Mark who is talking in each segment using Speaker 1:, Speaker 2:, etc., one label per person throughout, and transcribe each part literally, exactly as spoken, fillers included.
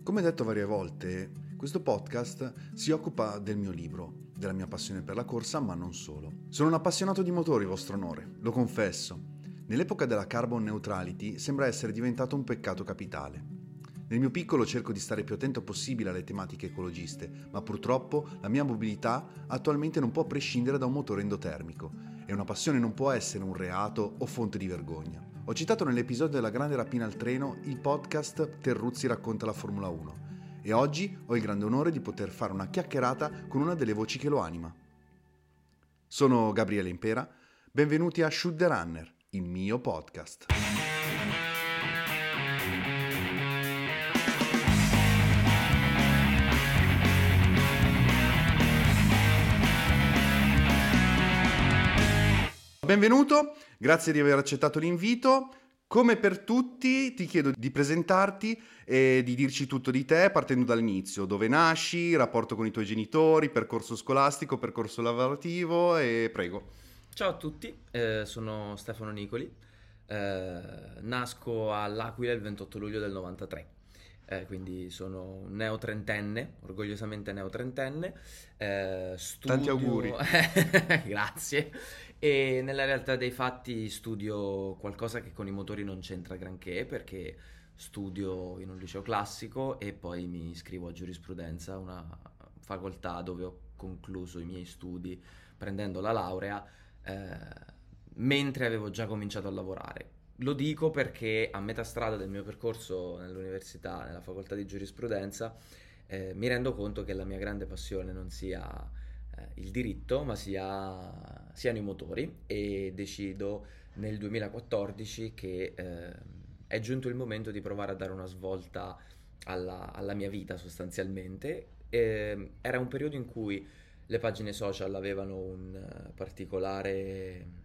Speaker 1: Come detto varie volte, questo podcast si occupa del mio libro, della mia passione per la corsa, ma non solo. Sono un appassionato di motori, vostro onore, lo confesso. Nell'epoca della carbon neutrality sembra essere diventato un peccato capitale. Nel mio piccolo cerco di stare più attento possibile alle tematiche ecologiste, ma purtroppo la mia mobilità attualmente non può prescindere da un motore endotermico e una passione non può essere un reato o fonte di vergogna. Ho citato nell'episodio della grande rapina al treno il podcast Terruzzi racconta la Formula uno e oggi ho il grande onore di poter fare una chiacchierata con una delle voci che lo anima. Sono Gabriele Impera, benvenuti a Shoot the Runner, il mio podcast. Benvenuto, grazie di aver accettato l'invito. Come per tutti ti chiedo di presentarti e di dirci tutto di te partendo dall'inizio, dove nasci, rapporto con i tuoi genitori, percorso scolastico, percorso lavorativo e prego.
Speaker 2: Ciao a tutti, eh, sono Stefano Nicoli, eh, nasco all'Aquila il ventotto luglio del novantatré. Eh, quindi sono un neotrentenne, orgogliosamente neotrentenne. Eh, studio...
Speaker 1: Tanti auguri.
Speaker 2: Grazie. E nella realtà dei fatti studio qualcosa che con i motori non c'entra granché, perché studio in un liceo classico e poi mi iscrivo a giurisprudenza, una facoltà dove ho concluso i miei studi prendendo la laurea, eh, mentre avevo già cominciato a lavorare. Lo dico perché a metà strada del mio percorso nell'università, nella facoltà di giurisprudenza, eh, mi rendo conto che la mia grande passione non sia eh, il diritto, ma sia, siano i motori, e decido nel duemilaquattordici che eh, è giunto il momento di provare a dare una svolta alla, alla mia vita sostanzialmente. Eh, era un periodo in cui le pagine social avevano un particolare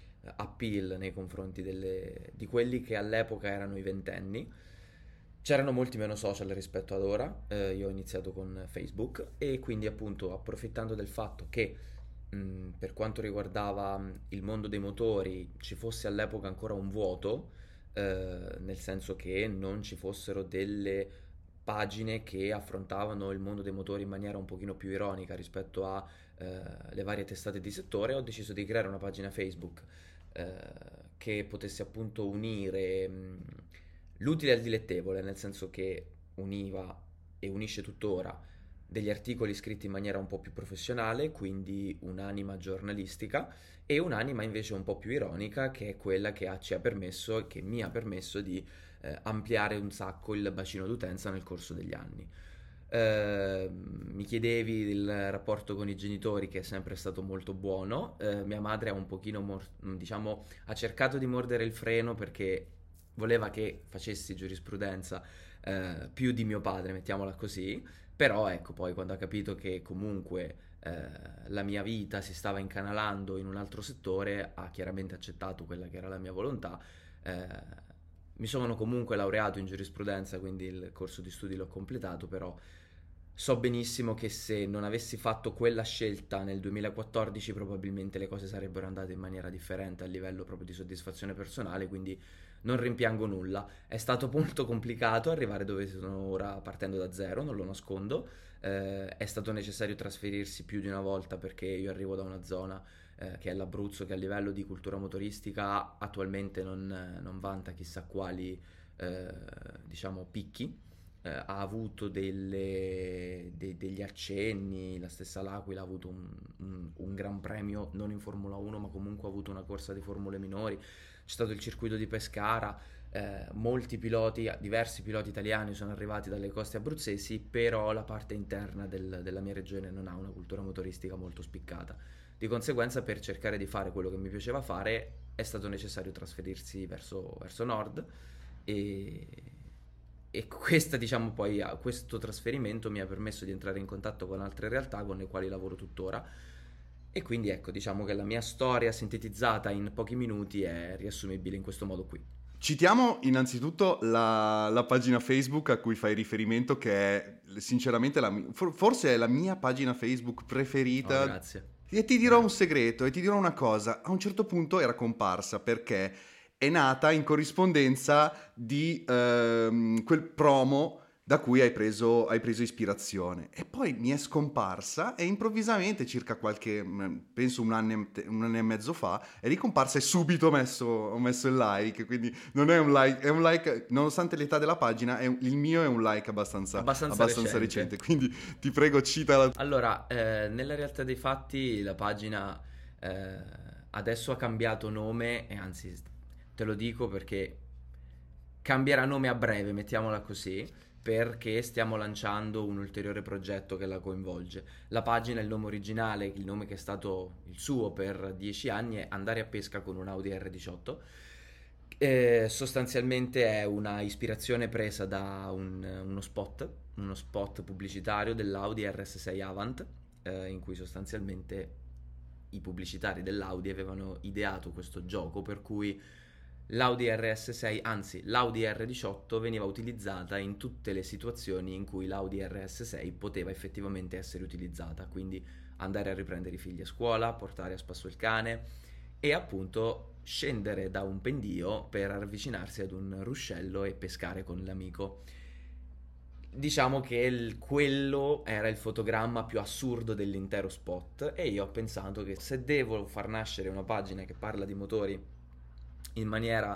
Speaker 2: appeal nei confronti delle, di quelli che all'epoca erano i ventenni. C'erano molti meno social rispetto ad ora, eh, io ho iniziato con Facebook e quindi appunto approfittando del fatto che mh, per quanto riguardava mh, il mondo dei motori ci fosse all'epoca ancora un vuoto, eh, nel senso che non ci fossero delle pagine che affrontavano il mondo dei motori in maniera un pochino più ironica rispetto a eh, le varie testate di settore, ho deciso di creare una pagina Facebook eh, che potesse appunto unire mh, l'utile al dilettevole, nel senso che univa e unisce tuttora degli articoli scritti in maniera un po' più professionale, quindi un'anima giornalistica, e un'anima invece un po' più ironica, che è quella che ha, ci ha permesso e che mi ha permesso di eh, ampliare un sacco il bacino d'utenza nel corso degli anni. Uh, mi chiedevi il rapporto con i genitori, che è sempre stato molto buono. Uh, mia madre ha un pochino, mor- diciamo, ha cercato di mordere il freno perché voleva che facessi giurisprudenza uh, più di mio padre, mettiamola così. Però ecco, poi quando ha capito che comunque uh, la mia vita si stava incanalando in un altro settore, ha chiaramente accettato quella che era la mia volontà. Uh, mi sono comunque laureato in giurisprudenza, quindi il corso di studi l'ho completato, però so benissimo che se non avessi fatto quella scelta nel duemilaquattordici probabilmente le cose sarebbero andate in maniera differente a livello proprio di soddisfazione personale, quindi non rimpiango nulla. È stato molto complicato arrivare dove sono ora partendo da zero, non lo nascondo. Eh, è stato necessario trasferirsi più di una volta perché io arrivo da una zona eh, che è l'Abruzzo, che a livello di cultura motoristica attualmente non, non vanta chissà quali eh, diciamo picchi. Eh, ha avuto delle, de, degli accenni, la stessa l'Aquila ha avuto un, un, un gran premio non in Formula uno, ma comunque ha avuto una corsa di formule minori, c'è stato il circuito di Pescara, eh, molti piloti, diversi piloti italiani sono arrivati dalle coste abruzzesi, però la parte interna del, della mia regione non ha una cultura motoristica molto spiccata. Di conseguenza, per cercare di fare quello che mi piaceva fare è stato necessario trasferirsi verso, verso nord, e E questa, diciamo, poi questo trasferimento mi ha permesso di entrare in contatto con altre realtà con le quali lavoro tuttora. E quindi ecco, diciamo che la mia storia sintetizzata in pochi minuti è riassumibile in questo modo qui.
Speaker 1: Citiamo innanzitutto la, la pagina Facebook a cui fai riferimento, che è sinceramente la, forse è la mia pagina Facebook preferita.
Speaker 2: Oh, grazie.
Speaker 1: E ti dirò un segreto, e ti dirò una cosa, a un certo punto era comparsa perché è nata in corrispondenza di ehm, quel promo da cui hai preso, hai preso ispirazione. E poi mi è scomparsa e improvvisamente, circa qualche, mh, penso un anno, e- un anno e mezzo fa, è ricomparsa e subito ho messo, ho messo il like, quindi non è un like, è un like, nonostante l'età della pagina, è un- il mio è un like abbastanza,
Speaker 2: Abbastanza
Speaker 1: abbastanza
Speaker 2: recente.
Speaker 1: recente, quindi ti prego cita la...
Speaker 2: Allora, eh, nella realtà dei fatti la pagina eh, adesso ha cambiato nome e anzi te lo dico perché cambierà nome a breve, mettiamola così, perché stiamo lanciando un ulteriore progetto che la coinvolge. La pagina, il nome originale, il nome che è stato il suo per dieci anni è Andare a pesca con un Audi R diciotto. Eh, sostanzialmente è una ispirazione presa da un- uno spot, uno spot pubblicitario dell'Audi R S sei Avant, eh, in cui sostanzialmente i pubblicitari dell'Audi avevano ideato questo gioco per cui l'Audi R S sei, anzi l'Audi R diciotto veniva utilizzata in tutte le situazioni in cui l'Audi R S sei poteva effettivamente essere utilizzata, quindi andare a riprendere i figli a scuola, portare a spasso il cane e appunto scendere da un pendio per avvicinarsi ad un ruscello e pescare con l'amico. Diciamo che il- quello era il fotogramma più assurdo dell'intero spot e io ho pensato che se devo far nascere una pagina che parla di motori in maniera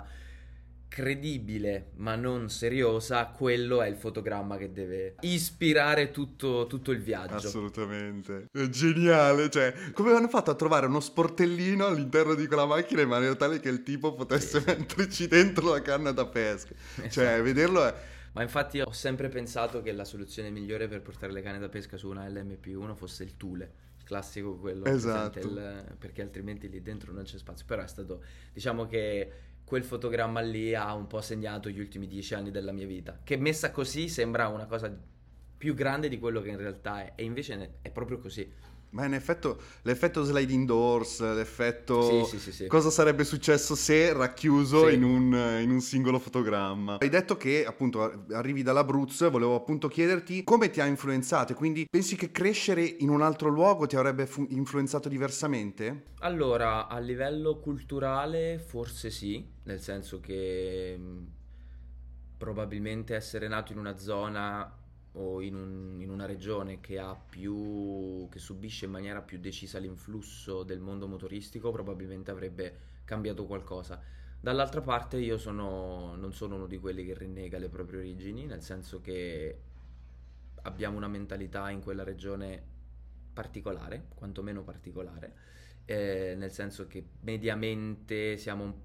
Speaker 2: credibile ma non seriosa, quello è il fotogramma che deve ispirare tutto, tutto il viaggio.
Speaker 1: Assolutamente. È geniale, cioè, come hanno fatto a trovare uno sportellino all'interno di quella macchina in maniera tale che il tipo
Speaker 2: Sì,
Speaker 1: potesse
Speaker 2: sì,
Speaker 1: metterci dentro la canna da pesca? Cioè,
Speaker 2: esatto.
Speaker 1: vederlo è...
Speaker 2: Ma infatti ho sempre pensato che la soluzione migliore per portare le canne da pesca su una L M P uno fosse il Thule, il classico quello presente,
Speaker 1: Esatto.
Speaker 2: il- perché altrimenti lì dentro non c'è spazio. Però è stato, diciamo che quel fotogramma lì ha un po' segnato gli ultimi dieci anni della mia vita, che messa così sembra una cosa più grande di quello che in realtà è, e invece ne- è proprio così.
Speaker 1: Ma in effetto, l'effetto sliding doors,
Speaker 2: Sì,
Speaker 1: l'effetto...
Speaker 2: sì, sì, sì.
Speaker 1: Cosa sarebbe successo se racchiuso in
Speaker 2: Sì.
Speaker 1: un, in un singolo fotogramma? Hai detto che appunto arrivi dall'Abruzzo, volevo appunto chiederti come ti ha influenzato, quindi pensi che crescere in un altro luogo ti avrebbe fu- influenzato diversamente?
Speaker 2: Allora, a livello culturale forse sì, nel senso che mh, probabilmente essere nato in una zona o in, un- in una regione che ha più, che subisce in maniera più decisa l'influsso del mondo motoristico probabilmente avrebbe cambiato qualcosa. Dall'altra parte io sono, non sono uno di quelli che rinnega le proprie origini, nel senso che abbiamo una mentalità in quella regione particolare, quantomeno particolare, eh, nel senso che mediamente siamo un-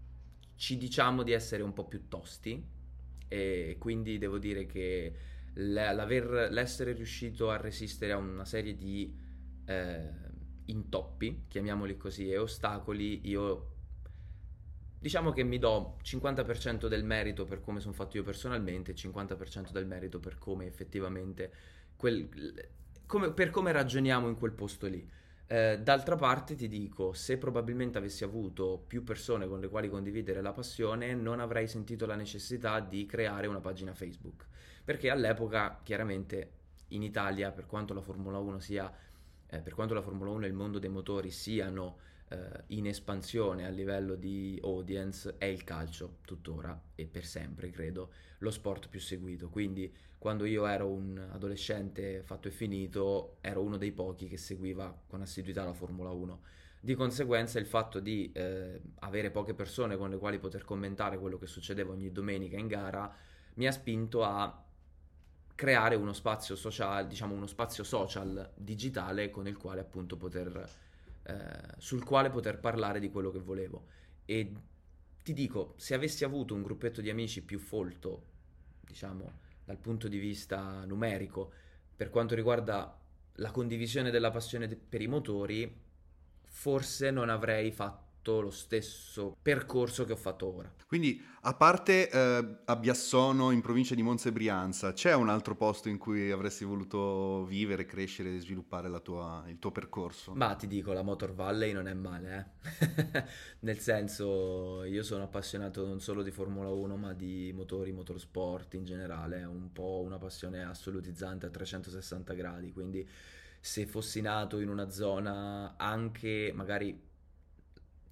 Speaker 2: ci diciamo di essere un po' più tosti e quindi devo dire che l- l'aver- l'essere riuscito a resistere a una serie di eh, intoppi, chiamiamoli così, e ostacoli, io diciamo che mi do cinquanta per cento del merito per come sono fatto io personalmente e cinquanta per cento del merito per come effettivamente quel, come- per come ragioniamo in quel posto lì. Eh, d'altra parte ti dico, se probabilmente avessi avuto più persone con le quali condividere la passione, non avrei sentito la necessità di creare una pagina Facebook. Perché all'epoca, chiaramente, in Italia, per quanto la Formula uno sia, eh, per quanto la Formula uno e il mondo dei motori siano eh, in espansione a livello di audience, è il calcio, tuttora e per sempre, credo, lo sport più seguito. Quindi quando io ero un adolescente fatto e finito, ero uno dei pochi che seguiva con assiduità la Formula uno. Di conseguenza il fatto di eh, avere poche persone con le quali poter commentare quello che succedeva ogni domenica in gara mi ha spinto a creare uno spazio social, diciamo uno spazio social digitale con il quale appunto poter, eh, sul quale poter parlare di quello che volevo. E ti dico, se avessi avuto un gruppetto di amici più folto, diciamo, dal punto di vista numerico, per quanto riguarda la condivisione della passione de- per i motori, forse non avrei fatto lo stesso percorso che ho fatto ora.
Speaker 1: Quindi, a parte eh, a Biassono, in provincia di Monza e Brianza, c'è un altro posto in cui avresti voluto vivere, crescere e sviluppare la tua- il tuo percorso?
Speaker 2: Ma ti dico, la Motor Valley non è male, eh. Nel senso, io sono appassionato non solo di Formula uno, ma di motori, motorsport in generale, è un po' una passione assolutizzante a trecentosessanta gradi, quindi se fossi nato in una zona anche magari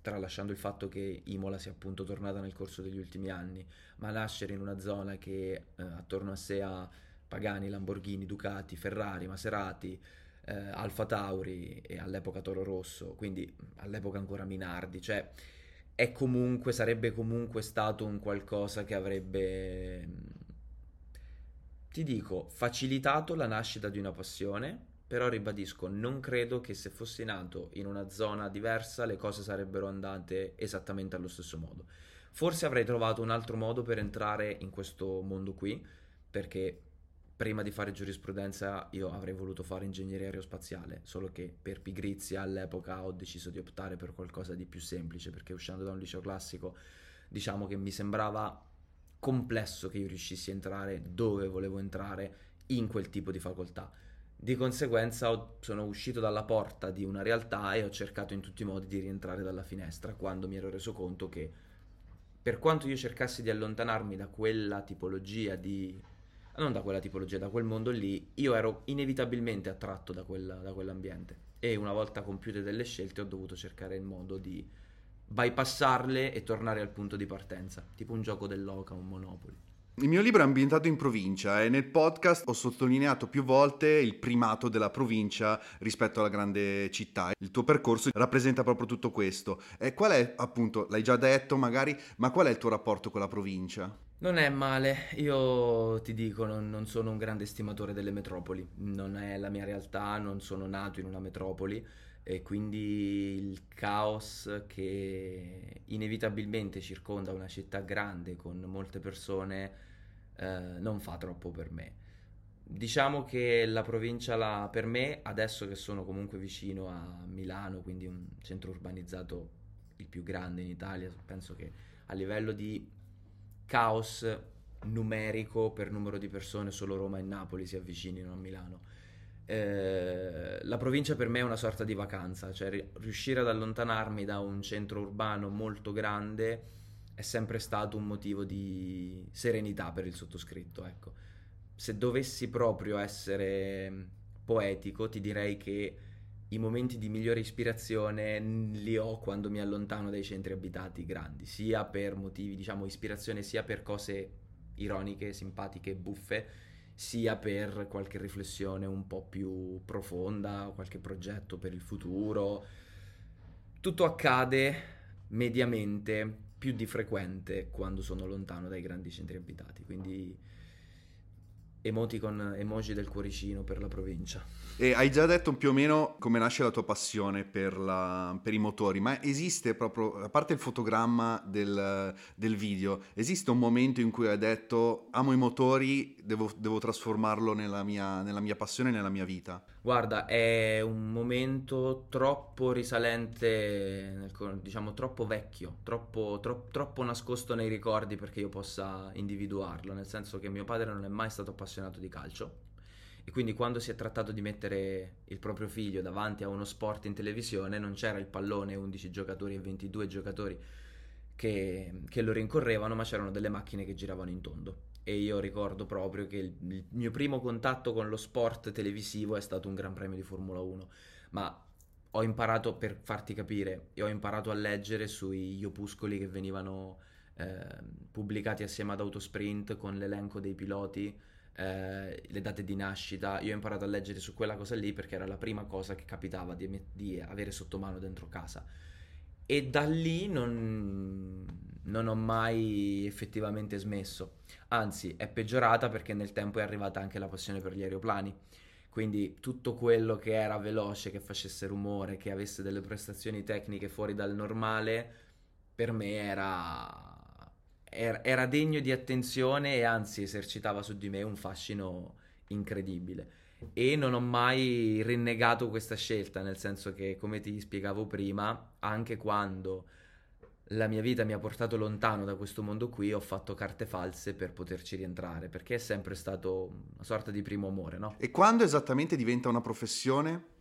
Speaker 2: tralasciando il fatto che Imola sia appunto tornata nel corso degli ultimi anni, ma nascere in una zona che eh, attorno a sé ha Pagani, Lamborghini, Ducati, Ferrari, Maserati, eh, Alfa Tauri e all'epoca Toro Rosso, quindi all'epoca ancora Minardi, cioè è comunque, sarebbe comunque stato un qualcosa che avrebbe, ti dico, facilitato la nascita di una passione, però ribadisco, non credo che se fossi nato in una zona diversa le cose sarebbero andate esattamente allo stesso modo. Forse avrei trovato un altro modo per entrare in questo mondo qui, perché prima di fare giurisprudenza io avrei voluto fare ingegneria aerospaziale, solo che per pigrizia all'epoca ho deciso di optare per qualcosa di più semplice, perché uscendo da un liceo classico diciamo che mi sembrava complesso che io riuscissi a entrare dove volevo entrare in quel tipo di facoltà. Di conseguenza ho- sono uscito dalla porta di una realtà e ho cercato in tutti i modi di rientrare dalla finestra, quando mi ero reso conto che per quanto io cercassi di allontanarmi da quella tipologia di... non da quella tipologia, da quel mondo lì, io ero inevitabilmente attratto da, quella- da quell'ambiente. E una volta compiute delle scelte ho dovuto cercare il modo di bypassarle e tornare al punto di partenza, tipo un gioco dell'oca, un Monopoly.
Speaker 1: Il mio libro è ambientato in provincia e nel podcast ho sottolineato più volte il primato della provincia rispetto alla grande città. Il tuo percorso rappresenta proprio tutto questo. E qual è, appunto, l'hai già detto magari, ma qual è il tuo rapporto con la provincia?
Speaker 2: Non è male, io ti dico, non, non sono un grande estimatore delle metropoli, non è la mia realtà, non sono nato in una metropoli e quindi il caos che inevitabilmente circonda una città grande con molte persone eh, non fa troppo per me. Diciamo che la provincia, la, per me, adesso che sono comunque vicino a Milano, quindi un centro urbanizzato il più grande in Italia, penso che a livello di caos numerico per numero di persone solo Roma e Napoli si avvicinino a Milano. Eh, la provincia per me è una sorta di vacanza, cioè ri- riuscire ad allontanarmi da un centro urbano molto grande è sempre stato un motivo di serenità per il sottoscritto, ecco. Se dovessi proprio essere poetico, ti direi che i momenti di migliore ispirazione li ho quando mi allontano dai centri abitati grandi, sia per motivi, diciamo, ispirazione, sia per cose ironiche, simpatiche, buffe, sia per qualche riflessione un po' più profonda, qualche progetto per il futuro. Tutto accade mediamente più di frequente quando sono lontano dai grandi centri abitati, quindi emoticon, emoji del cuoricino per la provincia.
Speaker 1: E hai già detto più o meno come nasce la tua passione per, la- per i motori, ma esiste proprio, a parte il fotogramma del, del video, esiste un momento in cui hai detto amo i motori, devo, devo trasformarlo nella mia, nella mia passione, nella mia vita?
Speaker 2: Guarda, è un momento troppo risalente, nel co- diciamo troppo vecchio, troppo, tro- troppo nascosto nei ricordi perché io possa individuarlo, nel senso che mio padre non è mai stato appassionato di calcio e quindi quando si è trattato di mettere il proprio figlio davanti a uno sport in televisione non c'era il pallone undici giocatori e ventidue giocatori che, che lo rincorrevano, ma c'erano delle macchine che giravano in tondo. E io ricordo proprio che il, il mio primo contatto con lo sport televisivo è stato un Gran Premio di Formula uno, ma ho imparato, per farti capire, ho imparato a leggere sugli opuscoli che venivano eh, pubblicati assieme ad Autosprint con l'elenco dei piloti, eh, le date di nascita. Io ho imparato a leggere su quella cosa lì perché era la prima cosa che capitava di, di avere sotto mano dentro casa. E da lì non, non ho mai effettivamente smesso. Anzi, è peggiorata perché nel tempo è arrivata anche la passione per gli aeroplani. Quindi tutto quello che era veloce, che facesse rumore, che avesse delle prestazioni tecniche fuori dal normale, per me era, era, era degno di attenzione e anzi esercitava su di me un fascino incredibile. E non ho mai rinnegato questa scelta, nel senso che, come ti spiegavo prima, anche quando la mia vita mi ha portato lontano da questo mondo qui, ho fatto carte false per poterci rientrare, perché è sempre stato una sorta di primo amore, no?
Speaker 1: E quando esattamente diventa una professione?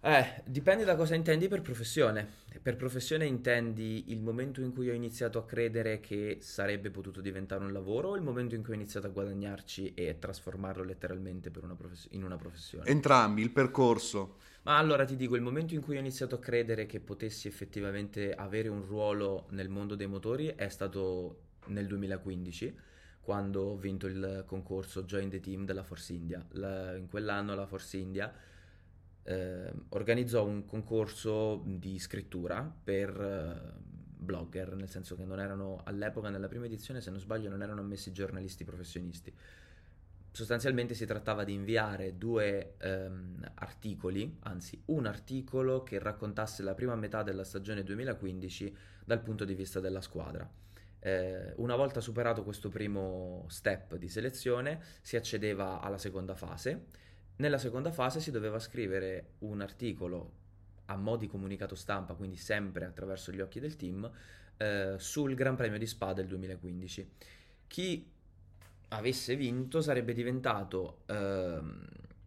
Speaker 2: Eh, dipende da cosa intendi per professione. Per professione intendi il momento in cui ho iniziato a credere che sarebbe potuto diventare un lavoro o il momento in cui ho iniziato a guadagnarci e trasformarlo letteralmente per una profes- in una professione?
Speaker 1: Entrambi, il percorso.
Speaker 2: Ma allora ti dico, il momento in cui ho iniziato a credere che potessi effettivamente avere un ruolo nel mondo dei motori è stato nel duemilaquindici, quando ho vinto il concorso Join the Team della Force India. La- in quell'anno la Force India eh, organizzò un concorso di scrittura per eh, blogger, nel senso che non erano all'epoca, nella prima edizione, se non sbaglio, non erano ammessi giornalisti professionisti. Sostanzialmente si trattava di inviare due ehm, articoli, anzi un articolo che raccontasse la prima metà della stagione duemilaquindici dal punto di vista della squadra. Eh, una volta superato questo primo step di selezione si accedeva alla seconda fase. Nella seconda fase si doveva scrivere un articolo a mo' di comunicato stampa, quindi sempre attraverso gli occhi del team, eh, sul Gran Premio di Spa del duemilaquindici. Chi avesse vinto sarebbe diventato ehm,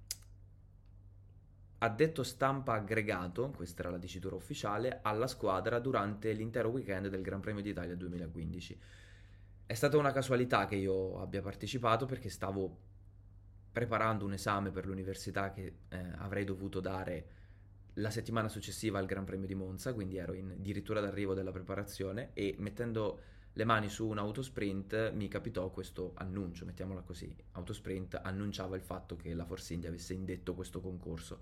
Speaker 2: addetto stampa aggregato, questa era la dicitura ufficiale, alla squadra durante l'intero weekend del Gran Premio d'Italia duemilaquindici. È stata una casualità che io abbia partecipato perché stavo preparando un esame per l'università che eh, avrei dovuto dare la settimana successiva al Gran Premio di Monza, quindi ero in addirittura d'arrivo della preparazione e mettendo le mani su un autosprint mi capitò questo annuncio, mettiamola così. Autosprint annunciava il fatto che la Force India avesse indetto questo concorso.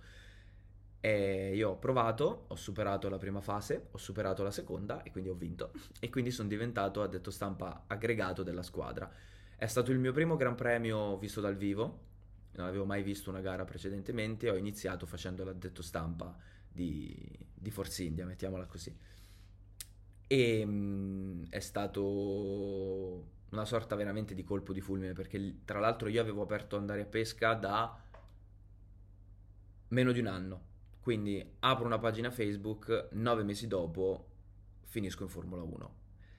Speaker 2: E io ho provato, ho superato la prima fase, ho superato la seconda e quindi ho vinto. E quindi sono diventato addetto stampa aggregato della squadra. È stato il mio primo Gran Premio visto dal vivo, non avevo mai visto una gara precedentemente, ho iniziato facendo l'addetto stampa di, di Force India, mettiamola così. E mh, è stato una sorta veramente di colpo di fulmine perché tra l'altro io avevo aperto Andare a Pesca da meno di un anno, quindi apro una pagina Facebook, nove mesi dopo finisco in Formula uno.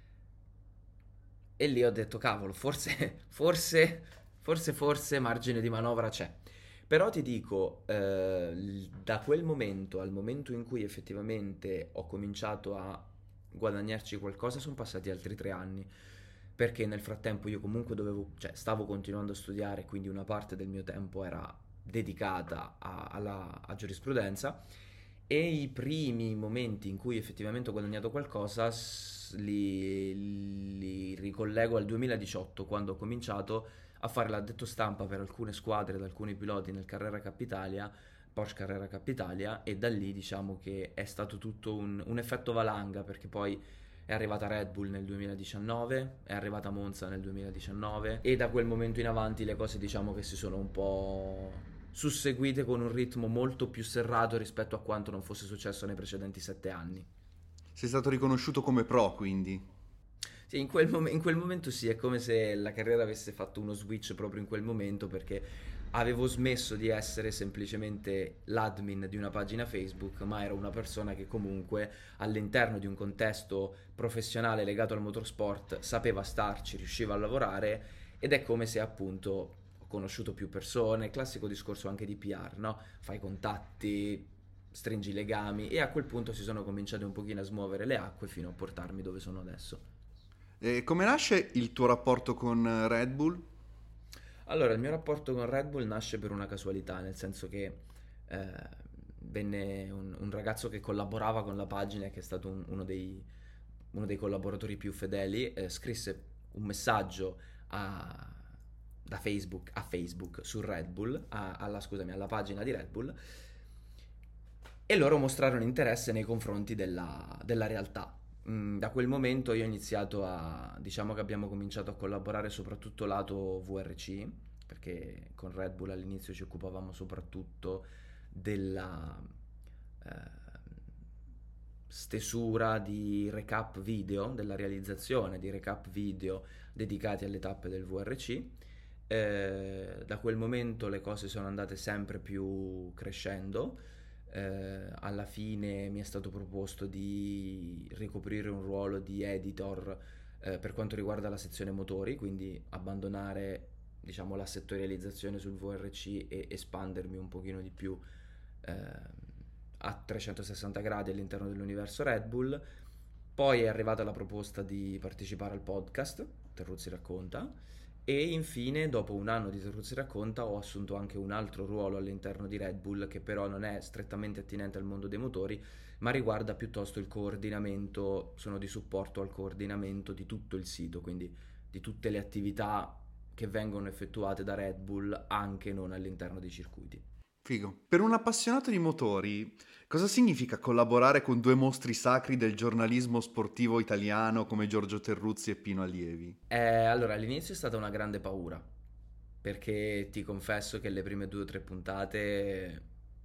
Speaker 2: E lì ho detto, cavolo, forse, forse, forse, forse margine di manovra c'è. Però ti dico, eh, l- da quel momento al momento in cui effettivamente ho cominciato a guadagnarci qualcosa, sono passati altri tre anni. Perché nel frattempo io comunque dovevo, cioè stavo continuando a studiare, quindi una parte del mio tempo era dedicata a, alla, a giurisprudenza e i primi momenti in cui effettivamente ho guadagnato qualcosa s- li, li ricollego al duemiladiciotto, quando ho cominciato a fare l'addetto stampa per alcune squadre ed alcuni piloti nel Carrera Cup Italia, Porsche Carrera Cup Italia, e da lì diciamo che è stato tutto un, un effetto valanga, perché poi è arrivata Red Bull nel duemiladiciannove, è arrivata Monza nel duemiladiciannove e da quel momento in avanti le cose diciamo che si sono un po' susseguite con un ritmo molto più serrato rispetto a quanto non fosse successo nei precedenti sette anni.
Speaker 1: Sei stato riconosciuto come pro, quindi.
Speaker 2: Sì, in quel, mom- in quel momento sì, è come se la carriera avesse fatto uno switch proprio in quel momento perché avevo smesso di essere semplicemente l'admin di una pagina Facebook, ma ero una persona che comunque all'interno di un contesto professionale legato al motorsport sapeva starci, riusciva a lavorare ed è come se appunto ho conosciuto più persone, classico discorso anche di P R, no? Fai contatti, stringi legami e a quel punto si sono cominciate un pochino a smuovere le acque fino a portarmi dove sono adesso.
Speaker 1: E come nasce il tuo rapporto con eh, Red Bull?
Speaker 2: Allora, il mio rapporto con Red Bull nasce per una casualità, nel senso che eh, venne un, un ragazzo che collaborava con la pagina, che è stato un- uno dei, uno dei collaboratori più fedeli, eh, scrisse un messaggio a- da Facebook a Facebook su Red Bull, a- alla, scusami, alla pagina di Red Bull, e loro mostrarono interesse nei confronti della, della realtà. Mm, da quel momento io ho iniziato a, diciamo che abbiamo cominciato a collaborare soprattutto lato V R C, perché con Red Bull all'inizio ci occupavamo soprattutto della eh, stesura di recap video, della realizzazione di recap video dedicati alle tappe del V R C. Eh, da quel momento le cose sono andate sempre più crescendo. Eh, alla fine mi è stato proposto di ricoprire un ruolo di editor eh, per quanto riguarda la sezione motori, quindi abbandonare diciamo la settorializzazione sul V R C e espandermi un pochino di più eh, a trecentosessanta gradi all'interno dell'universo Red Bull. Poi è arrivata la proposta di partecipare al podcast Terruzzi racconta, e infine dopo un anno di Terruzzi racconta ho assunto anche un altro ruolo all'interno di Red Bull, che però non è strettamente attinente al mondo dei motori, ma riguarda piuttosto il coordinamento. Sono di supporto al coordinamento di tutto il sito, quindi di tutte le attività che vengono effettuate da Red Bull anche non all'interno dei circuiti.
Speaker 1: Figo. Per un appassionato di motori, cosa significa collaborare con due mostri sacri del giornalismo sportivo italiano come Giorgio Terruzzi e Pino Allievi?
Speaker 2: Eh, allora, all'inizio è stata una grande paura, perché ti confesso che le prime due o tre puntate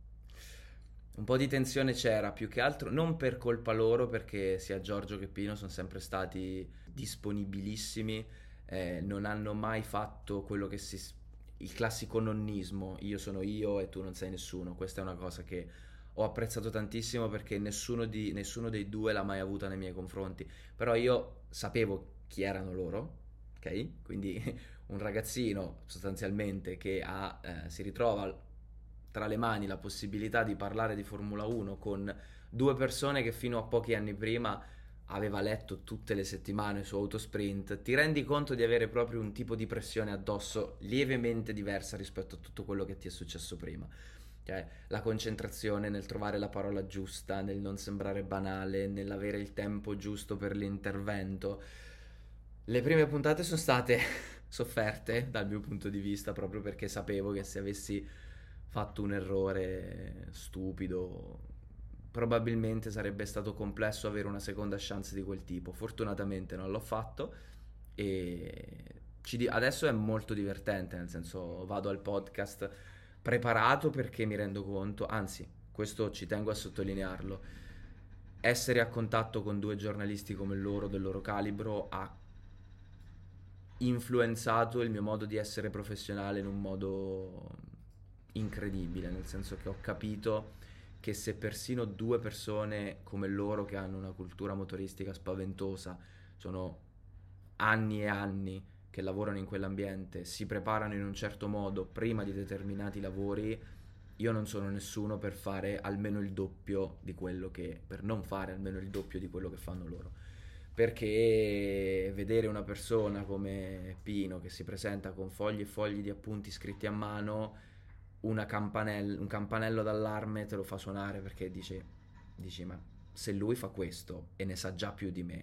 Speaker 2: un po' di tensione c'era, più che altro non per colpa loro, perché sia Giorgio che Pino sono sempre stati disponibilissimi, eh, non hanno mai fatto quello che si... il classico nonnismo, io sono io e tu non sei nessuno. Questa è una cosa che ho apprezzato tantissimo, perché nessuno, di, nessuno dei due l'ha mai avuta nei miei confronti, però io sapevo chi erano loro, ok? Quindi un ragazzino sostanzialmente che ha, eh, si ritrova tra le mani la possibilità di parlare di Formula uno con due persone che fino a pochi anni prima aveva letto tutte le settimane su Autosprint, ti rendi conto di avere proprio un tipo di pressione addosso lievemente diversa rispetto a tutto quello che ti è successo prima. Cioè, la concentrazione nel trovare la parola giusta, nel non sembrare banale, nell'avere il tempo giusto per l'intervento. Le prime puntate sono state sofferte dal mio punto di vista, proprio perché sapevo che se avessi fatto un errore stupido probabilmente sarebbe stato complesso avere una seconda chance di quel tipo. Fortunatamente non l'ho fatto e ci di- adesso è molto divertente, nel senso vado al podcast preparato, perché mi rendo conto, anzi questo ci tengo a sottolinearlo, essere a contatto con due giornalisti come loro, del loro calibro, ha influenzato il mio modo di essere professionale in un modo incredibile, nel senso che ho capito che se persino due persone come loro, che hanno una cultura motoristica spaventosa, sono anni e anni che lavorano in quell'ambiente, si preparano in un certo modo prima di determinati lavori, io non sono nessuno per fare almeno il doppio di quello che, per non fare almeno il doppio di quello che fanno loro. Perché vedere una persona come Pino che si presenta con fogli e fogli di appunti scritti a mano, una campanell- un campanello d'allarme te lo fa suonare, perché dici, dici ma se lui fa questo e ne sa già più di me,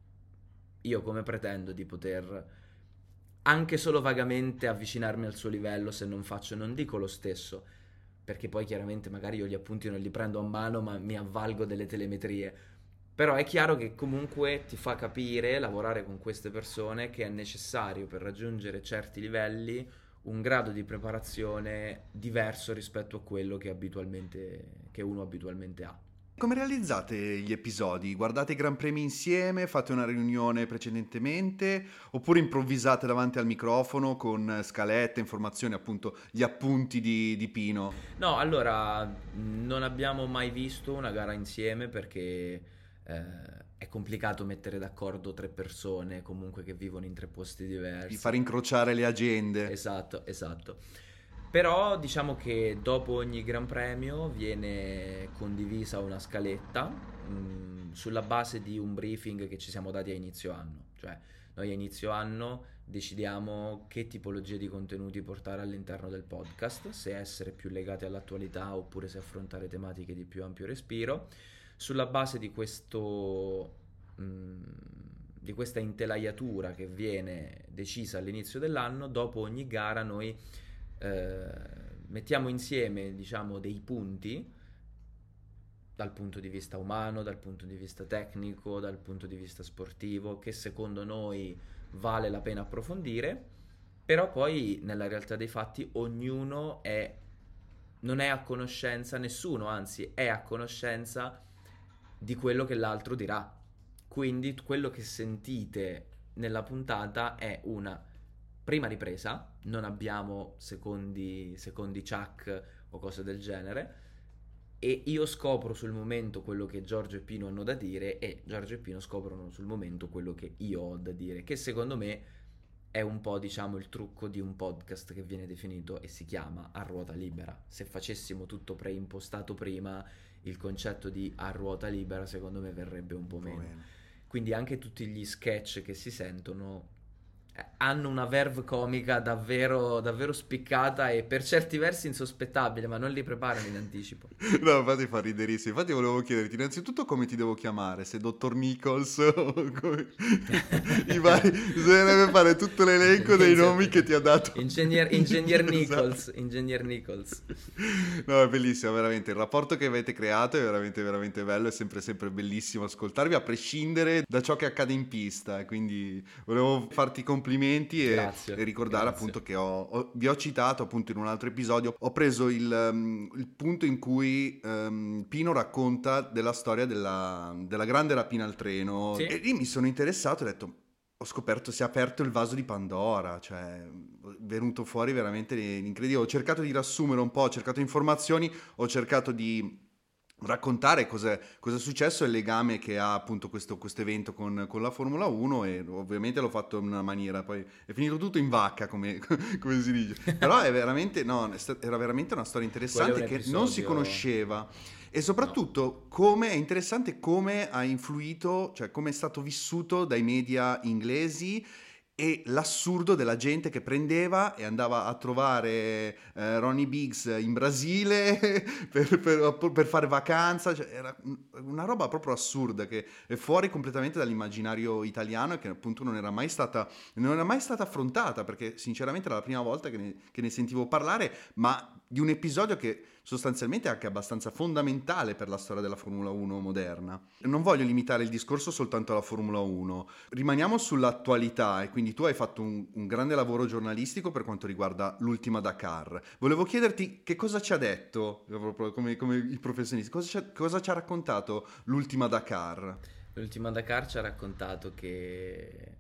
Speaker 2: io come pretendo di poter anche solo vagamente avvicinarmi al suo livello, se non faccio, non dico lo stesso, perché poi chiaramente magari io gli appunti non li prendo a mano, ma mi avvalgo delle telemetrie. Però è chiaro che comunque ti fa capire, lavorare con queste persone, che è necessario per raggiungere certi livelli un grado di preparazione diverso rispetto a quello che abitualmente che uno abitualmente ha.
Speaker 1: Come realizzate gli episodi? Guardate i Gran Premi insieme? Fate una riunione precedentemente? Oppure improvvisate davanti al microfono con scalette, informazioni, appunto gli appunti di, di Pino?
Speaker 2: No, allora, non abbiamo mai visto una gara insieme, perché eh, è complicato mettere d'accordo tre persone comunque che vivono in tre posti diversi.
Speaker 1: Di far incrociare le agende.
Speaker 2: Esatto, esatto. Però diciamo che dopo ogni Gran Premio viene condivisa una scaletta mh, sulla base di un briefing che ci siamo dati a inizio anno. Cioè, noi a inizio anno decidiamo che tipologie di contenuti portare all'interno del podcast, se essere più legati all'attualità oppure se affrontare tematiche di più ampio respiro. Sulla base di questo, mh, di questa intelaiatura che viene decisa all'inizio dell'anno, dopo ogni gara noi eh, mettiamo insieme, diciamo, dei punti dal punto di vista umano, dal punto di vista tecnico, dal punto di vista sportivo, che secondo noi vale la pena approfondire. Però poi nella realtà dei fatti ognuno è non è a conoscenza, nessuno anzi è a conoscenza di quello che l'altro dirà. Quindi quello che sentite nella puntata è una prima ripresa, non abbiamo secondi, secondi chuck o cose del genere, e io scopro sul momento quello che Giorgio e Pino hanno da dire, e Giorgio e Pino scoprono sul momento quello che io ho da dire, che secondo me è un po', diciamo, il trucco di un podcast che viene definito e si chiama A Ruota Libera. Se facessimo tutto preimpostato prima, il concetto di A Ruota Libera secondo me verrebbe un po'
Speaker 1: Un po'
Speaker 2: meno.
Speaker 1: meno.
Speaker 2: Quindi anche tutti gli sketch che si sentono eh, hanno una verve comica davvero, davvero spiccata e per certi versi insospettabile, ma non li preparano in anticipo.
Speaker 1: No, infatti fa riderissimo. Infatti volevo chiederti innanzitutto come ti devo chiamare, se dottor Nichols o come... I vari... Bisognerebbe fare tutto l'elenco dei nomi che ti ha dato.
Speaker 2: Ingegner, Ingegner
Speaker 1: Esatto.
Speaker 2: Nichols, Ingegner Nichols.
Speaker 1: No, è bellissimo, veramente. Il rapporto che avete creato è veramente, veramente bello. È sempre, sempre bellissimo ascoltarvi, a prescindere da ciò che accade in pista. Quindi volevo farti i complimenti e,
Speaker 2: Grazie,
Speaker 1: e ricordare
Speaker 2: grazie.
Speaker 1: appunto che ho, ho- vi ho citato appunto in un altro episodio. Ho preso il, um, il punto in cui um, Pino racconta della storia della, della grande rapina al treno.
Speaker 2: Sì.
Speaker 1: E lì mi sono interessato e ho detto... Ho scoperto, si è aperto il vaso di Pandora, cioè è venuto fuori veramente l'incredibile. Ho cercato di riassumere un po', ho cercato informazioni, ho cercato di raccontare cosa è successo e il legame che ha appunto questo questo evento con, con la Formula uno, e ovviamente l'ho fatto in una maniera, poi è finito tutto in vacca come, come si dice, però è veramente, no, è sta- era veramente una storia interessante
Speaker 2: Quello è un
Speaker 1: che non si
Speaker 2: episodio-
Speaker 1: conosceva. E soprattutto come è interessante come ha influito, cioè come è stato vissuto dai media inglesi, e l'assurdo della gente che prendeva e andava a trovare eh, Ronnie Biggs in Brasile per, per- per fare vacanza. Cioè, era una roba proprio assurda che è fuori completamente dall'immaginario italiano e che appunto non era mai stata, non era mai stata affrontata, perché sinceramente era la prima volta che ne, che ne sentivo parlare, ma di un episodio che sostanzialmente è anche abbastanza fondamentale per la storia della Formula uno moderna. Non voglio limitare il discorso soltanto alla Formula uno, rimaniamo sull'attualità, e quindi tu hai fatto un, un grande lavoro giornalistico per quanto riguarda l'ultima Dakar. Volevo chiederti che cosa ci ha detto, proprio come, come i professionisti, cosa ci, ha, cosa ci ha raccontato l'ultima Dakar?
Speaker 2: L'ultima Dakar ci ha raccontato che...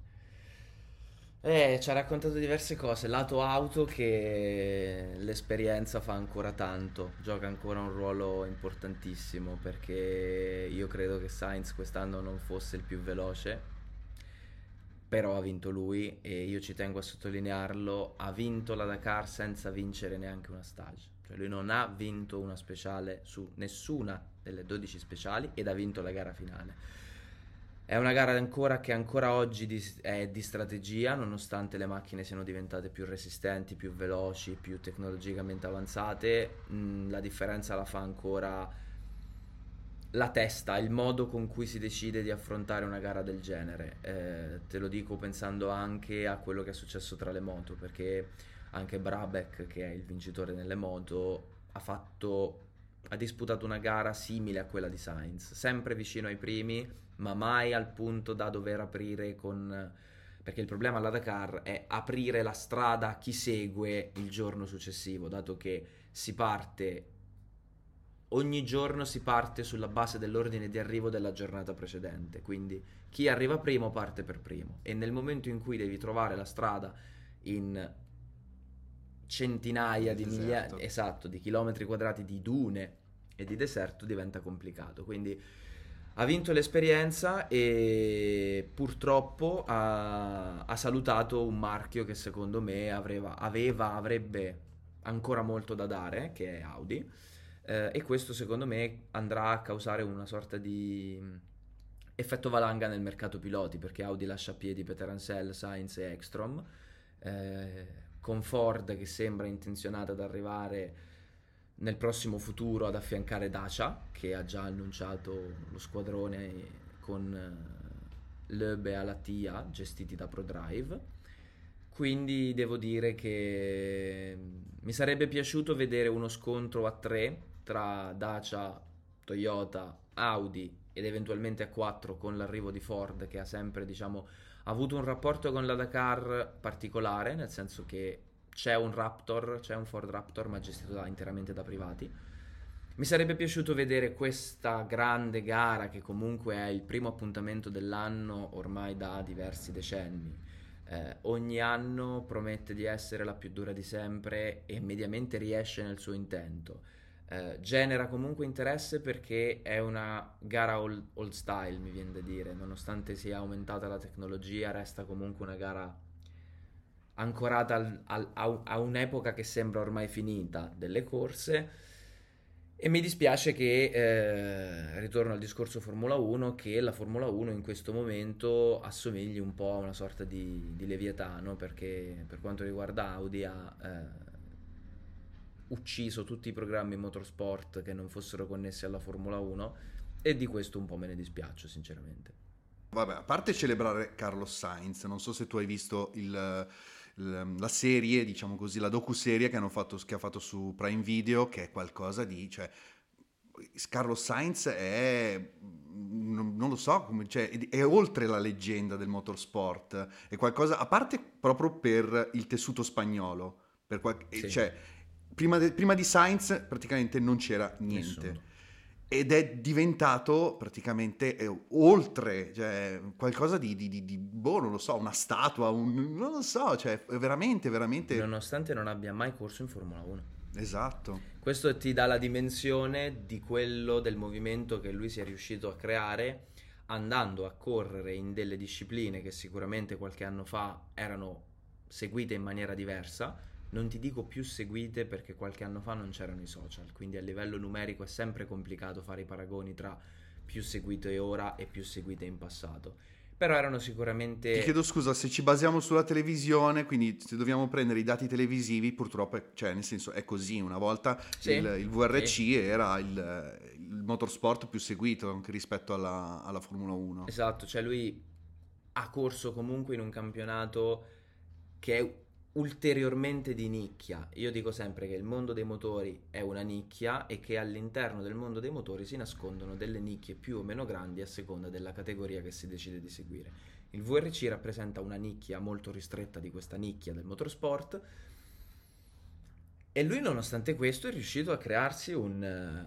Speaker 2: Eh, ci ha raccontato diverse cose. Lato auto che l'esperienza fa ancora tanto, gioca ancora un ruolo importantissimo perché io credo che Sainz quest'anno non fosse il più veloce, però ha vinto lui e io ci tengo a sottolinearlo, ha vinto la Dakar senza vincere neanche una stage. Cioè lui non ha vinto una speciale su nessuna delle dodici speciali ed ha vinto la gara finale. È una gara ancora che ancora oggi di- è di strategia, nonostante le macchine siano diventate più resistenti, più veloci, più tecnologicamente avanzate. Mm, la differenza la fa ancora la testa, il modo con cui si decide di affrontare una gara del genere. Eh, te lo dico pensando anche a quello che è successo tra le moto, perché anche Brabec, che è il vincitore nelle moto, ha fatto, ha disputato una gara simile a quella di Sainz, sempre vicino ai primi, ma mai al punto da dover aprire con... Perché il problema alla Dakar è aprire la strada a chi segue il giorno successivo, dato che si parte... Ogni giorno si parte sulla base dell'ordine di arrivo della giornata precedente, quindi chi arriva primo parte per primo e nel momento in cui devi trovare la strada in centinaia di
Speaker 1: Deserto.
Speaker 2: migliaia, esatto, di chilometri quadrati di dune e di deserto diventa complicato. Quindi ha vinto l'esperienza e purtroppo ha, ha salutato un marchio che secondo me avreva, aveva, avrebbe ancora molto da dare, che è Audi. Eh, e questo secondo me andrà a causare una sorta di mh, effetto valanga nel mercato piloti, perché Audi lascia a piedi Peter Ansel, Sainz e Ekstrom, eh, con Ford che sembra intenzionata ad arrivare nel prossimo futuro ad affiancare Dacia, che ha già annunciato lo squadrone con eh, Loeb e Alatia gestiti da ProDrive. Quindi devo dire che mi sarebbe piaciuto vedere uno scontro a tre tra Dacia, Toyota, Audi ed eventualmente a quattro con l'arrivo di Ford, che ha sempre, diciamo, avuto un rapporto con la Dakar particolare, nel senso che c'è un Raptor, c'è un Ford Raptor, ma gestito da- interamente da privati. Mi sarebbe piaciuto vedere questa grande gara, che comunque è il primo appuntamento dell'anno ormai da diversi decenni. Eh, ogni anno promette di essere la più dura di sempre e mediamente riesce nel suo intento. Eh, genera comunque interesse perché è una gara old, old style, mi viene da dire, nonostante sia aumentata la tecnologia, resta comunque una gara ancorata al- al- a, a un'epoca che sembra ormai finita delle corse. E mi dispiace che, eh, ritorno al discorso Formula uno, che la Formula uno in questo momento assomigli un po' a una sorta di, di Leviatano, perché per quanto riguarda Audi ha eh, ucciso tutti i programmi motorsport che non fossero connessi alla Formula uno, e di questo un po' me ne dispiaccio, sinceramente.
Speaker 1: Vabbè, a parte celebrare Carlos Sainz, non so se tu hai visto il, il- la serie, diciamo così, la docuserie che hanno fatto, che ha fatto su Prime Video, che è qualcosa di, cioè, Carlos Sainz è, non, non lo so, come, cioè, è, è oltre la leggenda del motorsport, è qualcosa, a parte proprio per il tessuto spagnolo, per qual- e
Speaker 2: Sì,
Speaker 1: cioè, prima, de- prima di Sainz praticamente non c'era
Speaker 2: nessuno.
Speaker 1: niente. Ed è diventato praticamente eh, oltre, cioè qualcosa di, di, di, di- boh, non lo so, una statua, un, non lo so, cioè è veramente, veramente
Speaker 2: Nonostante non abbia mai corso in Formula uno.
Speaker 1: esatto.
Speaker 2: Questo ti dà la dimensione di quello del movimento che lui si è riuscito a creare andando a correre in delle discipline che sicuramente qualche anno fa erano seguite in maniera diversa. Non ti dico più seguite perché qualche anno fa non c'erano i social, quindi a livello numerico è sempre complicato fare i paragoni tra più seguite ora e più seguite in passato. Però erano
Speaker 1: Ti chiedo
Speaker 2: sicuramente...
Speaker 1: scusa, se ci basiamo sulla televisione, quindi se dobbiamo prendere i dati televisivi, purtroppo, è, cioè nel senso è così, una volta il,
Speaker 2: Sì,
Speaker 1: il V R C
Speaker 2: sì.
Speaker 1: era il, il motorsport più seguito anche rispetto alla, alla Formula uno.
Speaker 2: Esatto, cioè lui ha corso comunque in un campionato che è ulteriormente di nicchia. Io dico sempre che il mondo dei motori è una nicchia e che all'interno del mondo dei motori si nascondono delle nicchie più o meno grandi a seconda della categoria che si decide di seguire. Il V R C rappresenta una nicchia molto ristretta di questa nicchia del motorsport, e lui nonostante questo è riuscito a crearsi un...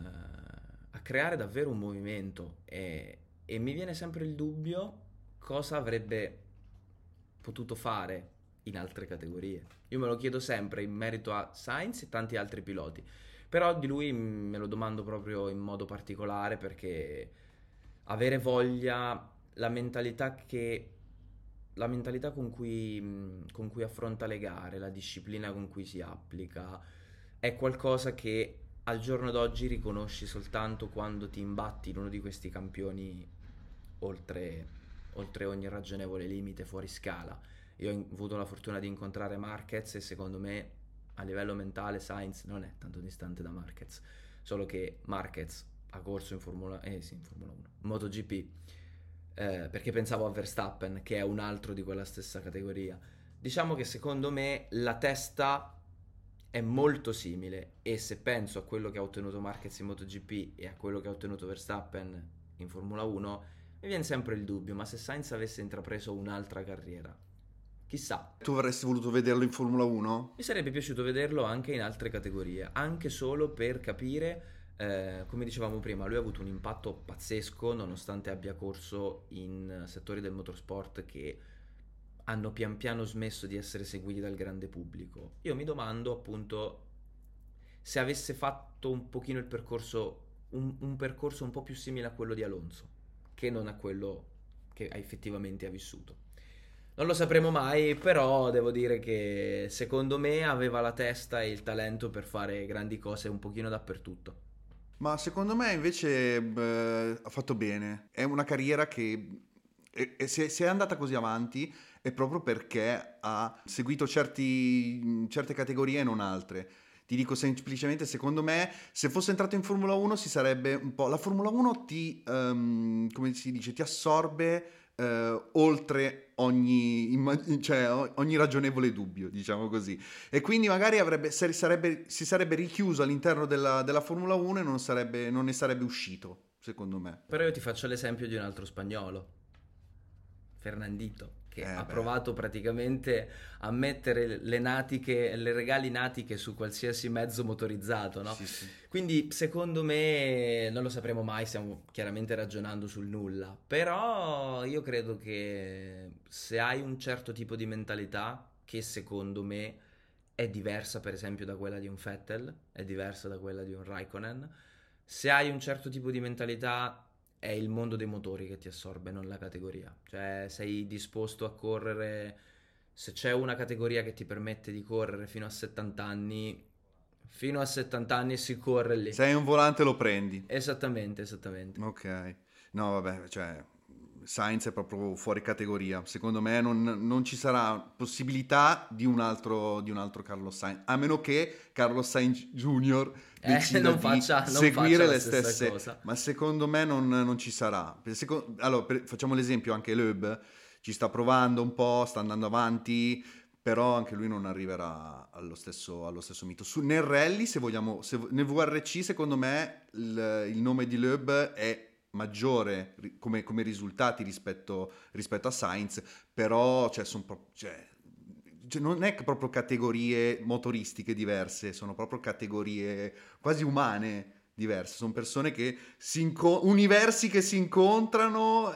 Speaker 2: eh, a creare davvero un movimento, e, e mi viene sempre il dubbio cosa avrebbe potuto fare in altre categorie. Io me lo chiedo sempre in merito a Sainz e tanti altri piloti, però di lui me lo domando proprio in modo particolare perché avere voglia, la mentalità che la mentalità con cui, con cui affronta le gare, la disciplina con cui si applica, è qualcosa che al giorno d'oggi riconosci soltanto quando ti imbatti in uno di questi campioni oltre, oltre ogni ragionevole limite, fuori scala. Io ho avuto la fortuna di incontrare Marquez e secondo me a livello mentale Sainz non è tanto distante da Marquez, solo che Marquez ha corso in Formula, eh sì, in Formula uno, in MotoGP, eh, perché pensavo a Verstappen che è un altro di quella stessa categoria. Diciamo che secondo me la testa è molto simile, e se penso a quello che ha ottenuto Marquez in MotoGP e a quello che ha ottenuto Verstappen in Formula uno, mi viene sempre il dubbio, ma se Sainz avesse intrapreso un'altra carriera, chissà.
Speaker 1: Tu avresti voluto vederlo in Formula uno?
Speaker 2: Mi sarebbe piaciuto vederlo anche in altre categorie, anche solo per capire, eh, come dicevamo prima, lui ha avuto un impatto pazzesco nonostante abbia corso in settori del motorsport che hanno pian piano smesso di essere seguiti dal grande pubblico. Io mi domando appunto se avesse fatto un pochino il percorso, un, un percorso un po' più simile a quello di Alonso, che non a quello che effettivamente ha vissuto. Non lo sapremo mai, però devo dire che secondo me aveva la testa e il talento per fare grandi cose un pochino dappertutto.
Speaker 1: Ma secondo me invece beh, ha fatto bene. È una carriera che e- e se, se è andata così avanti è proprio perché ha seguito certi- certe categorie e non altre. Ti dico semplicemente, secondo me, se fosse entrato in Formula uno si sarebbe un po'... La Formula uno ti, ehm, come si dice, ti assorbe eh, oltre ogni, imma- cioè, o- ogni ragionevole dubbio, diciamo così. E quindi magari avrebbe, se- sarebbe- si sarebbe richiuso all'interno della, della Formula uno e non, sarebbe- non ne sarebbe uscito, secondo me.
Speaker 2: Però io ti faccio l'esempio di un altro spagnolo, Fernandito, che
Speaker 1: Eh
Speaker 2: ha
Speaker 1: beh,
Speaker 2: provato praticamente a mettere le natiche, le regali natiche su qualsiasi mezzo motorizzato, no?
Speaker 1: sì, sì.
Speaker 2: Quindi secondo me non lo sapremo mai, stiamo chiaramente ragionando sul nulla, però io credo che se hai un certo tipo di mentalità, che secondo me è diversa per esempio da quella di un Vettel, è diversa da quella di un Raikkonen, se hai un certo tipo di mentalità è il mondo dei motori che ti assorbe, non la categoria. Cioè sei disposto a correre se c'è una categoria che ti permette di correre fino a settanta anni, fino a settanta anni si corre lì.
Speaker 1: Se hai un volante lo prendi.
Speaker 2: Esattamente, esattamente.
Speaker 1: Ok. No, vabbè, cioè, Sainz è proprio fuori categoria. Secondo me non, non ci sarà possibilità di un altro, di un altro Carlos Sainz, a meno che Carlos Sainz Junior decida
Speaker 2: eh, non
Speaker 1: di
Speaker 2: faccia, non
Speaker 1: seguire
Speaker 2: faccia
Speaker 1: le
Speaker 2: la stessa
Speaker 1: stesse,
Speaker 2: cosa.
Speaker 1: ma secondo me non, non ci sarà. Secondo, allora, per, facciamo l'esempio, anche Loeb ci sta provando un po', sta andando avanti, però anche lui non arriverà allo stesso, allo stesso mito. Su, nel rally, se vogliamo, se, nel V R C, secondo me il, il nome di Loeb è maggiore come, come risultati rispetto, rispetto a Sainz, però cioè, son pro- cioè, cioè, non è proprio categorie motoristiche diverse, sono proprio categorie quasi umane diverse, sono persone che si inco- universi che si incontrano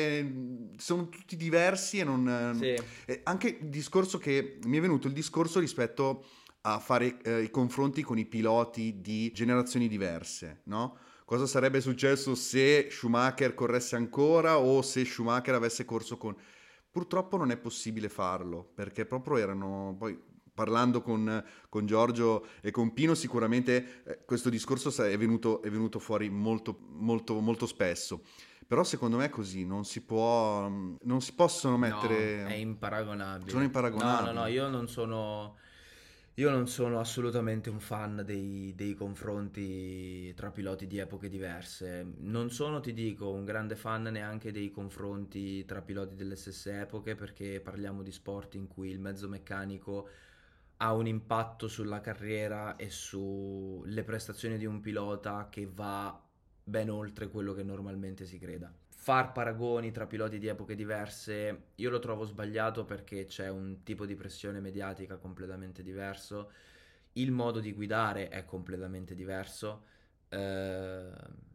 Speaker 1: e sono tutti diversi e non
Speaker 2: Sì.
Speaker 1: e anche il discorso che mi è venuto il discorso rispetto a fare eh, i confronti con i piloti di generazioni diverse, no? Cosa sarebbe successo se Schumacher corresse ancora o se Schumacher avesse corso con... Purtroppo non è possibile farlo, perché proprio erano... Poi parlando con, con Giorgio e con Pino sicuramente eh, questo discorso è venuto, è venuto fuori molto, molto, molto spesso. Però secondo me è così, non si può... Non si possono mettere...
Speaker 2: No, è imparagonabile.
Speaker 1: Sono imparagonabili.
Speaker 2: No, no, no, io non sono... Io non sono assolutamente un fan dei, dei confronti tra piloti di epoche diverse. Non sono, ti dico, un grande fan neanche dei confronti tra piloti delle stesse epoche, perché parliamo di sport in cui il mezzo meccanico ha un impatto sulla carriera e sulle prestazioni di un pilota che va ben oltre quello che normalmente si creda. Far paragoni tra piloti di epoche diverse io lo trovo sbagliato, perché c'è un tipo di pressione mediatica completamente diverso, il modo di guidare è completamente diverso, eh,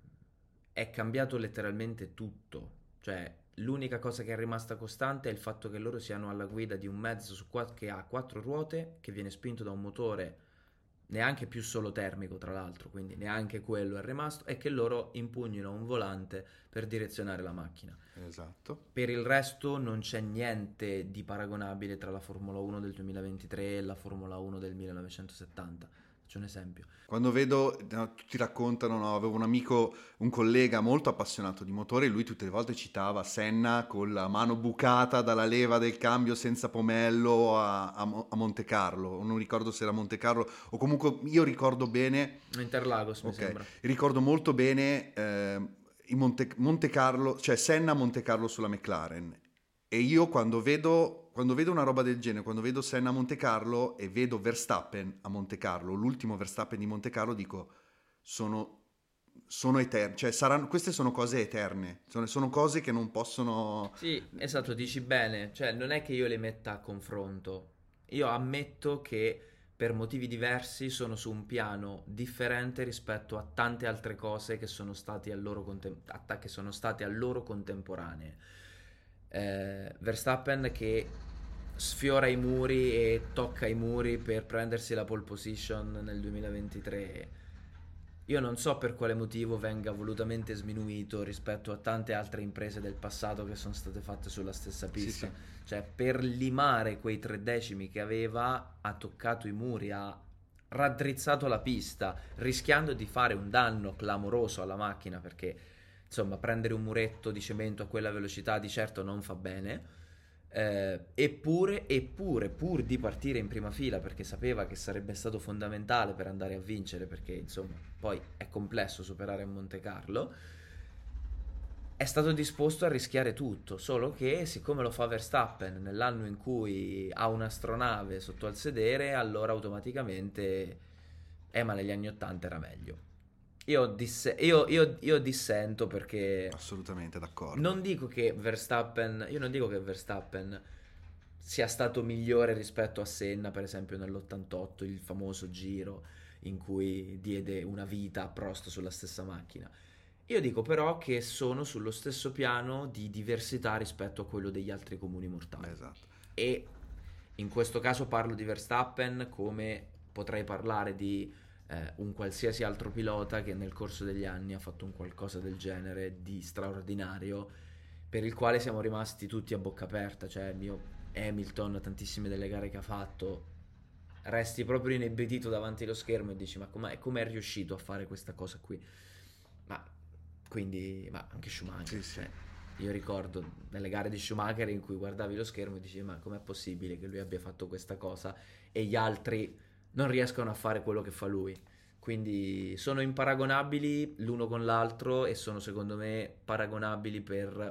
Speaker 2: è cambiato letteralmente tutto, cioè l'unica cosa che è rimasta costante è il fatto che loro siano alla guida di un mezzo su qua- che ha quattro ruote, che viene spinto da un motore neanche più solo termico, tra l'altro, quindi neanche quello è rimasto, e che loro impugnino un volante per direzionare la macchina.
Speaker 1: Esatto.
Speaker 2: Per il resto non c'è niente di paragonabile tra la Formula uno del duemilaventitré e la Formula uno del millenovecentosettanta. Faccio un esempio.
Speaker 1: Quando vedo, no, tutti raccontano, no, avevo un amico, un collega molto appassionato di motori e lui tutte le volte citava Senna con la mano bucata dalla leva del cambio senza pomello a, a, a Monte Carlo, non ricordo se era Monte Carlo o comunque io ricordo bene...
Speaker 2: Interlagos mi
Speaker 1: Ok,
Speaker 2: sembra.
Speaker 1: ricordo molto bene eh, i Monte, Monte Carlo, cioè Senna a Monte Carlo sulla McLaren. E io quando vedo, quando vedo una roba del genere, quando vedo Senna a Monte Carlo e vedo Verstappen a Monte Carlo, l'ultimo Verstappen di Monte Carlo, dico sono, sono eterne, cioè saranno, queste sono cose eterne, sono, sono cose che non possono...
Speaker 2: Sì, esatto, dici bene, cioè non è che io le metta a confronto, io ammetto che per motivi diversi sono su un piano differente rispetto a tante altre cose che sono state a loro, contem- a- che sono state a loro contemporanee. Eh, Verstappen che sfiora i muri e tocca i muri per prendersi la pole position nel duemilaventitré, io non so per quale motivo venga volutamente sminuito rispetto a tante altre imprese del passato che sono state fatte sulla stessa pista.
Speaker 1: Sì, sì.
Speaker 2: Cioè, per limare quei tre decimi che aveva, ha toccato i muri, ha raddrizzato la pista, rischiando di fare un danno clamoroso alla macchina, perché insomma prendere un muretto di cemento a quella velocità di certo non fa bene. Eh, eppure, eppure, pur di partire in prima fila, perché sapeva che sarebbe stato fondamentale per andare a vincere, perché insomma poi è complesso superare a Monte Carlo, è stato disposto a rischiare tutto, solo che siccome lo fa Verstappen nell'anno in cui ha un'astronave sotto al sedere, allora automaticamente eh ma negli anni ottanta era meglio. Io, disse- io, io, io dissento, perché
Speaker 1: Assolutamente d'accordo.
Speaker 2: non dico che Verstappen, io non dico che Verstappen sia stato migliore rispetto a Senna, per esempio nell'ottantotto, il famoso giro in cui diede una vita a Prost sulla stessa macchina. Io dico però che sono sullo stesso piano di diversità rispetto a quello degli altri comuni mortali.
Speaker 1: Esatto.
Speaker 2: E in questo caso parlo di Verstappen come potrei parlare di eh, un qualsiasi altro pilota che nel corso degli anni ha fatto un qualcosa del genere di straordinario, per il quale siamo rimasti tutti a bocca aperta. Cioè io Hamilton, tantissime delle gare che ha fatto, resti proprio inebetito davanti allo schermo e dici ma com'è, com'è riuscito a fare questa cosa qui? Ma quindi, ma anche Schumacher,
Speaker 1: Sì, sì.
Speaker 2: cioè, io ricordo nelle gare di Schumacher in cui guardavi lo schermo e dici ma com'è possibile che lui abbia fatto questa cosa e gli altri non riescono a fare quello che fa lui? Quindi sono imparagonabili l'uno con l'altro e sono secondo me paragonabili per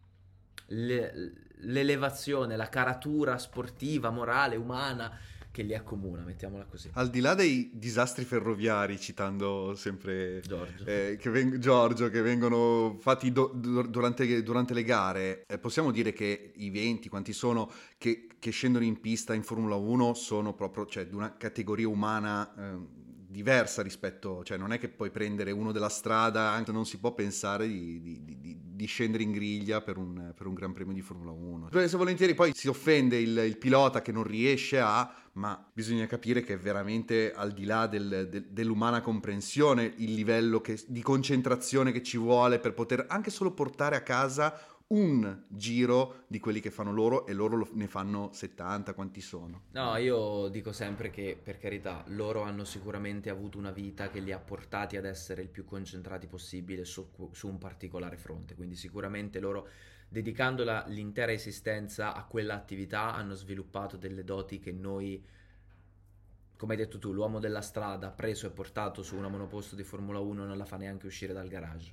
Speaker 2: le- l'elevazione, la caratura sportiva, morale, umana che li accomuna, mettiamola così.
Speaker 1: Al di là dei disastri ferroviari, citando sempre
Speaker 2: Giorgio.
Speaker 1: eh, che veng- Giorgio, che vengono fatti do- dur- durante, durante le gare, eh, possiamo dire che i venti, quanti sono, che, che scendono in pista in Formula uno sono proprio, cioè, di una categoria umana eh, diversa rispetto, cioè non è che puoi prendere uno della strada, anche non si può pensare di, di- di- di scendere in griglia per un, per un Gran Premio di Formula uno. Cioè, se volentieri poi si offende il, il pilota che non riesce a, ma bisogna capire che è veramente al di là del- del- dell'umana comprensione il livello che- di concentrazione che ci vuole per poter anche solo portare a casa un giro di quelli che fanno loro, e loro lo- ne fanno settanta, quanti sono.
Speaker 2: No, io dico sempre che, per carità, loro hanno sicuramente avuto una vita che li ha portati ad essere il più concentrati possibile su, su un particolare fronte, quindi sicuramente loro, dedicando la- l'intera esistenza a quell'attività, hanno sviluppato delle doti che noi, come hai detto tu, l'uomo della strada preso e portato su una monoposto di Formula uno non la fa neanche uscire dal garage.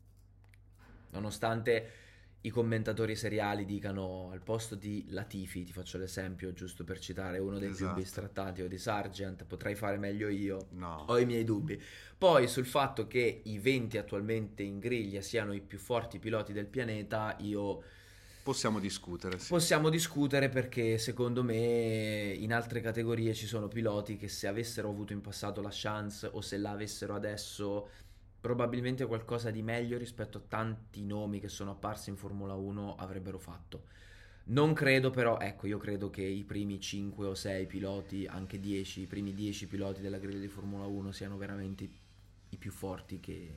Speaker 2: Nonostante i commentatori seriali dicano al posto di Latifi, ti faccio l'esempio giusto per citare uno dei più
Speaker 1: Esatto.
Speaker 2: bistrattati, o di Sargent, potrei fare meglio io,
Speaker 1: No.
Speaker 2: ho i miei dubbi. Poi sul fatto che i venti attualmente in griglia siano i più forti piloti del pianeta, io
Speaker 1: Possiamo discutere, sì.
Speaker 2: possiamo discutere, perché secondo me in altre categorie ci sono piloti che, se avessero avuto in passato la chance o se la avessero adesso, probabilmente qualcosa di meglio rispetto a tanti nomi che sono apparsi in Formula uno avrebbero fatto. Non credo però, ecco, io credo che i primi cinque o sei piloti, anche dieci, i primi dieci piloti della griglia di Formula uno siano veramente i più forti che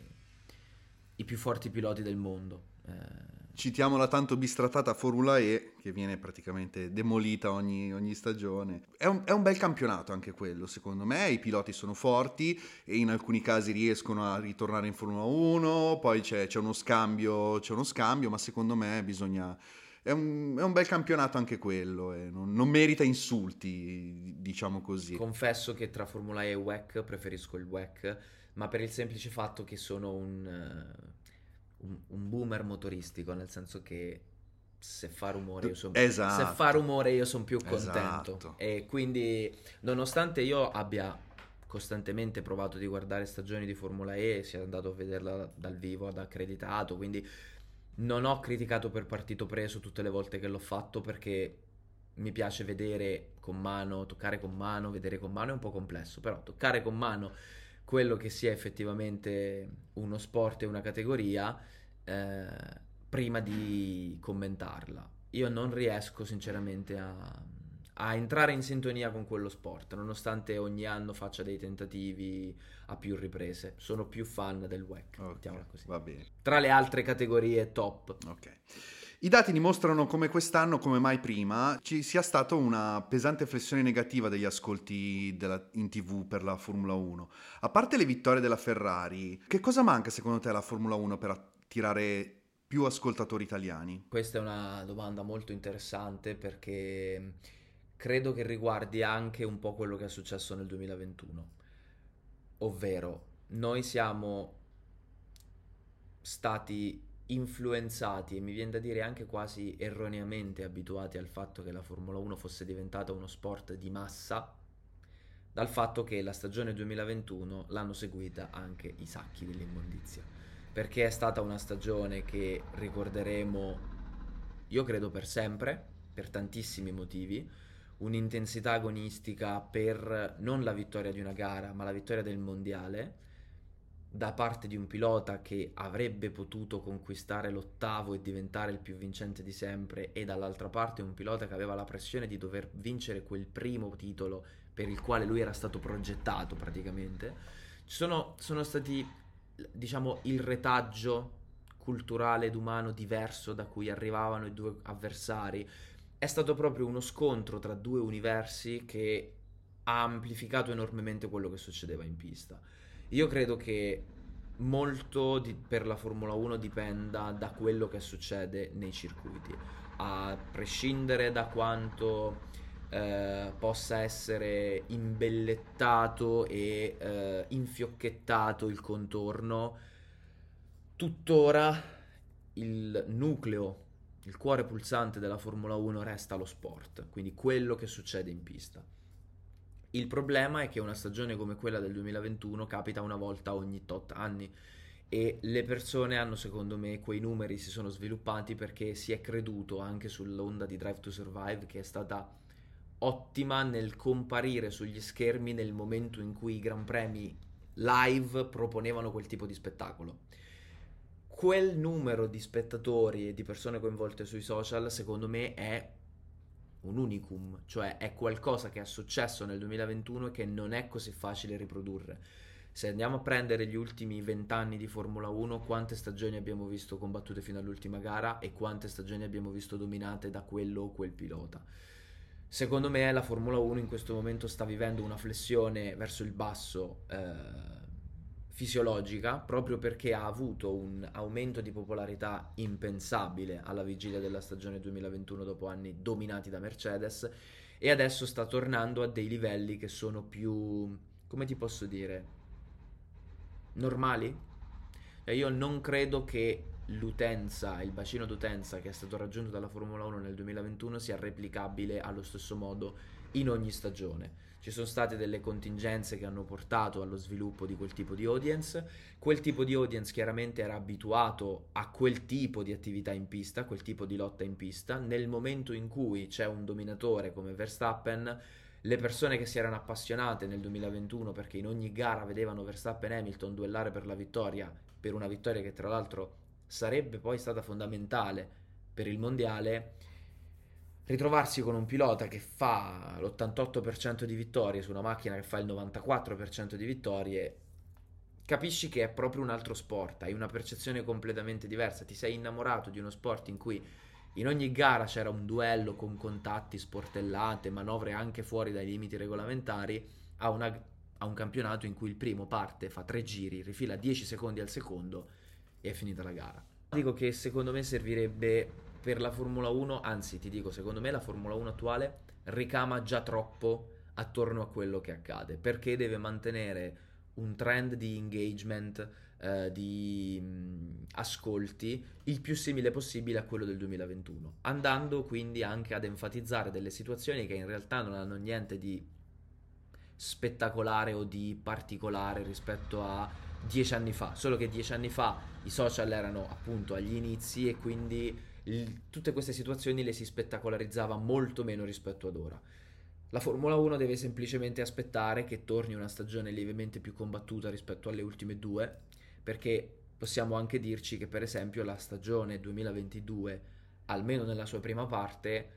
Speaker 2: i più forti piloti del mondo. Eh,
Speaker 1: Citiamo la tanto bistrattata Formula E, che viene praticamente demolita ogni, ogni stagione. È un, è un bel campionato anche quello, secondo me. I piloti sono forti e in alcuni casi riescono a ritornare in Formula uno, poi c'è, c'è uno scambio, c'è uno scambio, ma secondo me bisogna... È un, è un bel campionato anche quello, e non, non merita insulti, diciamo così.
Speaker 2: Confesso che tra Formula E e W E C preferisco il W E C, ma per il semplice fatto che sono un, eh, un, un boomer motoristico, nel senso che se fa rumore io sono
Speaker 1: Esatto.
Speaker 2: se fa rumore io sono più contento.
Speaker 1: Esatto.
Speaker 2: E quindi, nonostante io abbia costantemente provato di guardare stagioni di Formula E, sia andato a vederla dal vivo, ad accreditato, quindi non ho criticato per partito preso tutte le volte che l'ho fatto, perché mi piace vedere con mano, toccare con mano, vedere con mano è un po' complesso, però toccare con mano quello che sia effettivamente uno sport e una categoria, eh, prima di commentarla. Io non riesco sinceramente a, a entrare in sintonia con quello sport, nonostante ogni anno faccia dei tentativi a più riprese. Sono più fan del W E C,
Speaker 1: Ok,
Speaker 2: mettiamola così.
Speaker 1: va bene.
Speaker 2: Tra le altre categorie top.
Speaker 1: Ok. I dati dimostrano come quest'anno, come mai prima, ci sia stata una pesante flessione negativa degli ascolti della- in tivù per la Formula uno. A parte le vittorie della Ferrari, che cosa manca secondo te alla Formula uno per attirare più ascoltatori italiani?
Speaker 2: Questa è una domanda molto interessante, perché credo che riguardi anche un po' quello che è successo nel duemilaventuno. Ovvero, noi siamo stati influenzati, e mi viene da dire anche quasi erroneamente abituati al fatto che la Formula uno fosse diventata uno sport di massa, dal fatto che la stagione duemilaventuno l'hanno seguita anche i sacchi dell'immondizia, perché è stata una stagione che ricorderemo, io credo, per sempre, per tantissimi motivi. Un'intensità agonistica per non la vittoria di una gara, ma la vittoria del mondiale, da parte di un pilota che avrebbe potuto conquistare l'ottavo e diventare il più vincente di sempre, e dall'altra parte un pilota che aveva la pressione di dover vincere quel primo titolo per il quale lui era stato progettato praticamente. Ci sono, sono stati, diciamo, il retaggio culturale ed umano diverso da cui arrivavano i due avversari, è stato proprio uno scontro tra due universi che ha amplificato enormemente quello che succedeva in pista. Io credo che molto di- per la Formula uno dipenda da quello che succede nei circuiti, a prescindere da quanto eh, possa essere imbellettato e eh, infiocchettato il contorno, tuttora il nucleo, il cuore pulsante della Formula uno resta lo sport, quindi quello che succede in pista. Il problema è che una stagione come quella del duemilaventuno capita una volta ogni tot anni e le persone hanno, secondo me, quei numeri si sono sviluppati perché si è creduto anche sull'onda di Drive to Survive, che è stata ottima nel comparire sugli schermi nel momento in cui i Gran Premi live proponevano quel tipo di spettacolo. Quel numero di spettatori e di persone coinvolte sui social, secondo me, è un unicum, cioè è qualcosa che è successo nel duemilaventuno e che non è così facile riprodurre. Se andiamo a prendere gli ultimi vent'anni di Formula uno, quante stagioni abbiamo visto combattute fino all'ultima gara e quante stagioni abbiamo visto dominate da quello o quel pilota? Secondo me la Formula uno in questo momento sta vivendo una flessione verso il basso eh, fisiologica, proprio perché ha avuto un aumento di popolarità impensabile alla vigilia della stagione duemilaventuno dopo anni dominati da Mercedes, e adesso sta tornando a dei livelli che sono più, come ti posso dire, normali. E io non credo che l'utenza, il bacino d'utenza che è stato raggiunto dalla Formula uno nel duemilaventuno sia replicabile allo stesso modo in ogni stagione. Ci sono state delle contingenze che hanno portato allo sviluppo di quel tipo di audience. Quel tipo di audience chiaramente era abituato a quel tipo di attività in pista, quel tipo di lotta in pista. Nel momento in cui c'è un dominatore come Verstappen, le persone che si erano appassionate nel duemilaventuno perché in ogni gara vedevano Verstappen e Hamilton duellare per la vittoria, per una vittoria che tra l'altro sarebbe poi stata fondamentale per il mondiale, ritrovarsi con un pilota che fa l'ottantotto per cento di vittorie su una macchina che fa il novantaquattro per cento di vittorie, capisci che è proprio un altro sport, hai una percezione completamente diversa, ti sei innamorato di uno sport in cui in ogni gara c'era un duello con contatti, sportellate, manovre anche fuori dai limiti regolamentari, a, una, a un campionato in cui il primo parte, fa tre giri, rifila dieci secondi al secondo e è finita la gara. Dico che secondo me servirebbe per la Formula uno, anzi ti dico, secondo me la Formula uno attuale ricama già troppo attorno a quello che accade, perché deve mantenere un trend di engagement, eh, di mh, ascolti il più simile possibile a quello del duemilaventuno, andando quindi anche ad enfatizzare delle situazioni che in realtà non hanno niente di spettacolare o di particolare rispetto a dieci anni fa, solo che dieci anni fa i social erano appunto agli inizi e quindi il, tutte queste situazioni le si spettacolarizzava molto meno rispetto ad ora. La Formula uno deve semplicemente aspettare che torni una stagione lievemente più combattuta rispetto alle ultime due, perché possiamo anche dirci che per esempio la stagione duemilaventidue, almeno nella sua prima parte,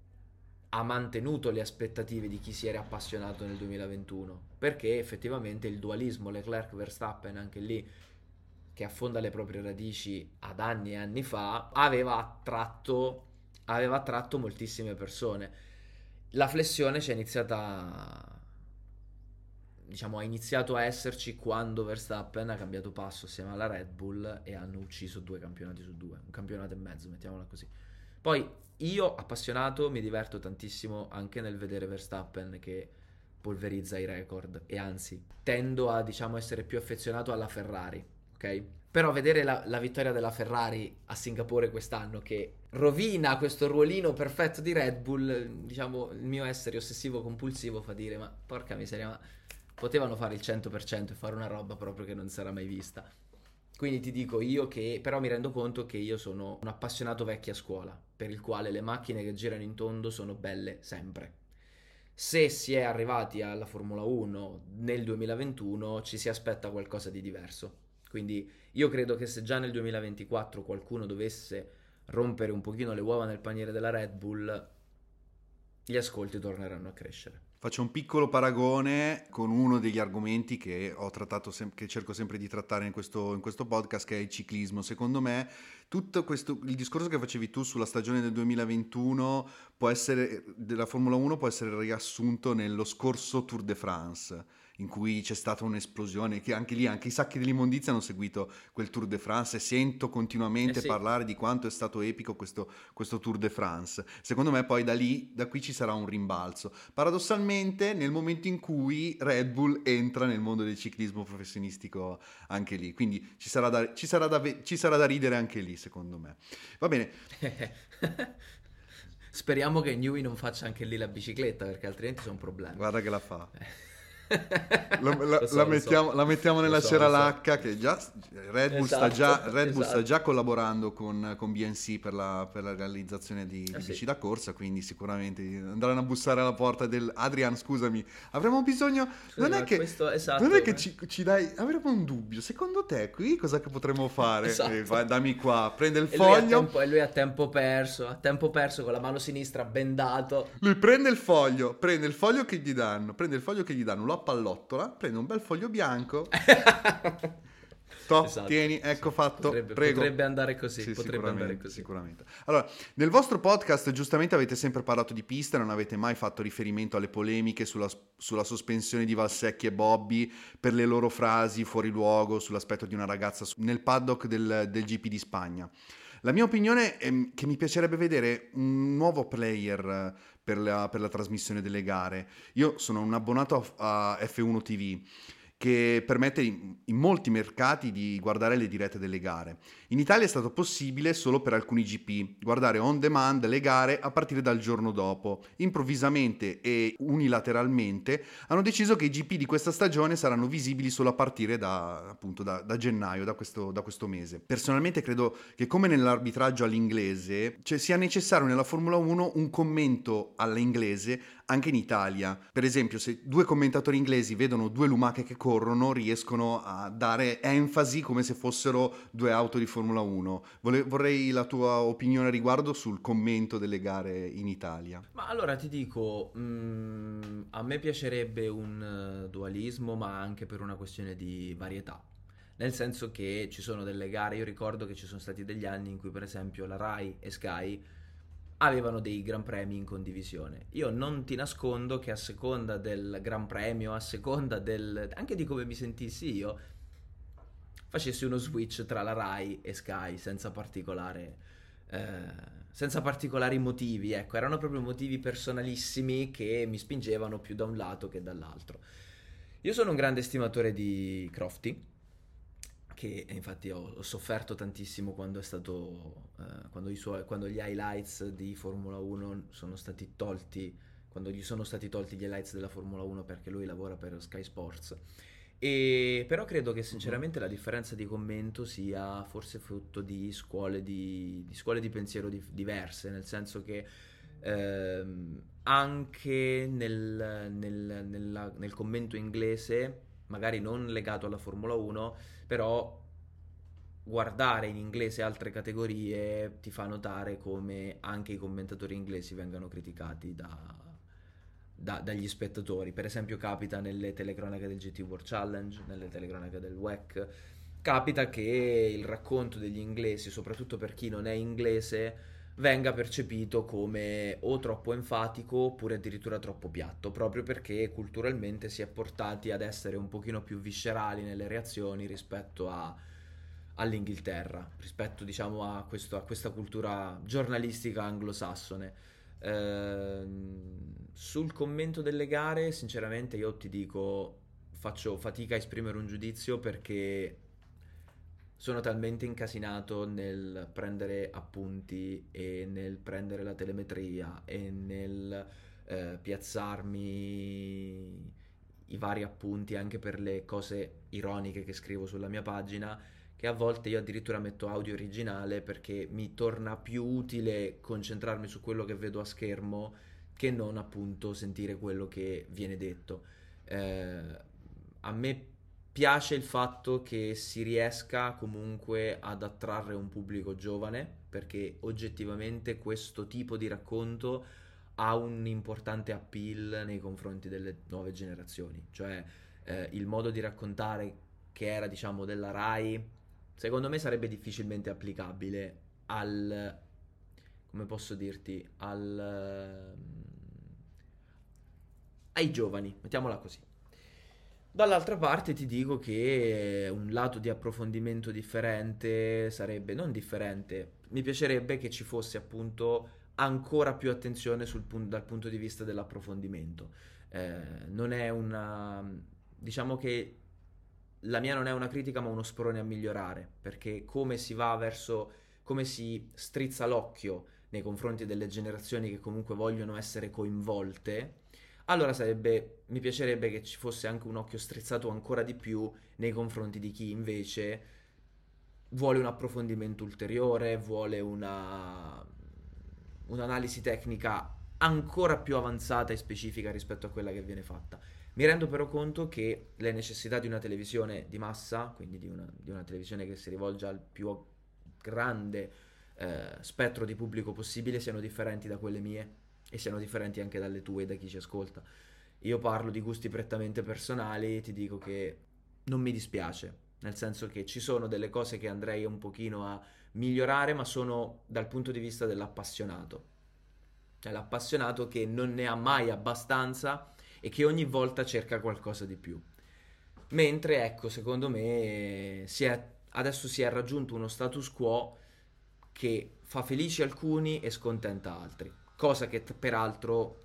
Speaker 2: ha mantenuto le aspettative di chi si era appassionato nel duemilaventuno, perché effettivamente il dualismo Leclerc-Verstappen, anche lì, che affonda le proprie radici ad anni e anni fa, aveva attratto, aveva attratto moltissime persone. La flessione c'è iniziata, diciamo, ha iniziato a esserci quando Verstappen ha cambiato passo assieme alla Red Bull e hanno ucciso due campionati su due, un campionato e mezzo, mettiamola così. Poi io, appassionato, mi diverto tantissimo anche nel vedere Verstappen che polverizza i record, e anzi tendo a, diciamo, essere più affezionato alla Ferrari, ok? Però vedere la, la vittoria della Ferrari a Singapore quest'anno, che rovina questo ruolino perfetto di Red Bull, diciamo, il mio essere ossessivo compulsivo fa dire: ma porca miseria, ma potevano fare il cento per cento e fare una roba proprio che non si era mai vista. Quindi ti dico io che, però mi rendo conto che io sono un appassionato vecchia scuola, per il quale le macchine che girano in tondo sono belle sempre. Se si è arrivati alla Formula uno nel duemilaventuno, ci si aspetta qualcosa di diverso. Quindi io credo che se già nel duemilaventiquattro qualcuno dovesse rompere un pochino le uova nel paniere della Red Bull, gli ascolti torneranno a crescere.
Speaker 1: Faccio un piccolo paragone con uno degli argomenti che ho trattato, sem- che cerco sempre di trattare in questo, in questo podcast, che è il ciclismo. Secondo me, tutto questo, il discorso che facevi tu sulla stagione del duemilaventuno può essere, della Formula uno può essere riassunto nello scorso Tour de France, in cui c'è stata un'esplosione, che anche lì, anche i sacchi dell'immondizia hanno seguito quel Tour de France e sento
Speaker 2: Eh
Speaker 1: continuamente
Speaker 2: sì.
Speaker 1: parlare di quanto è stato epico questo, questo Tour de France. Secondo me poi da lì, da qui ci sarà un rimbalzo. Paradossalmente, nel momento in cui Red Bull entra nel mondo del ciclismo professionistico anche lì, quindi ci sarà da, ci sarà da, ve- ci sarà da ridere anche lì, secondo me. Va bene,
Speaker 2: Speriamo che Newey non faccia anche lì la bicicletta, perché altrimenti sono problemi.
Speaker 1: guarda che la fa. La, la-
Speaker 2: Lo so,
Speaker 1: la
Speaker 2: lo so,
Speaker 1: mettiamo, la mettiamo
Speaker 2: lo
Speaker 1: nella
Speaker 2: so, lo so.
Speaker 1: Ceralacca, che già Red Bull sta già,
Speaker 2: Esatto,
Speaker 1: Red Bull sta già
Speaker 2: esatto.
Speaker 1: collaborando con, con B M C per la, per la realizzazione di,
Speaker 2: Eh
Speaker 1: di
Speaker 2: sì.
Speaker 1: bici da corsa, quindi sicuramente andranno a bussare alla porta del Adrian, scusami, avremo bisogno,
Speaker 2: Scusa,
Speaker 1: non è
Speaker 2: ma
Speaker 1: che,
Speaker 2: questo
Speaker 1: non è
Speaker 2: esatto.
Speaker 1: che
Speaker 2: eh.
Speaker 1: ci, ci dai, avremo un dubbio, secondo te qui cosa che potremmo fare? Eh, vai,
Speaker 2: Esatto.
Speaker 1: dammi qua, prende il
Speaker 2: E lui a
Speaker 1: foglio.
Speaker 2: tempo, e lui a tempo perso, a tempo perso con la mano sinistra bendato.
Speaker 1: Lui prende il foglio, prende il foglio che gli danno, prende il foglio che gli danno, lo appallottola, prende un bel foglio bianco. Toh,
Speaker 2: Esatto.
Speaker 1: tieni, ecco
Speaker 2: Sì.
Speaker 1: fatto,
Speaker 2: Potrebbe,
Speaker 1: prego.
Speaker 2: potrebbe andare così,
Speaker 1: Sì,
Speaker 2: potrebbe andare
Speaker 1: sicuramente,
Speaker 2: così.
Speaker 1: sicuramente. Allora, nel vostro podcast giustamente avete sempre parlato di pista, non avete mai fatto riferimento alle polemiche sulla, sulla sospensione di Valsecchi e Bobby per le loro frasi fuori luogo sull'aspetto di una ragazza su- nel paddock del, del G P di Spagna. La mia opinione è che mi piacerebbe vedere un nuovo player eh, per la, per la trasmissione delle gare. Io sono un abbonato a, a F uno T V che permette in, in molti mercati di guardare le dirette delle gare. In Italia è stato possibile solo per alcuni G P guardare on demand le gare a partire dal giorno dopo. Improvvisamente e unilateralmente hanno deciso che i G P di questa stagione saranno visibili solo a partire da, appunto, da, da gennaio, da questo, da questo mese. Personalmente credo che come nell'arbitraggio all'inglese, cioè sia necessario nella Formula uno un commento all'inglese anche in Italia. Per esempio, se due commentatori inglesi vedono due lumache che corrono, riescono a dare enfasi come se fossero due auto di Formula uno. Vole- vorrei la tua opinione a riguardo sul commento delle gare in Italia.
Speaker 2: Ma allora ti dico, mm, a me piacerebbe un eh, dualismo, ma anche per una questione di varietà. Nel senso che ci sono delle gare, io ricordo che ci sono stati degli anni in cui per esempio la Rai e Sky avevano dei gran premi in condivisione. Io non ti nascondo che a seconda del gran premio, a seconda del, anche di come mi sentissi io, facessi uno switch tra la Rai e Sky senza particolare, eh, senza particolari motivi, ecco, erano proprio motivi personalissimi che mi spingevano più da un lato che dall'altro. Io sono un grande estimatore di Crofty, che infatti ho, ho sofferto tantissimo quando è stato eh, quando, i suoi, quando gli highlights di Formula uno sono stati tolti, quando gli sono stati tolti gli highlights della Formula uno perché lui lavora per Sky Sports. E però credo che sinceramente la differenza di commento sia forse frutto di scuole di, di scuole di pensiero di- diverse, nel senso che ehm, anche nel, nel- nella- nel commento inglese, magari non legato alla Formula uno, però guardare in inglese altre categorie ti fa notare come anche i commentatori inglesi vengano criticati da- da- dagli spettatori. Per esempio capita nelle telecronache del G T World Challenge, nelle telecronache del W E C, capita che il racconto degli inglesi, soprattutto per chi non è inglese, venga percepito come o troppo enfatico oppure addirittura troppo piatto, proprio perché culturalmente si è portati ad essere un pochino più viscerali nelle reazioni rispetto a- all'Inghilterra, rispetto diciamo a, questo- a questa cultura giornalistica anglosassone. Ehm, sul commento delle gare, sinceramente io ti dico, faccio fatica a esprimere un giudizio perché sono talmente incasinato nel prendere appunti e nel prendere la telemetria e nel eh, piazzarmi i vari appunti anche per le cose ironiche che scrivo sulla mia pagina, che a volte io addirittura metto audio originale perché mi torna più utile concentrarmi su quello che vedo a schermo che non appunto sentire quello che viene detto. Eh, a me piace il fatto che si riesca comunque ad attrarre un pubblico giovane, perché oggettivamente questo tipo di racconto ha un importante appeal nei confronti delle nuove generazioni, cioè eh, il modo di raccontare che era, diciamo, della Rai, secondo me sarebbe difficilmente applicabile al, come posso dirti, al, ai giovani, mettiamola così. Dall'altra parte ti dico che un lato di approfondimento differente sarebbe, non differente, mi piacerebbe che ci fosse appunto ancora più attenzione sul pun- dal punto di vista dell'approfondimento. Eh, non è una, diciamo che la mia non è una critica ma uno sprone a migliorare, perché come si va verso, come si strizza l'occhio nei confronti delle generazioni che comunque vogliono essere coinvolte, allora sarebbe, mi piacerebbe che ci fosse anche un occhio strizzato ancora di più nei confronti di chi invece vuole un approfondimento ulteriore, vuole una, un'analisi tecnica ancora più avanzata e specifica rispetto a quella che viene fatta. Mi rendo però conto che le necessità di una televisione di massa, quindi di una, di una televisione che si rivolge al più grande eh, spettro di pubblico possibile, siano differenti da quelle mie e siano differenti anche dalle tue e da chi ci ascolta. Io parlo di gusti prettamente personali, ti dico che non mi dispiace, nel senso che ci sono delle cose che andrei un pochino a migliorare, ma sono dal punto di vista dell'appassionato. Cioè l'appassionato che non ne ha mai abbastanza e che ogni volta cerca qualcosa di più. Mentre, ecco, secondo me si è, adesso si è raggiunto uno status quo che fa felici alcuni e scontenta altri. Cosa che t- peraltro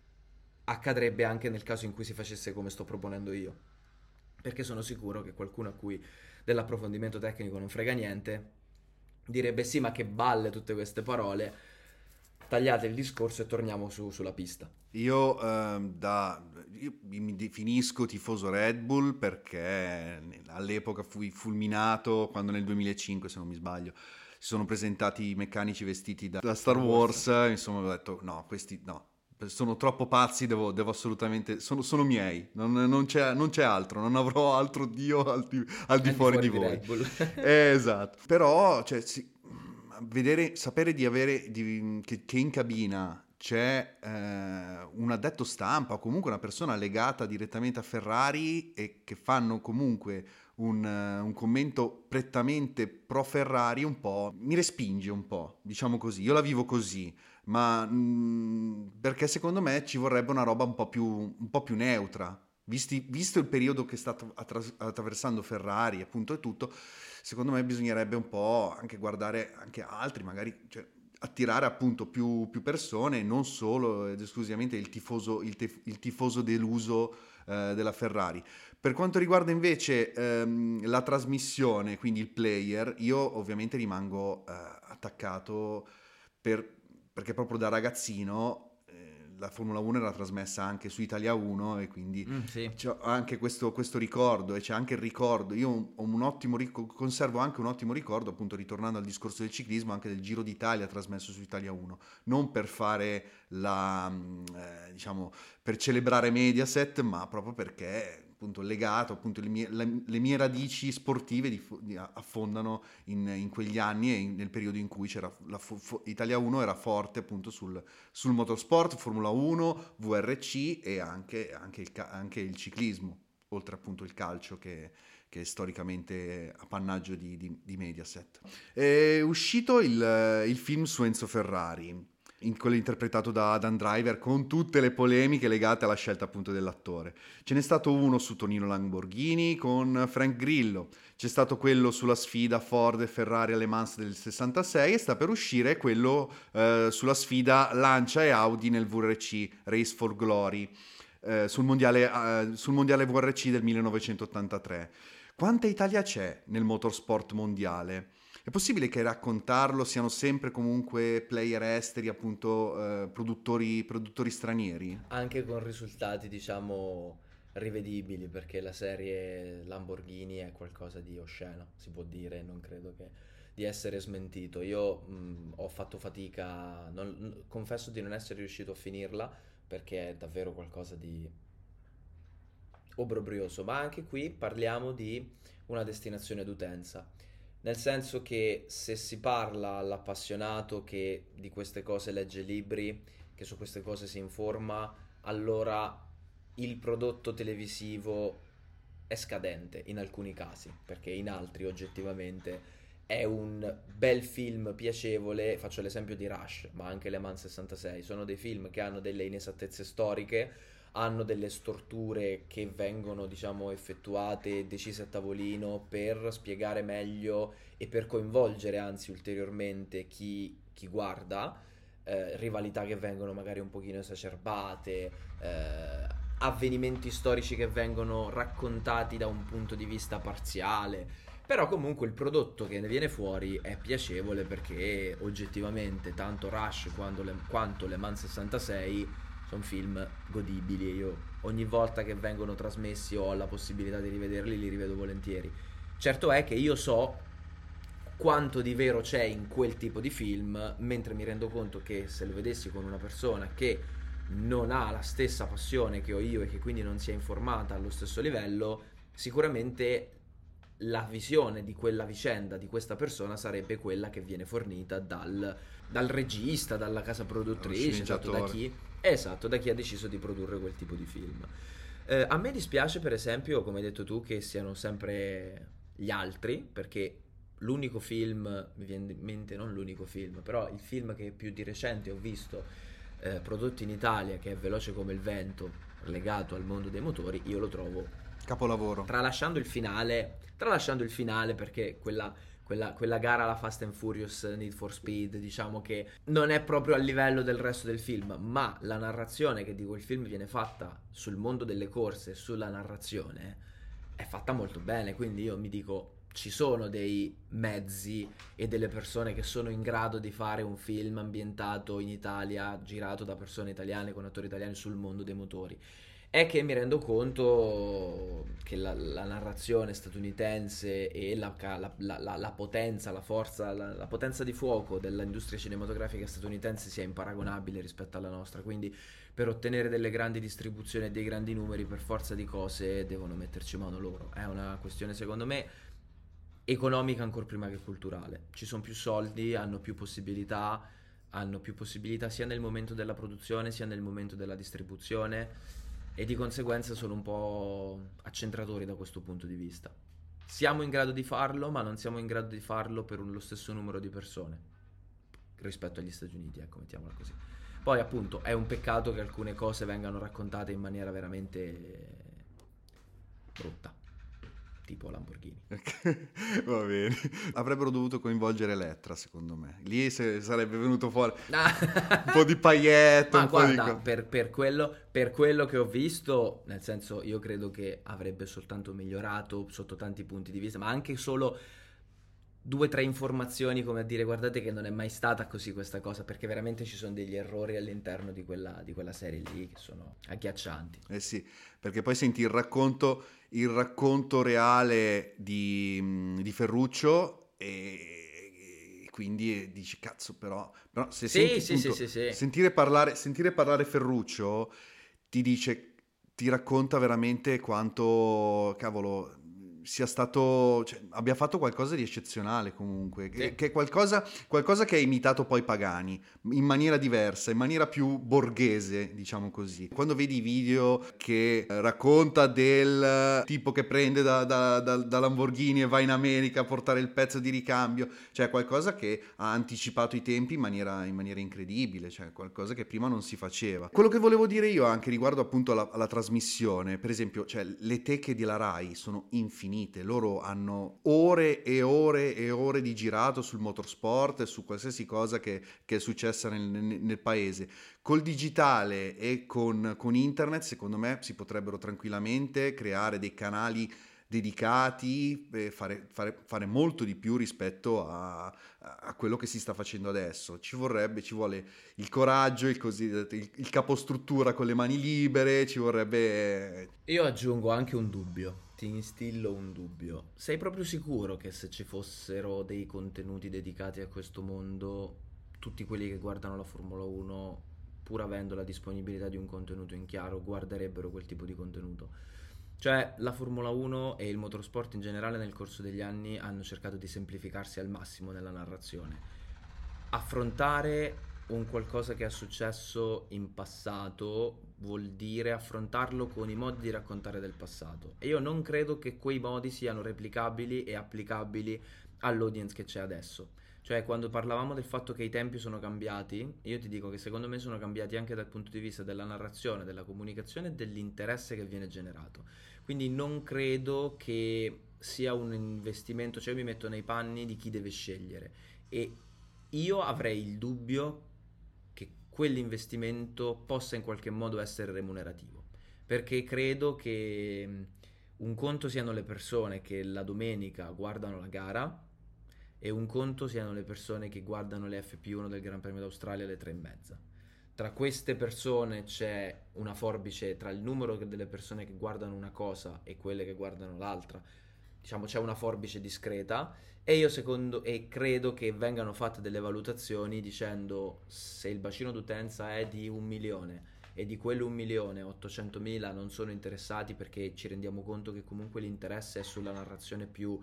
Speaker 2: accadrebbe anche nel caso in cui si facesse come sto proponendo io. Perché sono sicuro che qualcuno a cui dell'approfondimento tecnico non frega niente direbbe sì, ma che balle tutte queste parole, tagliate il discorso e torniamo su, sulla pista.
Speaker 1: Io, ehm, da, io mi definisco tifoso Red Bull perché all'epoca fui fulminato quando nel duemilacinque, se non mi sbaglio, si sono presentati i meccanici vestiti da, da Star Wars, insomma ho detto no, questi no, sono troppo pazzi, devo, devo assolutamente, sono, sono miei, non, non c'è, non c'è altro, non avrò altro Dio al di, al di
Speaker 2: Al
Speaker 1: fuori di
Speaker 2: di
Speaker 1: voi.
Speaker 2: Red Bull.
Speaker 1: Eh, esatto, però cioè, si- vedere, sapere di avere, di- che, che in cabina c'è eh, un addetto stampa o comunque una persona legata direttamente a Ferrari e che fanno comunque un, eh, un commento prettamente pro Ferrari un po' mi respinge un po', diciamo così. Io la vivo così, ma mh, perché secondo me ci vorrebbe una roba un po' più, un po' più neutra. Visti- visto il periodo che sta attra- attraversando Ferrari, appunto, e tutto, secondo me bisognerebbe un po' anche guardare anche altri, magari, cioè, attirare appunto più, più persone, non solo ed esclusivamente il tifoso, il tef- il tifoso deluso eh, della Ferrari. Per quanto riguarda invece ehm, la trasmissione, quindi il player, io ovviamente rimango eh, attaccato per- perché proprio da ragazzino eh, la Formula uno era trasmessa anche su Italia uno e quindi
Speaker 2: Mm, sì.
Speaker 1: c'è anche questo, questo ricordo e c'è anche il ricordo. Io ho un ottimo ric- conservo anche un ottimo ricordo, appunto ritornando al discorso del ciclismo, anche del Giro d'Italia trasmesso su Italia uno, non per fare la, mm, eh, diciamo, per celebrare Mediaset, ma proprio perché appunto legato, appunto le mie, la- le mie radici sportive di- di- affondano in, in quegli anni e in- nel periodo in cui c'era la fo- fo- Italia uno era forte appunto sul, sul motorsport, Formula uno, V R C e anche, anche, il, ca- anche il ciclismo, oltre appunto il calcio che, che è storicamente appannaggio di, di- di Mediaset. È uscito il, il film su Enzo Ferrari, in quello interpretato da Adam Driver, con tutte le polemiche legate alla scelta appunto dell'attore. Ce n'è stato uno su Tonino Lamborghini con Frank Grillo, c'è stato quello sulla sfida Ford e Ferrari alle Mans del sessantasei e sta per uscire quello eh, sulla sfida Lancia e Audi nel V R C, Race for Glory, eh, sul, mondiale, eh, sul mondiale V R C del millenovecentottantatré. Quanta Italia c'è nel motorsport mondiale? È possibile che a raccontarlo siano sempre comunque player esteri, appunto eh, produttori, produttori stranieri?
Speaker 2: Anche con risultati, diciamo, rivedibili, perché la serie Lamborghini è qualcosa di osceno, si può dire, non credo che di essere smentito. Io mh, ho fatto fatica, non- n- confesso di non essere riuscito a finirla perché è davvero qualcosa di obbrobrioso, ma anche qui parliamo di una destinazione d'utenza. Nel senso che se si parla all'appassionato che di queste cose legge libri, che che su queste cose si informa, allora il prodotto televisivo è scadente in alcuni casi, perché in altri oggettivamente è un bel film piacevole. Faccio l'esempio di Rush, ma anche Le Mans sessantasei, sono dei film che hanno delle inesattezze storiche, hanno delle storture che vengono, diciamo, effettuate e decise a tavolino per spiegare meglio e per coinvolgere anzi ulteriormente chi, chi guarda, eh, rivalità che vengono magari un pochino esacerbate, eh, avvenimenti storici che vengono raccontati da un punto di vista parziale, però comunque il prodotto che ne viene fuori è piacevole, perché oggettivamente tanto Rush quanto Le, quanto Le Mans sessantasei sono film godibili e io ogni volta che vengono trasmessi o ho la possibilità di rivederli li rivedo volentieri. Certo è che io so quanto di vero c'è in quel tipo di film, mentre mi rendo conto che se lo vedessi con una persona che non ha la stessa passione che ho io e che quindi non si è informata allo stesso livello, sicuramente la visione di quella vicenda di questa persona sarebbe quella che viene fornita dal, dal regista, dalla casa produttrice, esatto, da chi, esatto, da chi ha deciso di produrre quel tipo di film. Eh, a me dispiace per esempio, come hai detto tu, che siano sempre gli altri, perché l'unico film, mi viene in mente, non l'unico film, però il film che più di recente ho visto eh, prodotto in Italia, che è Veloce come il vento, legato al mondo dei motori, io lo trovo
Speaker 1: capolavoro.
Speaker 2: Tralasciando il finale, tralasciando il finale perché quella, quella, quella gara alla Fast and Furious Need for Speed, diciamo che non è proprio a livello del resto del film, ma la narrazione che di quel film viene fatta sul mondo delle corse, sulla narrazione, è fatta molto bene. Quindi io mi dico, ci sono dei mezzi e delle persone che sono in grado di fare un film ambientato in Italia, girato da persone italiane, con attori italiani, sul mondo dei motori. È che mi rendo conto che la, la narrazione statunitense e la, la, la, la potenza, la forza, la, la potenza di fuoco dell'industria cinematografica statunitense sia imparagonabile rispetto alla nostra, quindi per ottenere delle grandi distribuzioni e dei grandi numeri, per forza di cose devono metterci mano loro. È una questione, secondo me, economica ancora prima che culturale. Ci sono più soldi, hanno più possibilità, hanno più possibilità sia nel momento della produzione sia nel momento della distribuzione, e di conseguenza sono un po' accentratori da questo punto di vista. Siamo in grado di farlo, ma non siamo in grado di farlo per un, lo stesso numero di persone rispetto agli Stati Uniti, ecco, mettiamola così. Poi appunto è un peccato che alcune cose vengano raccontate in maniera veramente brutta, tipo Lamborghini.
Speaker 1: Va bene. Avrebbero dovuto coinvolgere Elettra, secondo me. Lì se sarebbe venuto fuori un po' di paillette.
Speaker 2: Ma
Speaker 1: un
Speaker 2: guarda,
Speaker 1: po' di...
Speaker 2: per, per, quello, per quello che ho visto, nel senso, io credo che avrebbe soltanto migliorato sotto tanti punti di vista, ma anche solo due o tre informazioni, come a dire, guardate che non è mai stata così questa cosa, perché veramente ci sono degli errori all'interno di quella, di quella serie lì che sono agghiaccianti.
Speaker 1: Eh sì, perché poi senti il racconto, il racconto reale di, di Ferruccio e, e quindi dici cazzo, però, però se
Speaker 2: sì,
Speaker 1: senti
Speaker 2: sì,
Speaker 1: appunto,
Speaker 2: sì, sì, sì.
Speaker 1: Sentire parlare, sentire parlare Ferruccio ti dice, ti racconta veramente quanto, cavolo, sia stato, cioè, abbia fatto qualcosa di eccezionale comunque,
Speaker 2: Sì.
Speaker 1: che, che è qualcosa, qualcosa che ha imitato poi Pagani in maniera diversa, in maniera più borghese, diciamo così. Quando vedi i video che eh, racconta del tipo che prende da, da, da, da Lamborghini e va in America a portare il pezzo di ricambio, cioè qualcosa che ha anticipato i tempi in maniera, in maniera incredibile, cioè qualcosa che prima non si faceva. Quello che volevo dire io anche riguardo appunto alla, alla trasmissione, per esempio, cioè le teche della Rai sono infinite. Loro hanno ore e ore e ore di girato sul motorsport e su qualsiasi cosa che, che è successa nel, nel, nel paese. Col digitale e con, con internet, secondo me, si potrebbero tranquillamente creare dei canali dedicati e fare, fare, fare molto di più rispetto a, a quello che si sta facendo adesso. Ci vorrebbe, ci vuole il coraggio, il, cosiddetto, il, il capostruttura con le mani libere, ci vorrebbe...
Speaker 2: Io aggiungo anche un dubbio, ti instillo un dubbio. Sei proprio sicuro che se ci fossero dei contenuti dedicati a questo mondo, tutti quelli che guardano la Formula uno, pur avendo la disponibilità di un contenuto in chiaro, guarderebbero quel tipo di contenuto? Cioè, la Formula uno e il motorsport in generale nel corso degli anni hanno cercato di semplificarsi al massimo nella narrazione. Affrontare un qualcosa che è successo in passato vuol dire affrontarlo con i modi di raccontare del passato. E io non credo che quei modi siano replicabili e applicabili all'audience che c'è adesso. Cioè, quando parlavamo del fatto che i tempi sono cambiati, io ti dico che secondo me sono cambiati anche dal punto di vista della narrazione, della comunicazione e dell'interesse che viene generato. Quindi non credo che sia un investimento, cioè io mi metto nei panni di chi deve scegliere e io avrei il dubbio che quell'investimento possa in qualche modo essere remunerativo, perché credo che mh, un conto siano le persone che la domenica guardano la gara e un conto siano le persone che guardano le F P uno del Gran Premio d'Australia alle tre e mezza. Tra queste persone c'è una forbice tra il numero delle persone che guardano una cosa e quelle che guardano l'altra. Diciamo c'è una forbice discreta e io secondo e credo che vengano fatte delle valutazioni dicendo se il bacino d'utenza è di un milione e di quello un milione ottocentomila non sono interessati perché ci rendiamo conto che comunque l'interesse è sulla narrazione più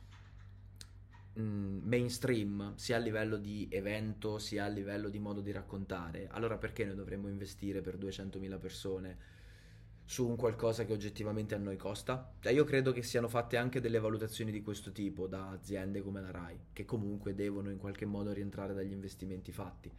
Speaker 2: mainstream sia a livello di evento sia a livello di modo di raccontare, allora perché noi dovremmo investire per duecentomila persone su un qualcosa che oggettivamente a noi costa? Cioè io credo che siano fatte anche delle valutazioni di questo tipo da aziende come la Rai, che comunque devono in qualche modo rientrare dagli investimenti fatti.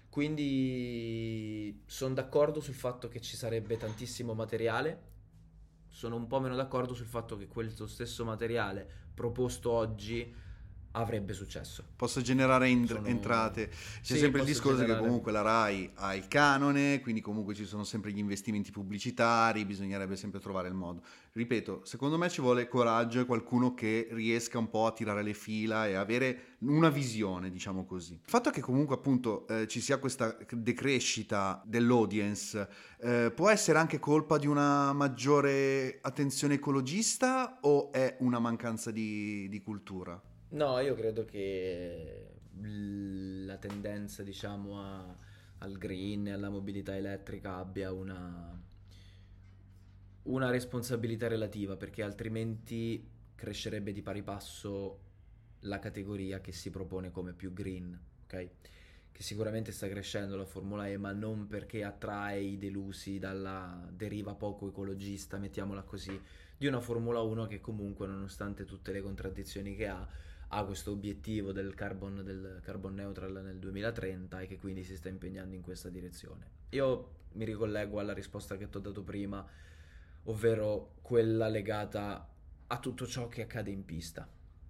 Speaker 2: Quindi sono d'accordo sul fatto che ci sarebbe tantissimo materiale, sono un po' meno d'accordo sul fatto che questo stesso materiale proposto oggi avrebbe successo.
Speaker 1: Possa generare in-
Speaker 2: Sono-
Speaker 1: entrate. C'è
Speaker 2: Sì,
Speaker 1: sempre il
Speaker 2: posso
Speaker 1: discorso
Speaker 2: generare-
Speaker 1: che comunque la Rai ha il canone, quindi comunque ci sono sempre gli investimenti pubblicitari, bisognerebbe sempre trovare il modo. Ripeto, secondo me ci vuole coraggio e qualcuno che riesca un po' a tirare le fila e avere una visione, diciamo così. Il fatto che comunque appunto eh, ci sia questa decrescita dell'audience eh, può essere anche colpa di una maggiore attenzione ecologista o è una mancanza di, di cultura?
Speaker 2: No, io credo che la tendenza, diciamo, a- al green e alla mobilità elettrica abbia una, una responsabilità relativa, perché altrimenti crescerebbe di pari passo la categoria che si propone come più green, ok? Che sicuramente sta crescendo la Formula E, ma non perché attrae i delusi dalla deriva poco ecologista, mettiamola così, di una Formula uno che comunque, nonostante tutte le contraddizioni che ha, ha questo obiettivo del carbon, del carbon neutral nel duemilatrenta e che quindi si sta impegnando in questa direzione. Io mi ricollego alla risposta che ti ho dato prima, ovvero quella legata a tutto ciò che accade in pista.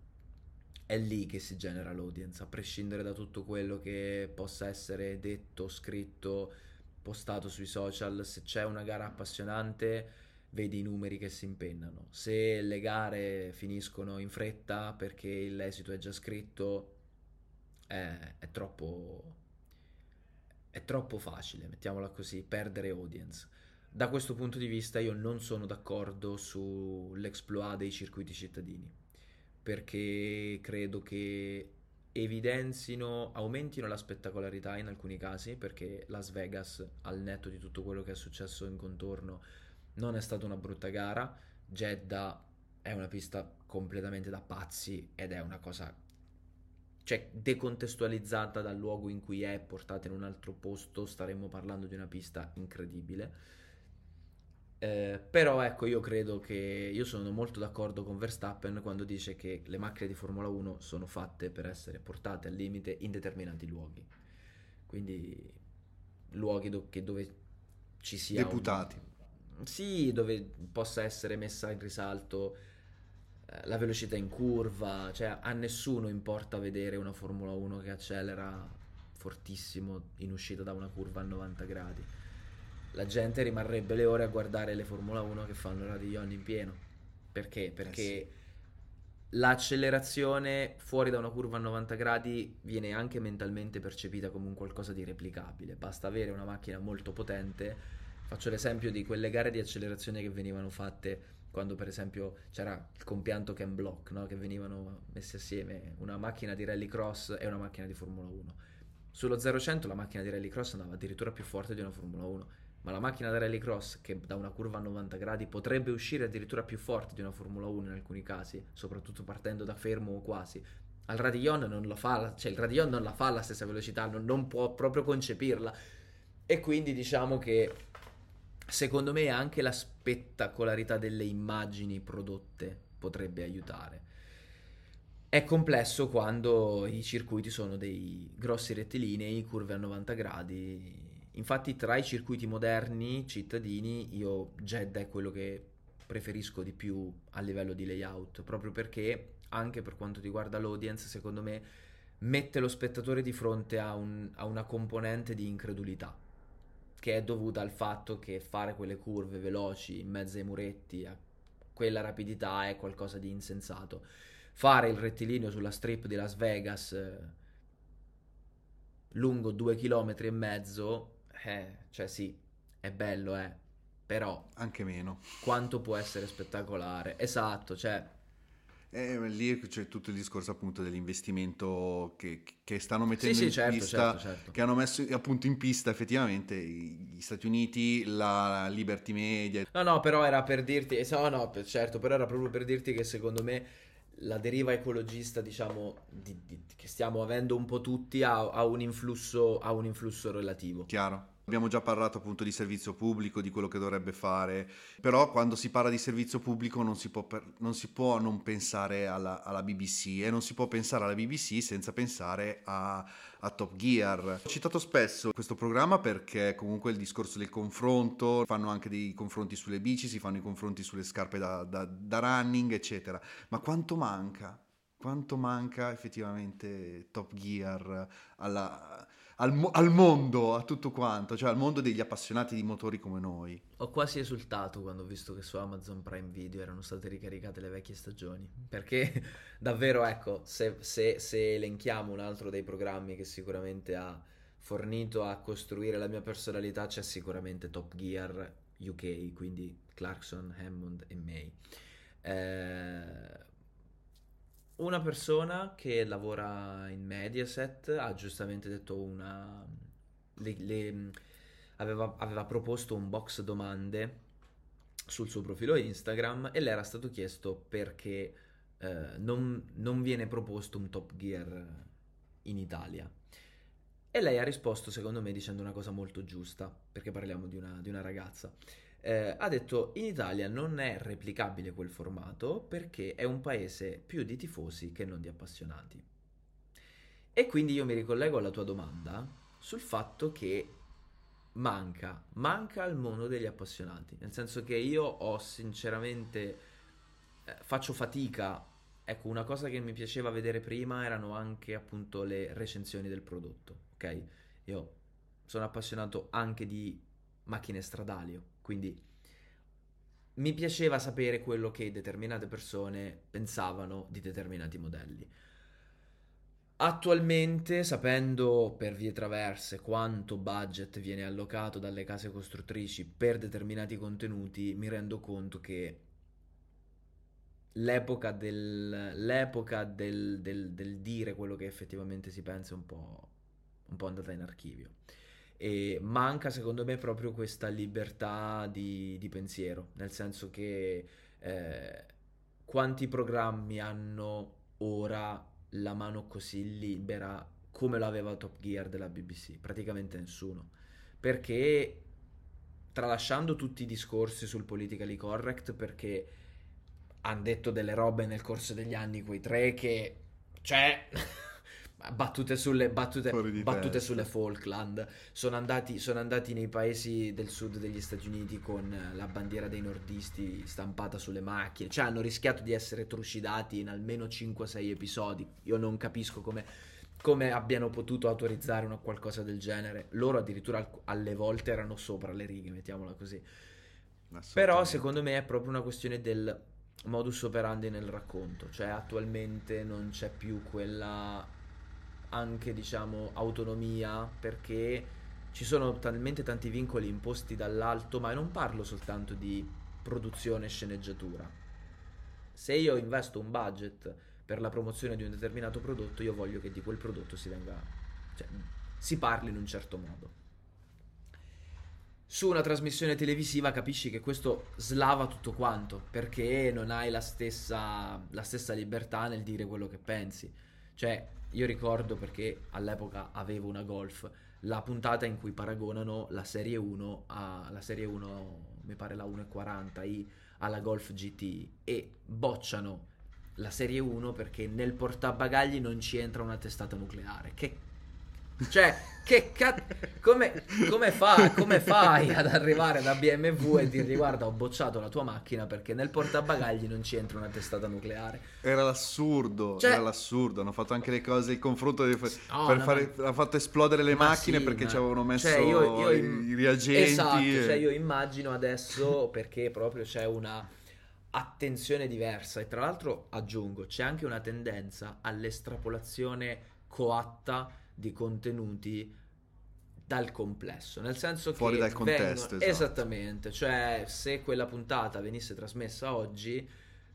Speaker 2: È lì che si genera l'audience, a prescindere da tutto quello che possa essere detto, scritto, postato sui social. Se c'è una gara appassionante, vedi i numeri che si impennano. Se le gare finiscono in fretta perché l'esito è già scritto, è, è troppo è troppo facile, mettiamola così, perdere audience. Da questo punto di vista io non sono d'accordo sull'exploit dei circuiti cittadini, perché credo che evidenzino, aumentino la spettacolarità in alcuni casi, perché Las Vegas, al netto di tutto quello che è successo in contorno, non è stata una brutta gara. Jeddah è una pista completamente da pazzi ed è una cosa, cioè, decontestualizzata dal luogo in cui è, portata in un altro posto, staremmo parlando di una pista incredibile. Eh, però ecco, io credo che io sono molto d'accordo con Verstappen quando dice che le macchine di Formula uno sono fatte per essere portate al limite in determinati luoghi. Quindi luoghi do- che dove ci sia
Speaker 1: Deputati.
Speaker 2: un... Sì, dove possa essere messa in risalto eh, la velocità in curva, cioè a nessuno importa vedere una Formula uno che accelera fortissimo in uscita da una curva a novanta gradi. La gente rimarrebbe le ore a guardare le Formula uno che fanno Radion in pieno. Perché? Perché
Speaker 1: Eh sì.
Speaker 2: l'accelerazione fuori da una curva a novanta gradi viene anche mentalmente percepita come un qualcosa di replicabile. Basta avere una macchina molto potente. Faccio l'esempio di quelle gare di accelerazione che venivano fatte quando per esempio c'era il compianto Ken Block, no? Che venivano messi assieme una macchina di rallycross e una macchina di Formula uno. Sullo zero cento la macchina di rallycross andava addirittura più forte di una Formula uno, ma la macchina da rallycross che da una curva a novanta gradi potrebbe uscire addirittura più forte di una Formula uno in alcuni casi, soprattutto partendo da fermo o quasi, al Radeon non lo fa, cioè il Radeon non la fa alla stessa velocità, non, non può proprio concepirla. E quindi diciamo che secondo me anche la spettacolarità delle immagini prodotte potrebbe aiutare. È complesso quando i circuiti sono dei grossi rettilinei, curve a novanta gradi. Infatti tra i circuiti moderni, cittadini, io Jeddah è quello che preferisco di più a livello di layout, proprio perché anche per quanto riguarda l'audience, secondo me mette lo spettatore di fronte a, un, a una componente di incredulità, che è dovuta al fatto che fare quelle curve veloci in mezzo ai muretti a quella rapidità è qualcosa di insensato. Fare il rettilineo sulla strip di Las Vegas eh, lungo due chilometri e mezzo, eh, cioè sì, è bello, eh, però
Speaker 1: Anche meno.
Speaker 2: quanto può essere spettacolare? Esatto, cioè
Speaker 1: E lì c'è tutto il discorso appunto dell'investimento che, che stanno
Speaker 2: sì,
Speaker 1: mettendo
Speaker 2: sì,
Speaker 1: in
Speaker 2: certo,
Speaker 1: pista,
Speaker 2: certo, certo.
Speaker 1: che hanno messo appunto in pista effettivamente gli Stati Uniti, la Liberty Media.
Speaker 2: No, no, però era per dirti, eh, no, no, per- certo, però era proprio per dirti che secondo me la deriva ecologista, diciamo, di- di- che stiamo avendo un po' tutti ha, ha un influsso, ha un influsso relativo.
Speaker 1: Chiaro. Abbiamo già parlato appunto di servizio pubblico, di quello che dovrebbe fare, però quando si parla di servizio pubblico non si può, per- non, si può non pensare alla, alla B B C, e non si può pensare alla B B C senza pensare a, a Top Gear. Ho citato spesso questo programma perché comunque il discorso del confronto, fanno anche dei confronti sulle bici, si fanno i confronti sulle scarpe da, da, da running, eccetera. Ma quanto manca? Quanto manca effettivamente Top Gear alla al, mo- al mondo, a tutto quanto, cioè al mondo degli appassionati di motori come noi.
Speaker 2: Ho quasi esultato quando ho visto che su Amazon Prime Video erano state ricaricate le vecchie stagioni, perché davvero, ecco, se, se, se elenchiamo un altro dei programmi che sicuramente ha fornito a costruire la mia personalità, c'è sicuramente Top Gear U K, quindi Clarkson, Hammond e May. Eh, una persona che lavora in Mediaset ha giustamente detto una... le- le- aveva, aveva proposto un box domande sul suo profilo Instagram e le era stato chiesto perché eh, non, non viene proposto un Top Gear in Italia. E lei ha risposto, secondo me, dicendo una cosa molto giusta, perché parliamo di una, di una ragazza. Eh, ha detto: in Italia non è replicabile quel formato perché è un paese più di tifosi che non di appassionati. E quindi io mi ricollego alla tua domanda sul fatto che manca, manca il mondo degli appassionati, nel senso che io ho sinceramente, eh, faccio fatica, ecco, una cosa che mi piaceva vedere prima erano anche appunto le recensioni del prodotto, ok? Io sono appassionato anche di macchine stradali, quindi mi piaceva sapere quello che determinate persone pensavano di determinati modelli. Attualmente, sapendo per vie traverse quanto budget viene allocato dalle case costruttrici per determinati contenuti, mi rendo conto che l'epoca del, l'epoca del, del- del dire quello che effettivamente si pensa è un po', un po' andata in archivio. E manca secondo me proprio questa libertà di, di pensiero, nel senso che eh, quanti programmi hanno ora la mano così libera come lo aveva Top Gear della B B C? Praticamente nessuno, perché tralasciando tutti i discorsi sul politically correct, perché hanno detto delle robe nel corso degli anni quei tre che, cioè, battute sulle, battute,
Speaker 1: Fuori di
Speaker 2: battute
Speaker 1: testa.
Speaker 2: sulle Falkland, sono andati, sono andati nei paesi del sud degli Stati Uniti con la bandiera dei nordisti stampata sulle macchine, cioè hanno rischiato di essere trucidati in almeno cinque sei episodi. Io non capisco come, come abbiano potuto autorizzare una qualcosa del genere. Loro addirittura al- alle volte erano sopra le righe, mettiamola così. Però
Speaker 1: Assolutamente.
Speaker 2: secondo me è proprio una questione del modus operandi nel racconto, cioè attualmente non c'è più quella anche diciamo autonomia, perché ci sono talmente tanti vincoli imposti dall'alto, ma non parlo soltanto di produzione e sceneggiatura. Se io investo un budget per la promozione di un determinato prodotto, io voglio che di quel prodotto si venga, cioè, si parli in un certo modo. Su una trasmissione televisiva capisci che questo slava tutto quanto, perché non hai la stessa, la stessa libertà nel dire quello che pensi. Cioè, io ricordo, perché all'epoca avevo una Golf, la puntata in cui paragonano la Serie uno a la Serie uno, mi pare la uno e quaranta i alla Golf G T, e bocciano la Serie uno perché nel portabagagli non ci entra una testata nucleare. Che cioè, che cazzo, come, come, fa, come fai ad arrivare da B M W e dirgli guarda, ho bocciato la tua macchina perché nel portabagagli non ci entra una testata nucleare?
Speaker 1: Era l'assurdo,
Speaker 2: Cioè,
Speaker 1: era l'assurdo. Hanno fatto anche le cose, il confronto di,
Speaker 2: no,
Speaker 1: per
Speaker 2: no,
Speaker 1: fare,
Speaker 2: ma,
Speaker 1: ha fatto esplodere le
Speaker 2: ma
Speaker 1: macchine
Speaker 2: sì,
Speaker 1: perché
Speaker 2: ma,
Speaker 1: ci avevano messo
Speaker 2: cioè io, io im-
Speaker 1: i reagenti.
Speaker 2: esatto,
Speaker 1: e...
Speaker 2: cioè io immagino adesso, perché proprio c'è una attenzione diversa, e tra l'altro aggiungo, c'è anche una tendenza all'estrapolazione coatta di contenuti dal complesso, nel senso
Speaker 1: Fuori
Speaker 2: che
Speaker 1: dal contesto,
Speaker 2: vengono,
Speaker 1: esatto.
Speaker 2: esattamente, cioè se quella puntata venisse trasmessa oggi,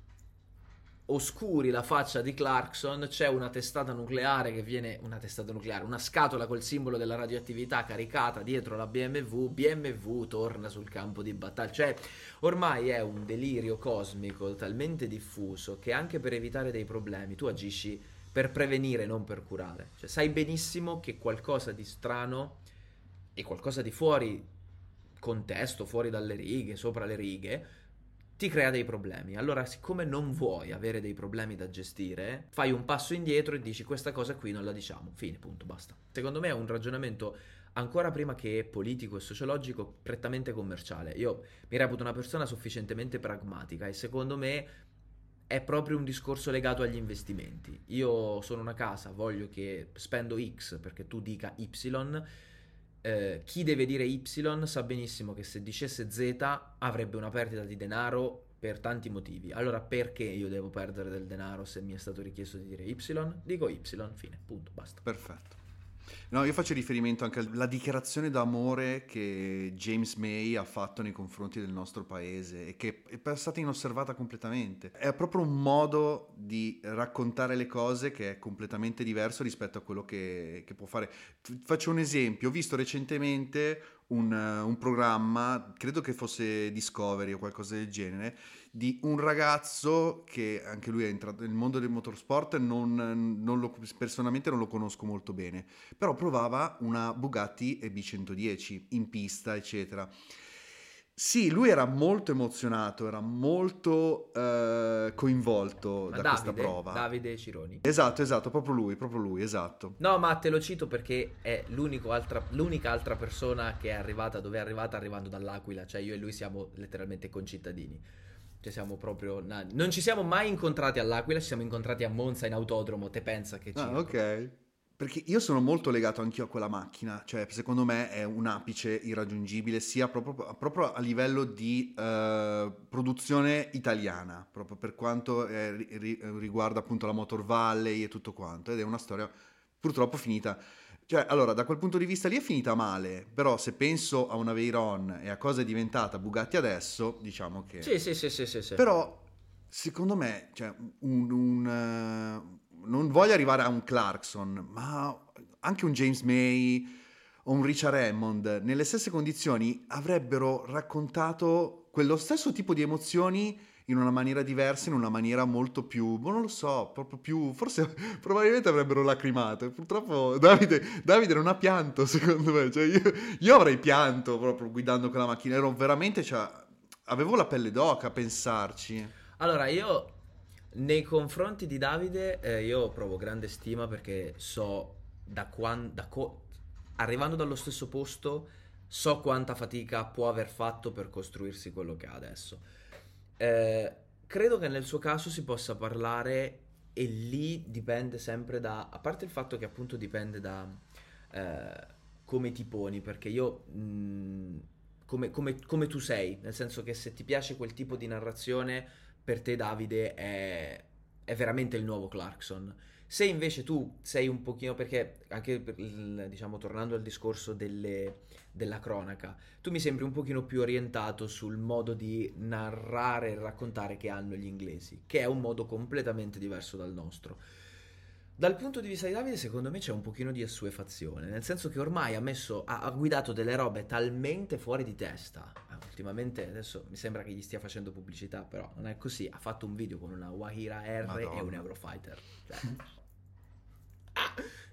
Speaker 2: oscuri la faccia di Clarkson, c'è una testata nucleare che viene, una testata nucleare, una scatola col simbolo della radioattività caricata dietro la B M W, B M W torna sul campo di battaglia. Cioè, ormai è un delirio cosmico talmente diffuso che anche per evitare dei problemi tu agisci per prevenire, non per curare. Cioè, sai benissimo che qualcosa di strano e qualcosa di fuori contesto, fuori dalle righe, sopra le righe, ti crea dei problemi. Allora, siccome non vuoi avere dei problemi da gestire, fai un passo indietro e dici questa cosa qui non la diciamo, fine, punto, basta. Secondo me è un ragionamento ancora prima che politico e sociologico prettamente commerciale. Io mi reputo una persona sufficientemente pragmatica e secondo me è proprio un discorso legato agli investimenti. Io sono una casa, voglio che spendo X perché tu dica Y. Eh, chi deve dire Y sa benissimo che se dicesse Z avrebbe una perdita di denaro per tanti motivi. Allora perché io devo perdere del denaro se mi è stato richiesto di dire Y? Dico Y, fine, punto, basta.
Speaker 1: Perfetto. No, io faccio riferimento anche alla dichiarazione d'amore che James May ha fatto nei confronti del nostro paese e che è passata inosservata completamente. È proprio un modo di raccontare le cose che è completamente diverso rispetto a quello che, che può fare. Faccio un esempio, ho visto recentemente un, un programma, credo che fosse Discovery o qualcosa del genere, di un ragazzo che anche lui è entrato nel mondo del motorsport, non, non lo, personalmente non lo conosco molto bene, però provava una Bugatti E B centodieci in pista, eccetera. Sì, lui era molto emozionato, era molto eh, coinvolto
Speaker 2: Ma
Speaker 1: da
Speaker 2: Davide,
Speaker 1: questa prova.
Speaker 2: Davide Cironi.
Speaker 1: Esatto, esatto, proprio lui, proprio lui, esatto.
Speaker 2: No, ma te lo cito perché è l'unico altra, l'unica altra persona che è arrivata dove è arrivata arrivando dall'Aquila. Cioè io e lui siamo letteralmente concittadini. Cioè siamo proprio... na- non ci siamo mai incontrati all'Aquila, ci siamo incontrati a Monza in autodromo. Te pensa che ci...
Speaker 1: Ah, ok. Perché io sono molto legato anch'io a quella macchina, cioè secondo me è un apice irraggiungibile sia proprio, proprio a livello di eh, produzione italiana, proprio per quanto eh, ri- riguarda appunto la Motor Valley e tutto quanto, ed è una storia purtroppo finita. Cioè, allora, da quel punto di vista lì è finita male, però se penso a una Veyron e a cosa è diventata Bugatti adesso, diciamo che...
Speaker 2: Sì, sì, sì, sì, sì, sì.
Speaker 1: Però, secondo me, cioè, un, un, eh, non voglio arrivare a un Clarkson, ma anche un James May o un Richard Hammond, nelle stesse condizioni, avrebbero raccontato quello stesso tipo di emozioni in una maniera diversa, in una maniera molto più, boh, non lo so, proprio più, forse probabilmente avrebbero lacrimato. Purtroppo Davide, Davide non ha pianto, secondo me, cioè io, io avrei pianto proprio guidando quella macchina, ero veramente, cioè, avevo la pelle d'oca a pensarci.
Speaker 2: Allora, io nei confronti di Davide, eh, io provo grande stima perché so da quando, arrivando dallo stesso posto, so quanta fatica può aver fatto per costruirsi quello che ha adesso. Eh, credo che nel suo caso si possa parlare, e lì dipende sempre da, a parte il fatto che appunto dipende da eh, come ti poni, perché io mh, come, come, come tu sei, nel senso che se ti piace quel tipo di narrazione, per te Davide è, è veramente il nuovo Clarkson. Se invece tu sei un pochino, perché anche per il- diciamo tornando al discorso delle, della cronaca, tu mi sembri un pochino più orientato sul modo di narrare e raccontare che hanno gli inglesi, che è un modo completamente diverso dal nostro. Dal punto di vista di Davide, secondo me c'è un pochino di assuefazione, nel senso che ormai ha messo, ha, ha guidato delle robe talmente fuori di testa. Ah, ultimamente, adesso mi sembra che gli stia facendo pubblicità, però non è così. Ha fatto un video con una Wahira R e un
Speaker 1: Madonna.
Speaker 2: Eurofighter. Cioè,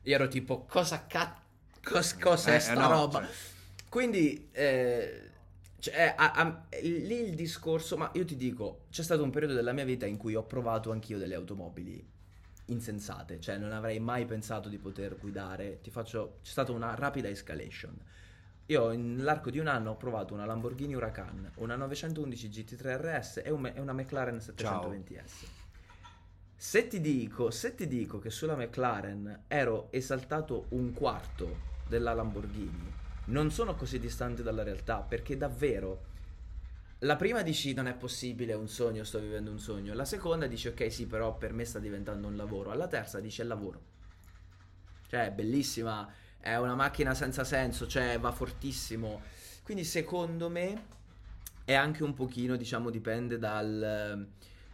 Speaker 2: Io ero tipo, cosa cazzo, cos- cos'è
Speaker 1: Eh, eh,
Speaker 2: sta
Speaker 1: no,
Speaker 2: roba?
Speaker 1: cioè.
Speaker 2: Quindi, eh, cioè, a- a- lì il discorso, ma io ti dico, c'è stato un periodo della mia vita in cui ho provato anch'io delle automobili insensate, cioè non avrei mai pensato di poter guidare. Ti faccio, c'è stata una rapida escalation. Io nell'arco di un anno ho provato una Lamborghini Huracan, una novecentoundici G T tre R S e un- e una McLaren
Speaker 1: Ciao.
Speaker 2: settecentoventi S. Se ti dico, se ti dico che sulla McLaren ero esaltato un quarto della Lamborghini, non sono così distante dalla realtà, perché davvero la prima dici non è possibile, è un sogno, sto vivendo un sogno. La seconda dici ok sì, però per me sta diventando un lavoro. Alla terza dici è lavoro. Cioè è bellissima, è una macchina senza senso, cioè va fortissimo. Quindi secondo me è anche un pochino, diciamo, dipende dal...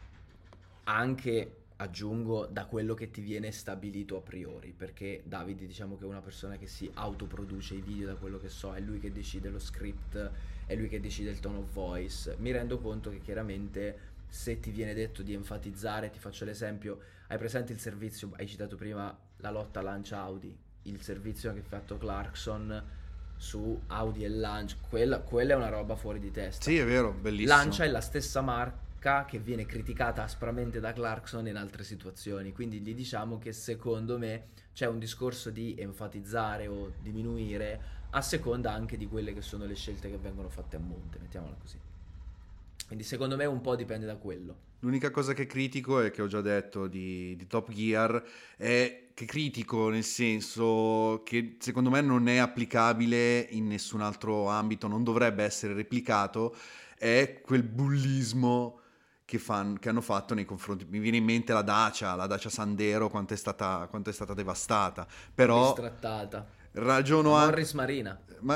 Speaker 2: anche, aggiungo, da quello che ti viene stabilito a priori, perché Davide diciamo che è una persona che si autoproduce i video, da quello che so, è lui che decide lo script, è lui che decide il tone of voice. Mi rendo conto che chiaramente se ti viene detto di enfatizzare, ti faccio l'esempio, hai presente il servizio, hai citato prima la lotta Lancia Audi, il servizio che ha fatto Clarkson su Audi e Lancia, quella, quella è una roba fuori di testa.
Speaker 1: Sì, è vero, bellissimo.
Speaker 2: Lancia è la stessa marca che viene criticata aspramente da Clarkson in altre situazioni, quindi gli diciamo che secondo me c'è un discorso di enfatizzare o diminuire a seconda anche di quelle che sono le scelte che vengono fatte a monte, mettiamola così. Quindi secondo me un po' dipende da quello.
Speaker 1: L'unica cosa che critico è che ho già detto di, di Top Gear è che critico nel senso che secondo me non è applicabile in nessun altro ambito, non dovrebbe essere replicato, è quel bullismo che, fan- che hanno fatto nei confronti. Mi viene in mente la Dacia, la Dacia Sandero, quanto è stata, quanto è stata devastata, però
Speaker 2: Bistrattata. La
Speaker 1: ragiono anche...
Speaker 2: Morris Marina.
Speaker 1: Ma,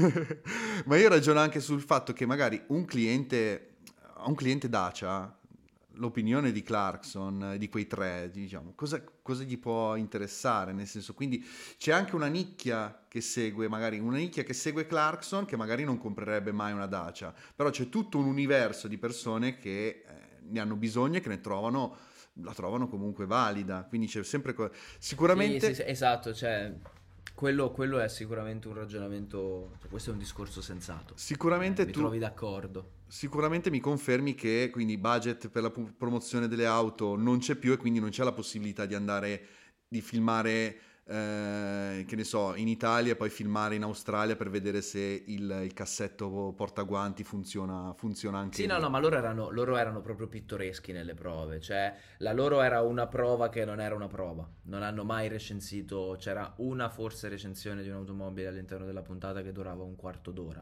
Speaker 1: ma io ragiono anche sul fatto che magari un cliente, a un cliente Dacia, l'opinione di Clarkson, di quei tre, diciamo, cosa, cosa gli può interessare? Nel senso, quindi c'è anche una nicchia che segue, magari una nicchia che segue Clarkson, che magari non comprerebbe mai una Dacia, però c'è tutto un universo di persone che eh, ne hanno bisogno e che ne trovano, la trovano comunque valida. Quindi c'è sempre... co-
Speaker 2: Sì,
Speaker 1: Sicuramente...
Speaker 2: sì, sì, esatto, cioè quello, quello è sicuramente un ragionamento, cioè, questo è un discorso sensato. Eh,
Speaker 1: Sicuramente
Speaker 2: mi
Speaker 1: tu,
Speaker 2: trovi d'accordo?
Speaker 1: sicuramente mi confermi che quindi budget per la pu- promozione delle auto non c'è più e quindi non c'è la possibilità di andare, di filmare, eh, che ne so, in Italia e poi filmare in Australia per vedere se il, il cassetto portaguanti funziona, funziona anche
Speaker 2: Sì, no, no,
Speaker 1: lì.
Speaker 2: ma loro erano, loro erano proprio pittoreschi nelle prove, cioè la loro era una prova che non era una prova, non hanno mai recensito, c'era una forse recensione di un'automobile all'interno della puntata che durava un quarto d'ora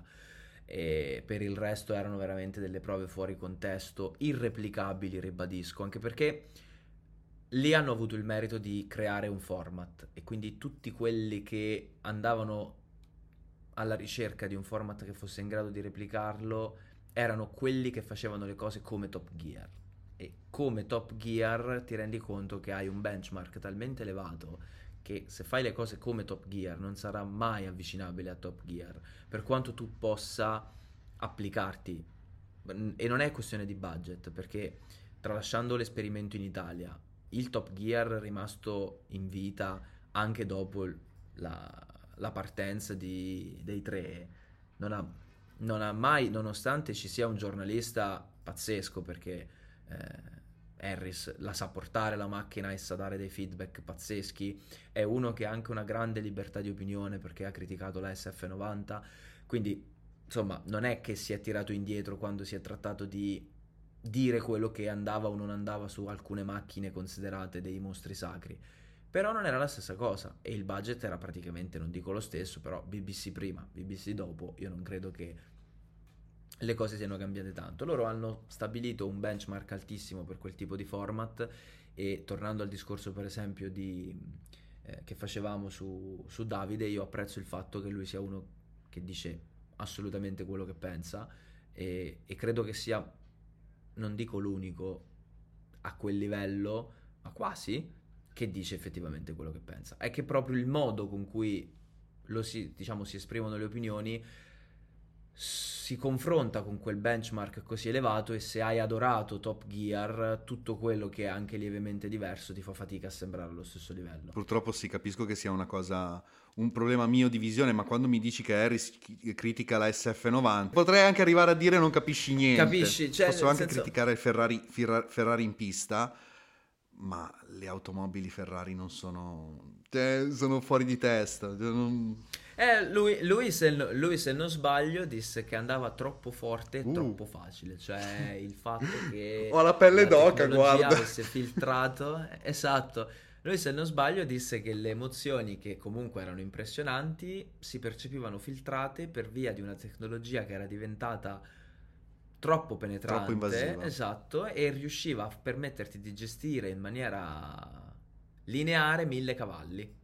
Speaker 2: e per il resto erano veramente delle prove fuori contesto, irreplicabili, ribadisco, anche perché lì hanno avuto il merito di creare un format e quindi tutti quelli che andavano alla ricerca di un format che fosse in grado di replicarlo erano quelli che facevano le cose come Top Gear. E come Top Gear ti rendi conto che hai un benchmark talmente elevato che se fai le cose come Top Gear non sarà mai avvicinabile a Top Gear, per quanto tu possa applicarti. E non è questione di budget, perché tralasciando l'esperimento in Italia, il Top Gear è rimasto in vita anche dopo la, la partenza di- dei tre. Non ha, non ha mai, nonostante ci sia un giornalista pazzesco, perché eh, Harris la sa portare la macchina e sa dare dei feedback pazzeschi, è uno che ha anche una grande libertà di opinione perché ha criticato la S F novanta, quindi insomma non è che si è tirato indietro quando si è trattato di dire quello che andava o non andava su alcune macchine considerate dei mostri sacri. Però non era la stessa cosa e il budget era praticamente, non dico lo stesso, però B B C prima, B B C dopo, io non credo che le cose siano cambiate tanto. Loro hanno stabilito un benchmark altissimo per quel tipo di format e tornando al discorso per esempio di, eh, che facevamo su, su Davide, io apprezzo il fatto che lui sia uno che dice assolutamente quello che pensa e, e credo che sia, non dico l'unico a quel livello, ma quasi, che dice effettivamente quello che pensa. È che proprio il modo con cui lo si, diciamo, si esprimono le opinioni si confronta con quel benchmark così elevato e se hai adorato Top Gear, tutto quello che è anche lievemente diverso ti fa fatica a sembrare allo stesso livello.
Speaker 1: Purtroppo sì, capisco che sia una cosa, un problema mio di visione, ma quando mi dici che Harris critica la S F novanta, potrei anche arrivare a dire non capisci niente.
Speaker 2: Capisci? Cioè,
Speaker 1: Posso
Speaker 2: nel
Speaker 1: anche
Speaker 2: senso-
Speaker 1: criticare il Ferrari, Ferra- Ferrari in pista, ma le automobili Ferrari non sono, cioè, sono fuori di testa. Cioè, non-
Speaker 2: Eh, lui, lui, se, no- lui, se non sbaglio, disse che andava troppo forte e
Speaker 1: Uh.
Speaker 2: troppo facile. Cioè, il fatto che
Speaker 1: Ho la pelle
Speaker 2: la
Speaker 1: d'oca,
Speaker 2: tecnologia
Speaker 1: guarda.
Speaker 2: avesse filtrato. Esatto. Lui, se non sbaglio, disse che le emozioni, che comunque erano impressionanti, si percepivano filtrate per via di una tecnologia che era diventata troppo penetrante.
Speaker 1: Troppo invasiva.
Speaker 2: Esatto. E riusciva a permetterti di gestire in maniera lineare mille cavalli.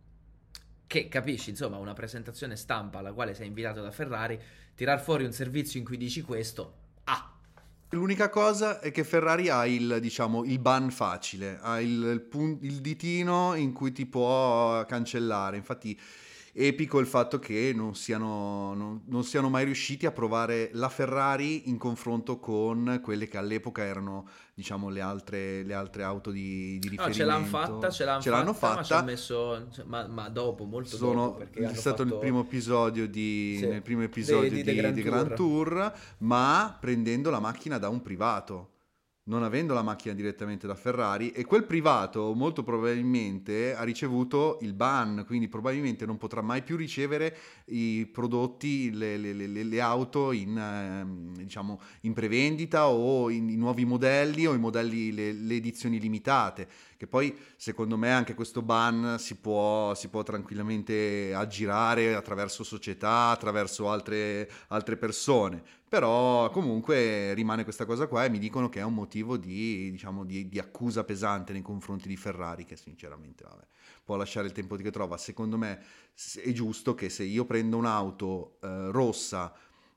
Speaker 2: Che capisci, insomma, una presentazione stampa alla quale sei invitato da Ferrari, tirar fuori un servizio in cui dici questo, ah,
Speaker 1: L'unica cosa è che Ferrari ha il, diciamo, il ban facile, ha il, il pun- il ditino in cui ti può cancellare. Infatti, epico il fatto che non siano, non, non siano mai riusciti a provare la Ferrari in confronto con quelle che all'epoca erano, diciamo, le altre, le altre auto di, di
Speaker 2: no,
Speaker 1: riferimento.
Speaker 2: ce l'hanno fatta, ce l'hanno
Speaker 1: Ce l'hanno
Speaker 2: fatta, ma ci ha
Speaker 1: fatta.
Speaker 2: messo, ma, ma dopo, molto
Speaker 1: Sono,
Speaker 2: dopo, perché
Speaker 1: è
Speaker 2: hanno
Speaker 1: stato
Speaker 2: fatto...
Speaker 1: nel primo episodio di,
Speaker 2: Sì,
Speaker 1: nel primo episodio
Speaker 2: di-
Speaker 1: di,
Speaker 2: di The Grand
Speaker 1: di Grand
Speaker 2: Tour.
Speaker 1: Tour, ma prendendo la macchina da un privato, non avendo la macchina direttamente da Ferrari, e quel privato molto probabilmente ha ricevuto il ban, quindi probabilmente non potrà mai più ricevere i prodotti, le, le- le- le auto in, ehm, diciamo, in prevendita o in, i nuovi modelli o i modelli, le, le edizioni limitate, che poi secondo me anche questo ban si può, si può tranquillamente aggirare attraverso società, attraverso altre, altre persone. Però comunque rimane questa cosa qua e mi dicono che è un motivo di, diciamo, di, di accusa pesante nei confronti di Ferrari, che sinceramente vabbè, può lasciare il tempo che trova. Secondo me s- è giusto che se io prendo un'auto eh, rossa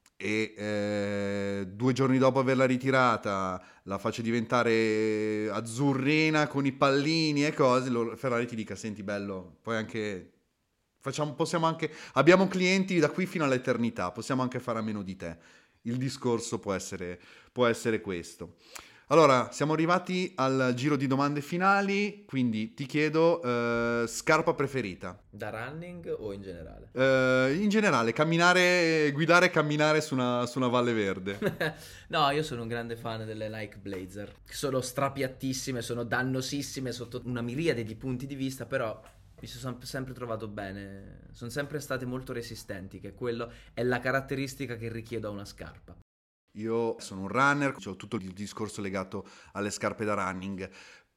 Speaker 1: e eh, due giorni dopo averla ritirata la faccio diventare azzurrina con i pallini e cose, lo- Ferrari ti dica, senti bello, poi anche... Facciamo, possiamo anche, abbiamo clienti da qui fino all'eternità, possiamo anche fare a meno di te. Il discorso può essere, può essere questo. Allora, siamo arrivati al giro di domande finali, quindi ti chiedo eh, scarpa preferita.
Speaker 2: Da running o in generale?
Speaker 1: Eh, in generale, camminare, guidare e camminare su una, su una valle verde.
Speaker 2: No, io sono un grande fan delle Nike Blazer, che sono strapiattissime, sono dannosissime sotto una miriade di punti di vista, però mi sono sem- sempre trovato bene, sono sempre state molto resistenti, che quello è la caratteristica che richiedo a una scarpa.
Speaker 1: Io sono un runner, ho tutto il discorso legato alle scarpe da running,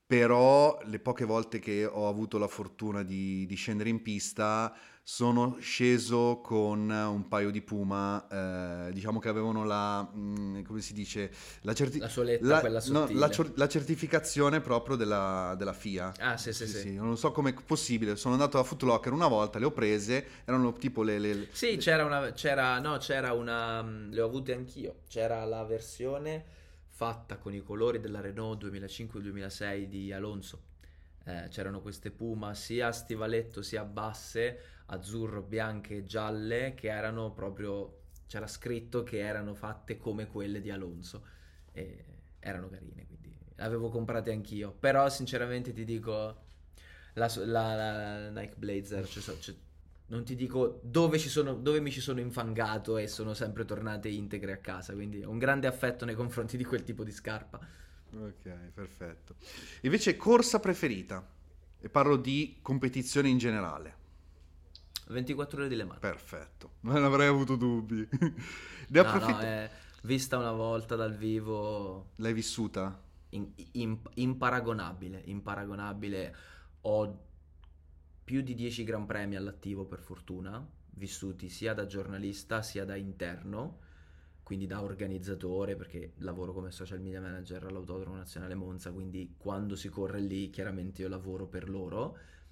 Speaker 1: però le poche volte che ho avuto la fortuna di, di scendere in pista sono sceso con un paio di Puma, eh, diciamo che avevano la, mh, come si dice, la, certi-
Speaker 2: La soletta,
Speaker 1: la-
Speaker 2: quella
Speaker 1: no,
Speaker 2: sottile.
Speaker 1: la cer- la certificazione proprio della, della F I A.
Speaker 2: Ah, sì, sì, sì.
Speaker 1: Non so com'è possibile, sono andato a Foot Locker una volta, le ho prese, erano tipo le... le- le-
Speaker 2: Sì, c'era una, c'era, no, c'era una, mh, le ho avute anch'io, c'era la versione fatta con i colori della Renault duemilacinque-duemilasei di Alonso. Eh, c'erano queste Puma sia a stivaletto sia a basse, azzurro, bianche e gialle, che erano proprio, c'era scritto che erano fatte come quelle di Alonso e erano carine, quindi le avevo comprate anch'io. Però sinceramente ti dico, la, la- la Nike Blazer, cioè, so- cioè, non ti dico dove, ci sono, dove mi ci sono infangato e sono sempre tornate integre a casa, quindi ho un grande affetto nei confronti di quel tipo di scarpa.
Speaker 1: Ok, perfetto. Invece corsa preferita, e parlo di competizione in generale.
Speaker 2: ventiquattro ore di Le Mans.
Speaker 1: Perfetto, non avrei avuto dubbi. Ne
Speaker 2: No,
Speaker 1: approfitto.
Speaker 2: no, è vista una volta dal vivo
Speaker 1: L'hai vissuta?
Speaker 2: in- in- imparagonabile, imparagonabile. Ho più di dieci Gran Premi all'attivo per fortuna, vissuti sia da giornalista sia da interno, quindi da organizzatore, perché lavoro come social media manager all'Autodromo Nazionale Monza, quindi quando si corre lì chiaramente io lavoro per loro.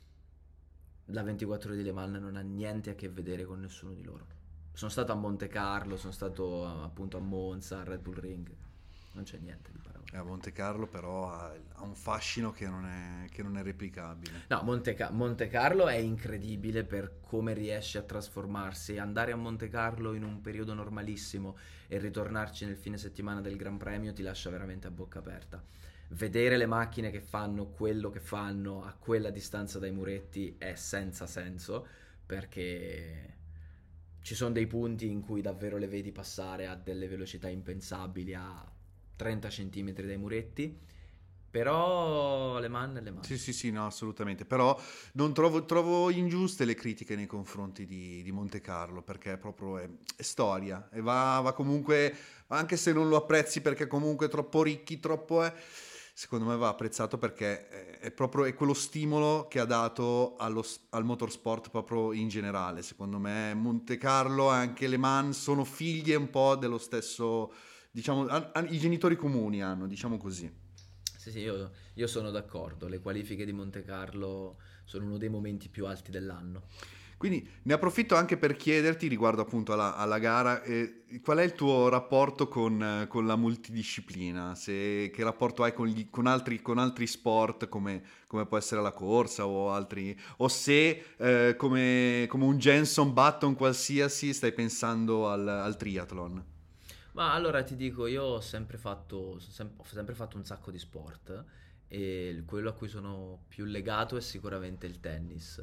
Speaker 2: La ventiquattro ore di Le Mans non ha niente a che vedere con nessuno di loro. Sono stato a Monte Carlo, sono stato appunto a Monza, al Red Bull Ring. non c'è niente di paragone.
Speaker 1: A Monte Carlo però ha, ha un fascino che non è, che non è replicabile.
Speaker 2: No, Monte, Ca- Monte Carlo è incredibile per come riesce a trasformarsi. Andare a Monte Carlo in un periodo normalissimo e ritornarci nel fine settimana del Gran Premio ti lascia veramente a bocca aperta. Vedere le macchine che fanno quello che fanno a quella distanza dai muretti è senza senso, perché ci sono dei punti in cui davvero le vedi passare a delle velocità impensabili, a trenta centimetri dai muretti. Però le man le man.
Speaker 1: Sì, sì, sì, no, assolutamente. Però non trovo, trovo ingiuste le critiche nei confronti di, di Monte Carlo, perché proprio è, è storia e va, va comunque, anche se non lo apprezzi perché comunque è troppo ricchi, troppo è, secondo me va apprezzato perché è, è proprio è quello stimolo che ha dato allo, al motorsport proprio in generale. Secondo me Monte Carlo e anche Le Mans sono figlie un po' dello stesso, diciamo, han- han- i genitori comuni hanno, diciamo così.
Speaker 2: Sì, sì, io, io sono d'accordo. Le qualifiche di Monte Carlo sono uno dei momenti più alti dell'anno.
Speaker 1: Quindi ne approfitto anche per chiederti riguardo appunto alla, alla gara, eh, qual è il tuo rapporto con, eh, con la multidisciplina? Se, che rapporto hai con, gli- con altri, con altri sport come, come può essere la corsa o altri, o se eh, come, come un Jenson Button qualsiasi stai pensando al, al triathlon?
Speaker 2: Ma allora ti dico, io ho sempre fatto, sem- ho sempre fatto un sacco di sport e il- quello a cui sono più legato è sicuramente il tennis.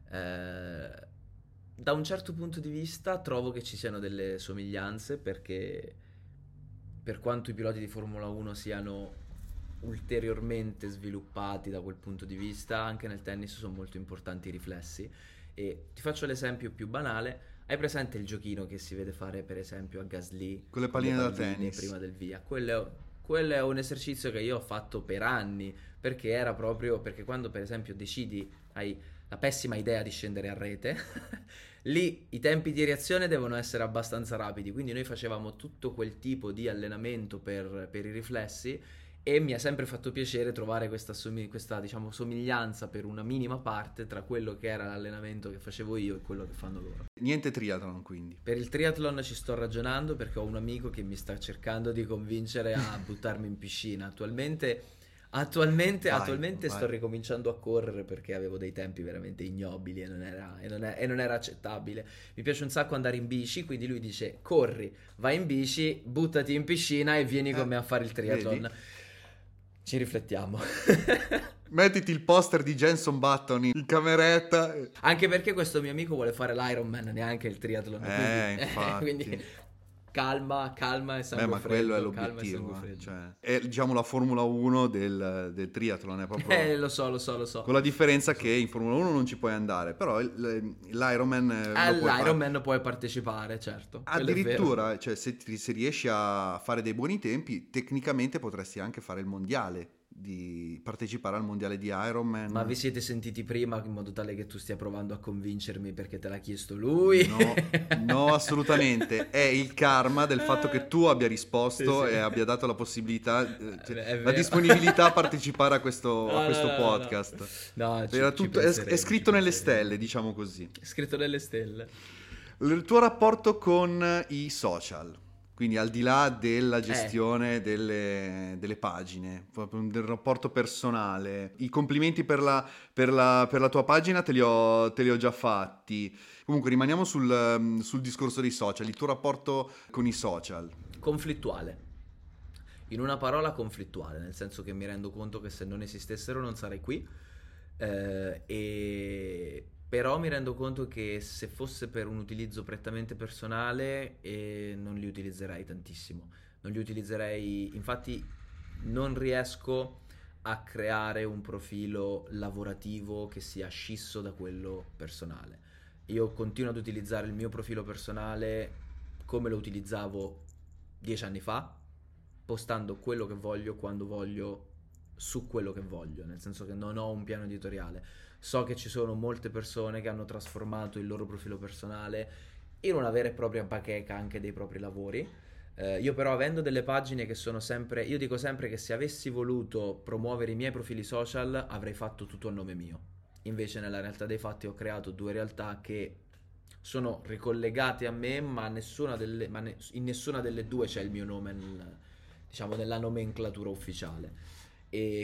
Speaker 2: Eh, da un certo punto di vista trovo che ci siano delle somiglianze perché per quanto i piloti di Formula uno siano ulteriormente sviluppati da quel punto di vista, anche nel tennis sono molto importanti i riflessi. E ti faccio l'esempio più banale. Hai presente il giochino che si vede fare per esempio a Gasly
Speaker 1: Con le
Speaker 2: con le
Speaker 1: palline da
Speaker 2: palline
Speaker 1: tennis.
Speaker 2: prima del via? Quello è, quello è un esercizio che io ho fatto per anni perché era proprio perché quando per esempio decidi, hai la pessima idea di scendere a rete, lì i tempi di reazione devono essere abbastanza rapidi, quindi noi facevamo tutto quel tipo di allenamento per, per i riflessi e mi ha sempre fatto piacere trovare questa, somi- questa diciamo, somiglianza per una minima parte tra quello che era l'allenamento che facevo io e quello che fanno loro.
Speaker 1: Niente triathlon quindi.
Speaker 2: Per il triathlon ci sto ragionando perché ho un amico che mi sta cercando di convincere a buttarmi in piscina. Attualmente, attualmente,
Speaker 1: Vai,
Speaker 2: attualmente
Speaker 1: vai.
Speaker 2: sto ricominciando a correre perché avevo dei tempi veramente ignobili e non era, e non è- e non era accettabile. Mi piace un sacco andare in bici, quindi lui dice corri, vai in bici, buttati in piscina e vieni con
Speaker 1: Eh,
Speaker 2: me a fare il triathlon.
Speaker 1: vedi?
Speaker 2: Ci riflettiamo.
Speaker 1: Mettiti il poster di Jenson Button in cameretta.
Speaker 2: Anche perché questo mio amico vuole fare l'Ironman, neanche il triathlon.
Speaker 1: Eh,
Speaker 2: quindi,
Speaker 1: infatti.
Speaker 2: quindi calma, calma e sangue
Speaker 1: Beh, ma
Speaker 2: freddo.
Speaker 1: quello è
Speaker 2: calma e sangue
Speaker 1: l'obiettivo, eh.
Speaker 2: freddo.
Speaker 1: Cioè, è diciamo la Formula uno del, del triathlon, è proprio
Speaker 2: Eh, lo so, lo so, lo so.
Speaker 1: con la differenza che in Formula uno non ci puoi andare, però il- l'Ironman eh, lo puoi fare.
Speaker 2: All'Ironman puoi partecipare, certo. quello è vero.
Speaker 1: Addirittura, cioè, se, ti- se riesci a fare dei buoni tempi, tecnicamente potresti anche fare il mondiale, di partecipare al mondiale di Ironman.
Speaker 2: Ma vi siete sentiti prima in modo tale che tu stia provando a convincermi perché te l'ha chiesto lui?
Speaker 1: No, no, assolutamente. È il karma del fatto che tu abbia risposto
Speaker 2: Sì, sì.
Speaker 1: e abbia dato la possibilità, eh, cioè,
Speaker 2: È
Speaker 1: la
Speaker 2: vero.
Speaker 1: disponibilità a partecipare a questo,
Speaker 2: No,
Speaker 1: a questo
Speaker 2: no, no, no, no.
Speaker 1: podcast.
Speaker 2: No, ci-
Speaker 1: Era
Speaker 2: ci
Speaker 1: tutto- è,
Speaker 2: penseremo,
Speaker 1: è
Speaker 2: ci
Speaker 1: scritto nelle
Speaker 2: penseremo.
Speaker 1: stelle, diciamo così.
Speaker 2: È scritto nelle stelle.
Speaker 1: Il tuo rapporto con i social, quindi al di là della
Speaker 2: Eh.
Speaker 1: gestione delle, delle pagine, proprio del rapporto personale, i complimenti per la, per la- per la tua pagina te li ho, te li ho già fatti. Comunque rimaniamo sul, sul discorso dei social, il tuo rapporto con i social.
Speaker 2: Conflittuale. In una parola conflittuale, nel senso che mi rendo conto che se non esistessero non sarei qui. eh, e però mi rendo conto che se fosse per un utilizzo prettamente personale eh, non li utilizzerei tantissimo. Non li utilizzerei, infatti non riesco a creare un profilo lavorativo che sia scisso da quello personale. Io continuo ad utilizzare il mio profilo personale come lo utilizzavo dieci anni fa, postando quello che voglio quando voglio su quello che voglio, nel senso che non ho un piano editoriale. So che ci sono molte persone che hanno trasformato il loro profilo personale in una vera e propria bacheca anche dei propri lavori. Eh, io però avendo delle pagine che sono sempre, io dico sempre che se avessi voluto promuovere i miei profili social avrei fatto tutto a nome mio. Invece nella realtà dei fatti ho creato due realtà che sono ricollegate a me, ma, nessuna delle, ma ne- in nessuna delle due c'è il mio nome nel, diciamo nella nomenclatura ufficiale. E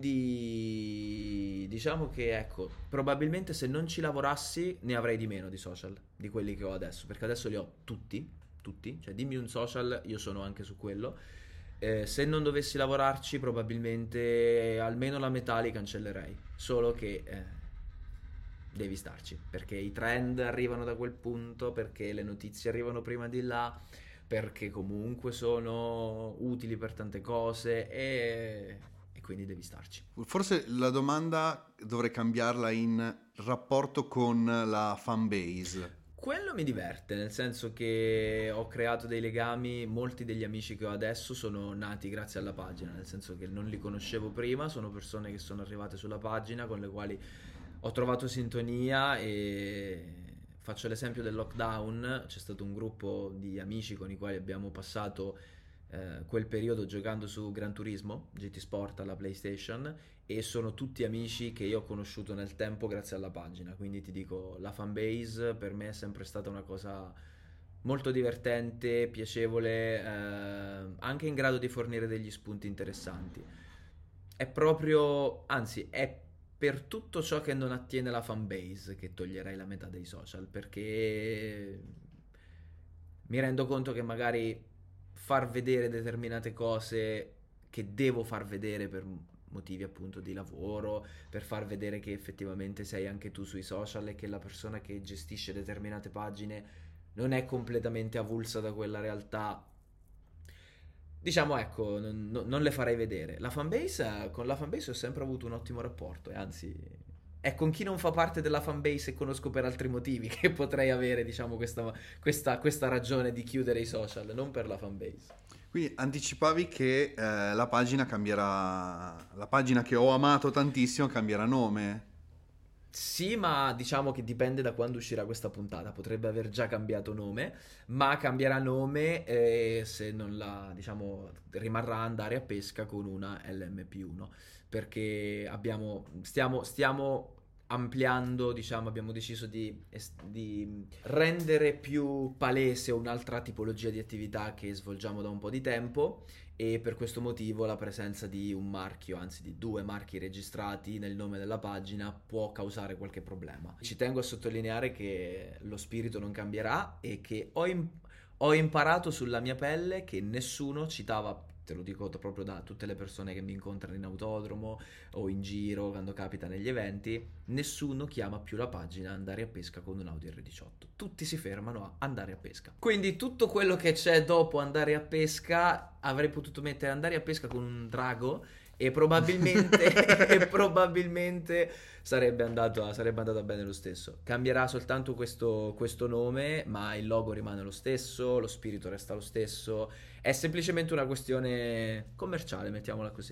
Speaker 2: quindi diciamo che ecco, probabilmente se non ci lavorassi ne avrei di meno di social, di quelli che ho adesso, perché adesso li ho tutti, tutti, cioè dimmi un social, io sono anche su quello. Eh, se non dovessi lavorarci probabilmente almeno la metà li cancellerei, solo che eh, devi starci, perché i trend arrivano da quel punto, perché le notizie arrivano prima di là, perché comunque sono utili per tante cose e, e quindi devi starci.
Speaker 1: Forse la domanda dovrei cambiarla in rapporto con la fanbase.
Speaker 2: Quello mi diverte, nel senso che ho creato dei legami, molti degli amici che ho adesso sono nati grazie alla pagina, nel senso che non li conoscevo prima, sono persone che sono arrivate sulla pagina con le quali ho trovato sintonia e faccio l'esempio del lockdown, c'è stato un gruppo di amici con i quali abbiamo passato eh, quel periodo giocando su Gran Turismo, G T Sport alla PlayStation, e sono tutti amici che io ho conosciuto nel tempo grazie alla pagina, quindi ti dico, la fanbase per me è sempre stata una cosa molto divertente, piacevole, eh, anche in grado di fornire degli spunti interessanti. È proprio, anzi, è per tutto ciò che non attiene la fanbase che toglierei la metà dei social, perché mi rendo conto che magari far vedere determinate cose che devo far vedere per motivi appunto di lavoro, per far vedere che effettivamente sei anche tu sui social e che la persona che gestisce determinate pagine non è completamente avulsa da quella realtà. Diciamo, ecco, non, non- non le farei vedere. La fanbase, con la fanbase ho sempre avuto un ottimo rapporto, e anzi, è con chi non fa parte della fanbase e conosco per altri motivi che potrei avere, diciamo, questa, questa, questa ragione di chiudere i social, non per la fanbase.
Speaker 1: Quindi anticipavi che eh, la pagina cambierà, la pagina che ho amato tantissimo cambierà nome.
Speaker 2: Sì, ma diciamo che dipende da quando uscirà questa puntata. Potrebbe aver già cambiato nome, ma cambierà nome eh, se non la, diciamo, rimarrà Andare a Pesca con una L M P uno, perché abbiamo, stiamo, stiamo ampliando, diciamo, abbiamo deciso di, es- di rendere più palese un'altra tipologia di attività che svolgiamo da un po' di tempo, e per questo motivo la presenza di un marchio, anzi di due marchi registrati nel nome della pagina, può causare qualche problema. Ci tengo a sottolineare che lo spirito non cambierà e che ho, im- ho imparato sulla mia pelle che nessuno citava, te lo dico proprio da tutte le persone che mi incontrano in autodromo o in giro quando capita negli eventi, nessuno chiama più la pagina Andare a Pesca con un Audi R diciotto. Tutti si fermano a Andare a Pesca. Quindi tutto quello che c'è dopo Andare a Pesca avrei potuto mettere Andare a Pesca con un drago e probabilmente, e probabilmente sarebbe andato, a- sarebbe andato bene lo stesso. Cambierà soltanto questo, questo nome, ma il logo rimane lo stesso, lo spirito resta lo stesso. È semplicemente una questione commerciale, mettiamola così.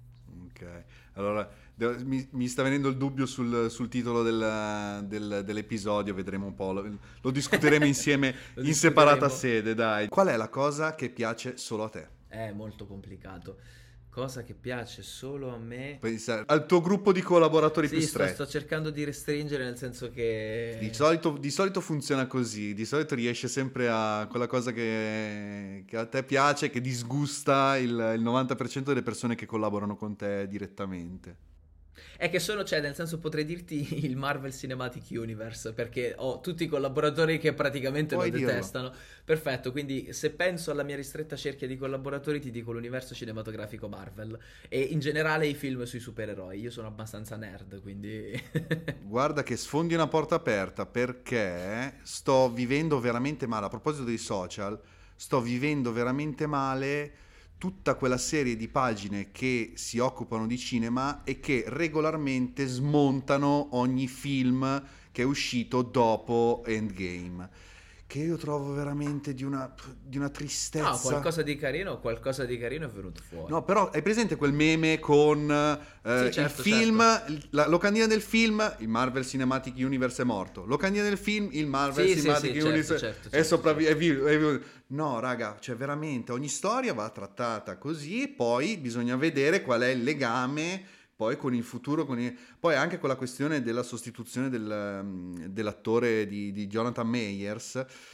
Speaker 1: Ok, allora devo- mi, mi sta venendo il dubbio sul, sul titolo del- del- dell'episodio, vedremo un po', lo, lo discuteremo insieme
Speaker 2: Lo
Speaker 1: in separata
Speaker 2: discuteremo.
Speaker 1: sede, dai. Qual è la cosa che piace solo a te?
Speaker 2: È molto complicato. Cosa che piace solo a me.
Speaker 1: Pensa al tuo gruppo di collaboratori più
Speaker 2: Sì, sto,
Speaker 1: stretti.
Speaker 2: sto cercando di restringere, nel senso
Speaker 1: Di
Speaker 2: che
Speaker 1: solito, di solito funziona così, di solito riesce sempre a quella cosa che, che a te piace, che disgusta il, il novanta per cento delle persone che collaborano con te direttamente.
Speaker 2: è che sono, cioè, nel senso potrei dirti il Marvel Cinematic Universe, perché ho tutti i collaboratori che praticamente lo
Speaker 1: Puoi dirlo.
Speaker 2: detestano. Perfetto, quindi se penso alla mia ristretta cerchia di collaboratori ti dico l'universo cinematografico Marvel e in generale i film sui supereroi. Io sono abbastanza nerd, quindi
Speaker 1: Guarda che sfondi una porta aperta perché sto vivendo veramente male. A proposito dei social, sto vivendo veramente male tutta quella serie di pagine che si occupano di cinema e che regolarmente smontano ogni film che è uscito dopo Endgame. Che io trovo veramente di una, di una
Speaker 2: no,
Speaker 1: tristezza.
Speaker 2: qualcosa di carino, qualcosa di carino è venuto fuori.
Speaker 1: No, però hai presente quel meme con eh,
Speaker 2: Sì,
Speaker 1: il
Speaker 2: certo,
Speaker 1: film,
Speaker 2: certo.
Speaker 1: il- la locandina del film, il Marvel Cinematic Universe è morto. Locandina del film, il Marvel
Speaker 2: Sì, sì,
Speaker 1: Cinematic
Speaker 2: sì, certo,
Speaker 1: Universe
Speaker 2: certo,
Speaker 1: è
Speaker 2: certo,
Speaker 1: sopravvi-
Speaker 2: certo.
Speaker 1: è vivo- è vivo. No, raga, cioè veramente ogni storia va trattata così, poi bisogna vedere qual è il legame poi con il futuro, con il- poi anche con la questione della sostituzione del, um, dell'attore di, di Jonathan Meyers.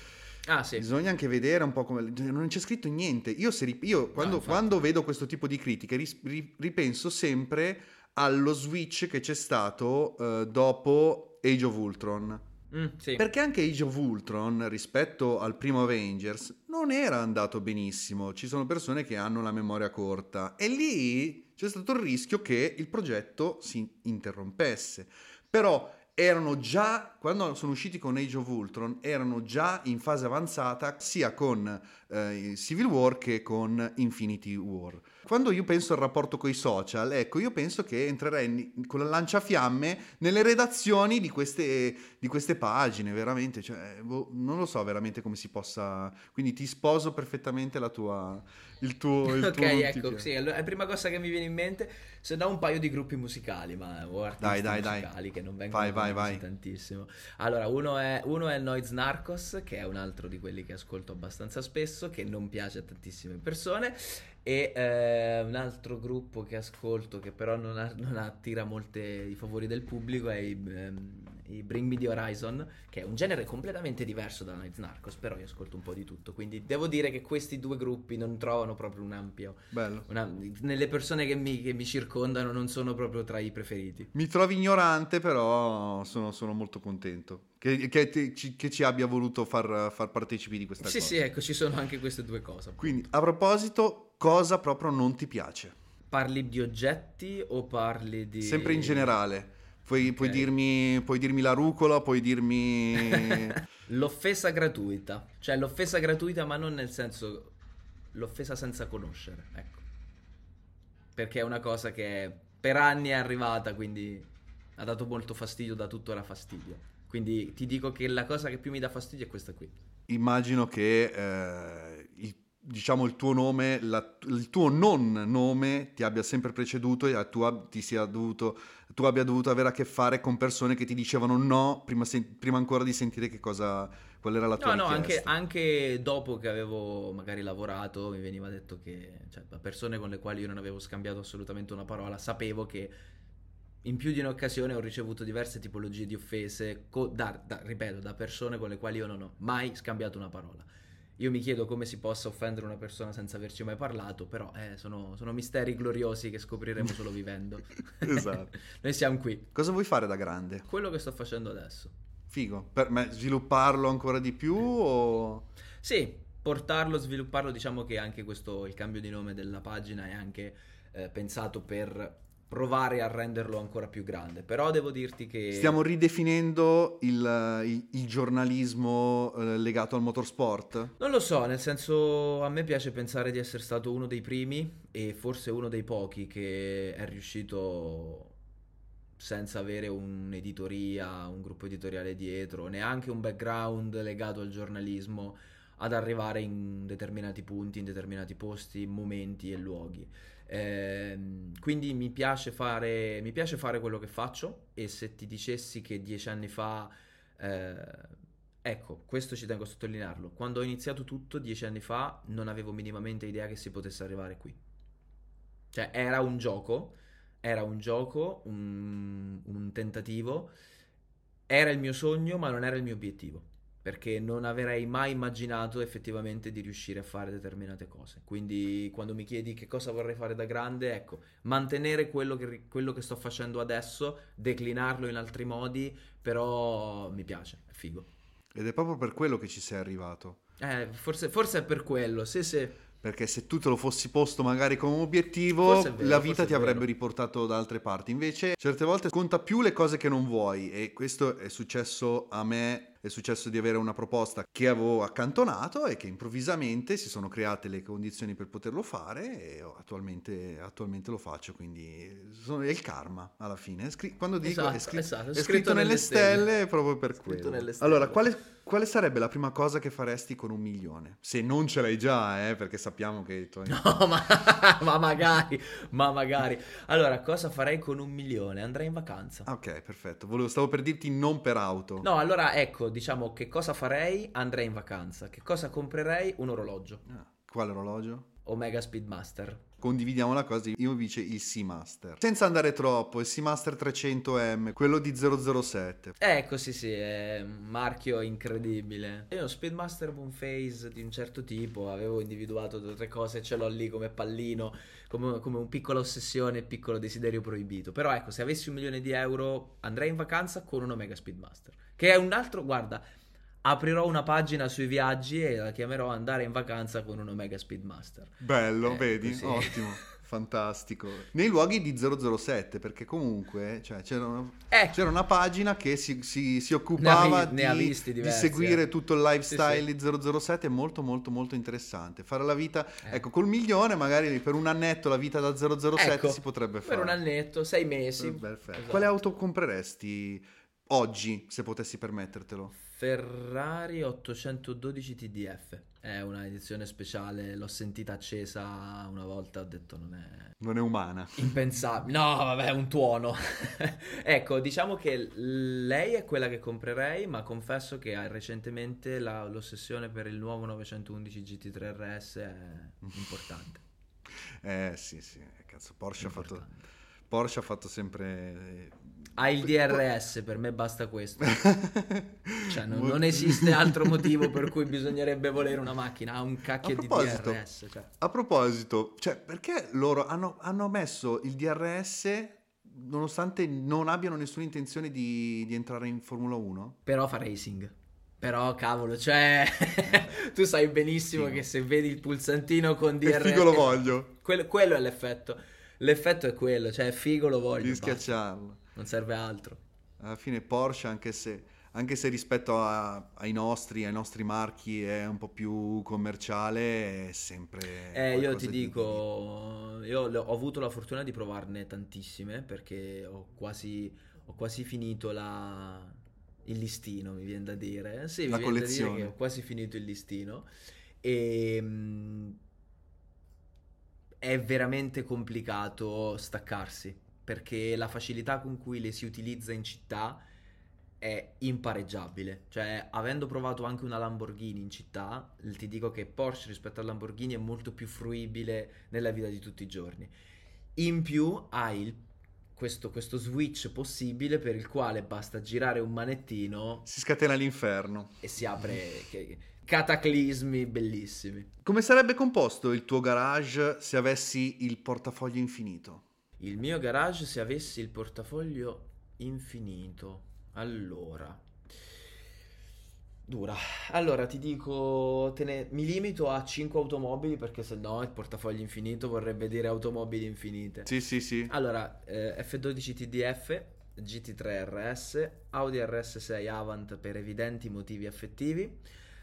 Speaker 2: Ah, sì.
Speaker 1: Bisogna anche vedere un po' come... Non c'è scritto niente. Io, se rip- io quando,
Speaker 2: infatti.
Speaker 1: quando vedo questo tipo di critiche ris- ri- ripenso sempre allo switch che c'è stato eh, dopo Age of Ultron.
Speaker 2: Mm, sì.
Speaker 1: Perché anche Age of Ultron, rispetto al primo Avengers, non era andato benissimo. Ci sono persone che hanno la memoria corta. E lì c'è stato il rischio che il progetto si interrompesse. Però erano già, quando sono usciti con Age of Ultron, erano già in fase avanzata sia con eh, Civil War che con Infinity War. Quando io penso al rapporto con i social, ecco, io penso che entrerei con la lanciafiamme nelle redazioni di queste, di queste pagine, veramente, cioè, boh, non lo so veramente come si possa... Quindi ti sposo perfettamente la tua... il tuo... Il
Speaker 2: Ok,
Speaker 1: tuo non ti
Speaker 2: ecco,
Speaker 1: piace.
Speaker 2: sì, allora, la prima cosa che mi viene in mente, se no un paio di gruppi musicali, ma o artisti
Speaker 1: Dai, dai,
Speaker 2: musicali
Speaker 1: dai.
Speaker 2: che non vengono
Speaker 1: Vai, vai,
Speaker 2: conosciuti
Speaker 1: vai.
Speaker 2: tantissimo. Allora, uno è, uno è Noiz Narcos, che è un altro di quelli che ascolto abbastanza spesso, che non piace a tantissime persone, e eh, un altro gruppo che ascolto, che però non, ha- non attira molte i favori del pubblico, è i, ehm, i Bring Me The Horizon, che è un genere completamente diverso da Noiz Narcos, però io ascolto un po' di tutto, quindi devo dire che questi due gruppi non trovano proprio un ampio...
Speaker 1: Bello.
Speaker 2: Una- nelle persone che mi, che mi circondano non sono proprio tra i preferiti.
Speaker 1: Mi trovi ignorante, però sono, sono molto contento che, che ti- ci, che ci abbia voluto far, far partecipi di questa
Speaker 2: Sì,
Speaker 1: cosa.
Speaker 2: sì, ecco, ci sono anche queste due cose.
Speaker 1: Quindi, a proposito, cosa proprio non ti piace?
Speaker 2: Parli di oggetti o parli di...
Speaker 1: Sempre in generale. Puoi,
Speaker 2: Ok.
Speaker 1: puoi dirmi, puoi dirmi la rucola, puoi dirmi...
Speaker 2: L'offesa gratuita, cioè l'offesa gratuita ma non nel senso l'offesa senza conoscere, ecco. Perché è una cosa che per anni è arrivata, quindi ha dato molto fastidio, da tuttora fastidio. Quindi ti dico che la cosa che più mi dà fastidio è questa qui.
Speaker 1: Immagino che eh, il, diciamo il tuo nome, la- il tuo non nome ti abbia sempre preceduto e tu, ab- ti sia dovuto, tu abbia dovuto avere a che fare con persone che ti dicevano no prima, sen- prima ancora di sentire che cosa, qual era la tua
Speaker 2: No, no, anche,
Speaker 1: richiesta.
Speaker 2: anche dopo che avevo magari lavorato mi veniva detto che, cioè, da persone con le quali io non avevo scambiato assolutamente una parola, sapevo che in più di un'occasione ho ricevuto diverse tipologie di offese, co- da, da- ripeto, da persone con le quali io non ho mai scambiato una parola. Io mi chiedo come si possa offendere una persona senza averci mai parlato, però eh, sono, sono misteri gloriosi che scopriremo solo vivendo.
Speaker 1: Esatto.
Speaker 2: Noi siamo qui.
Speaker 1: Cosa vuoi fare da grande?
Speaker 2: Quello che sto facendo adesso.
Speaker 1: Figo. Per me svilupparlo ancora di più o...
Speaker 2: Sì, portarlo, svilupparlo, diciamo che anche questo, il cambio di nome della pagina è anche eh, pensato per provare a renderlo ancora più grande. Però devo dirti che...
Speaker 1: Stiamo ridefinendo il, il- il giornalismo eh, legato al motorsport?
Speaker 2: Non lo so, nel senso a me piace pensare di essere stato uno dei primi e forse uno dei pochi che è riuscito senza avere un'editoria, un gruppo editoriale dietro, neanche un background legato al giornalismo, ad arrivare in determinati punti, in determinati posti, momenti e luoghi. Ehm, quindi mi piace fare, mi piace fare quello che faccio e se ti dicessi che dieci anni fa, eh, ecco, questo ci tengo a sottolinearlo, quando ho iniziato tutto dieci anni fa non avevo minimamente idea che si potesse arrivare qui. Cioè era un gioco, era un gioco, un, un tentativo, era il mio sogno ma non era il mio obiettivo perché non avrei mai immaginato effettivamente di riuscire a fare determinate cose. Quindi quando mi chiedi che cosa vorrei fare da grande, ecco, mantenere quello che, quello che sto facendo adesso, declinarlo in altri modi, però mi piace, è figo.
Speaker 1: Ed è proprio per quello che ci sei arrivato.
Speaker 2: Eh, forse, forse è per quello, sì sì.
Speaker 1: Perché se tu te lo fossi posto magari come obiettivo,
Speaker 2: Forse è vero,
Speaker 1: la
Speaker 2: forse
Speaker 1: vita
Speaker 2: è
Speaker 1: ti avrebbe
Speaker 2: vero.
Speaker 1: riportato da altre parti. Invece, certe volte conta più le cose che non vuoi. E questo è successo a me. È successo di avere una proposta che avevo accantonato e che improvvisamente si sono create le condizioni per poterlo fare e attualmente, attualmente lo faccio. Quindi sono- è il karma alla fine. È scri- quando dico
Speaker 2: Esatto,
Speaker 1: è, scri-
Speaker 2: esatto,
Speaker 1: è scritto, nelle stelle, è proprio per
Speaker 2: Scritto
Speaker 1: quello.
Speaker 2: nelle stelle.
Speaker 1: Allora, quale, quale sarebbe la prima cosa che faresti con un milione? Se non ce l'hai già, eh, perché sappiamo che i tuoi...
Speaker 2: No, ma, ma magari, ma magari. Allora, cosa farei con un milione? Andrei in vacanza.
Speaker 1: Ah, ok, perfetto. Volevo, stavo per dirti non per auto.
Speaker 2: No, allora ecco, diciamo che cosa farei? Andrei in vacanza. Che cosa comprerei? Un orologio.
Speaker 1: Ah, quale orologio?
Speaker 2: Omega Speedmaster.
Speaker 1: Condividiamo la cosa, io invece il Seamaster. Senza andare troppo, il Seamaster trecento M, quello di zero zero sette.
Speaker 2: Ecco, sì, sì, è un marchio incredibile. Io Speedmaster Moonphase di un certo tipo, avevo individuato due o tre cose, ce l'ho lì come pallino, come, come un piccola ossessione, piccolo desiderio proibito. Però ecco, se avessi un milione di euro andrei in vacanza con un Omega Speedmaster, che è un altro, guarda, aprirò una pagina sui viaggi e la chiamerò Andare in vacanza con un Omega Speedmaster.
Speaker 1: Bello,
Speaker 2: Eh,
Speaker 1: vedi?
Speaker 2: così.
Speaker 1: Ottimo, fantastico. Nei luoghi di zero zero sette, perché comunque cioè, c'era, una,
Speaker 2: Ecco.
Speaker 1: c'era una pagina che si, si, si occupava
Speaker 2: Ne ha- ne ha
Speaker 1: di,
Speaker 2: visti
Speaker 1: di
Speaker 2: diversi,
Speaker 1: seguire
Speaker 2: eh.
Speaker 1: tutto il lifestyle
Speaker 2: Sì, sì.
Speaker 1: di zero zero sette, è molto molto molto interessante. Fare la vita,
Speaker 2: Eh.
Speaker 1: ecco, col milione magari per un annetto la vita da zero zero sette
Speaker 2: Ecco,
Speaker 1: si potrebbe
Speaker 2: per
Speaker 1: fare.
Speaker 2: un annetto, sei mesi.
Speaker 1: Perfetto.
Speaker 2: Esatto.
Speaker 1: Quale auto compreresti oggi, se potessi permettertelo?
Speaker 2: Ferrari ottocentododici T D F. È una edizione speciale, l'ho sentita accesa una volta, ho detto non è
Speaker 1: Non è umana.
Speaker 2: impensabile. No, vabbè, è un tuono. Ecco, diciamo che lei è quella che comprerei, ma confesso che ha recentemente la- l'ossessione per il nuovo novecentoundici G T tre R S è importante.
Speaker 1: Eh sì, sì, cazzo, Porsche ha fatto,
Speaker 2: Importante.
Speaker 1: Porsche ha fatto sempre... eh,
Speaker 2: Ha il D R S, per me basta questo. Cioè, non, non esiste altro motivo per cui bisognerebbe volere una macchina. Ha un cacchio
Speaker 1: A
Speaker 2: di
Speaker 1: proposito,
Speaker 2: D R S. Cioè.
Speaker 1: A proposito, cioè, perché loro hanno, hanno messo il D R S nonostante non abbiano nessuna intenzione di, di entrare in Formula uno?
Speaker 2: Però fa racing. Però, cavolo, cioè... tu sai benissimo
Speaker 1: Figo.
Speaker 2: che se vedi il pulsantino con D R S...
Speaker 1: Che figo lo voglio.
Speaker 2: Quello, quello è l'effetto. L'effetto è quello, cioè figo lo voglio.
Speaker 1: Di
Speaker 2: basta.
Speaker 1: schiacciarlo.
Speaker 2: Non serve altro.
Speaker 1: Alla fine Porsche, anche se, anche se rispetto a- ai nostri, ai nostri marchi è un po' più commerciale, è sempre
Speaker 2: Eh, io
Speaker 1: qualcosa
Speaker 2: ti
Speaker 1: di-
Speaker 2: dico, io le- ho avuto la fortuna di provarne tantissime perché ho quasi, ho quasi finito la, il listino, mi viene da dire. Sì, mi
Speaker 1: La
Speaker 2: viene da dire
Speaker 1: collezione.
Speaker 2: che ho quasi finito il listino e mh, è veramente complicato staccarsi perché la facilità con cui le si utilizza in città è impareggiabile. Cioè, avendo provato anche una Lamborghini in città, ti dico che Porsche rispetto al Lamborghini è molto più fruibile nella vita di tutti i giorni. In più hai il- questo, questo switch possibile per il quale basta girare un manettino
Speaker 1: Si scatena l'inferno.
Speaker 2: e si apre che- cataclismi bellissimi.
Speaker 1: Come sarebbe composto il tuo garage se avessi il portafoglio infinito?
Speaker 2: Il mio garage se avessi il portafoglio infinito. Allora, dura. Allora ti dico, te ne- mi limito a cinque automobili perché se no il portafoglio infinito vorrebbe dire automobili infinite.
Speaker 1: Sì, sì, sì.
Speaker 2: Allora, eh, F dodici T D F, G T tre R S, Audi R S sei Avant per evidenti motivi affettivi.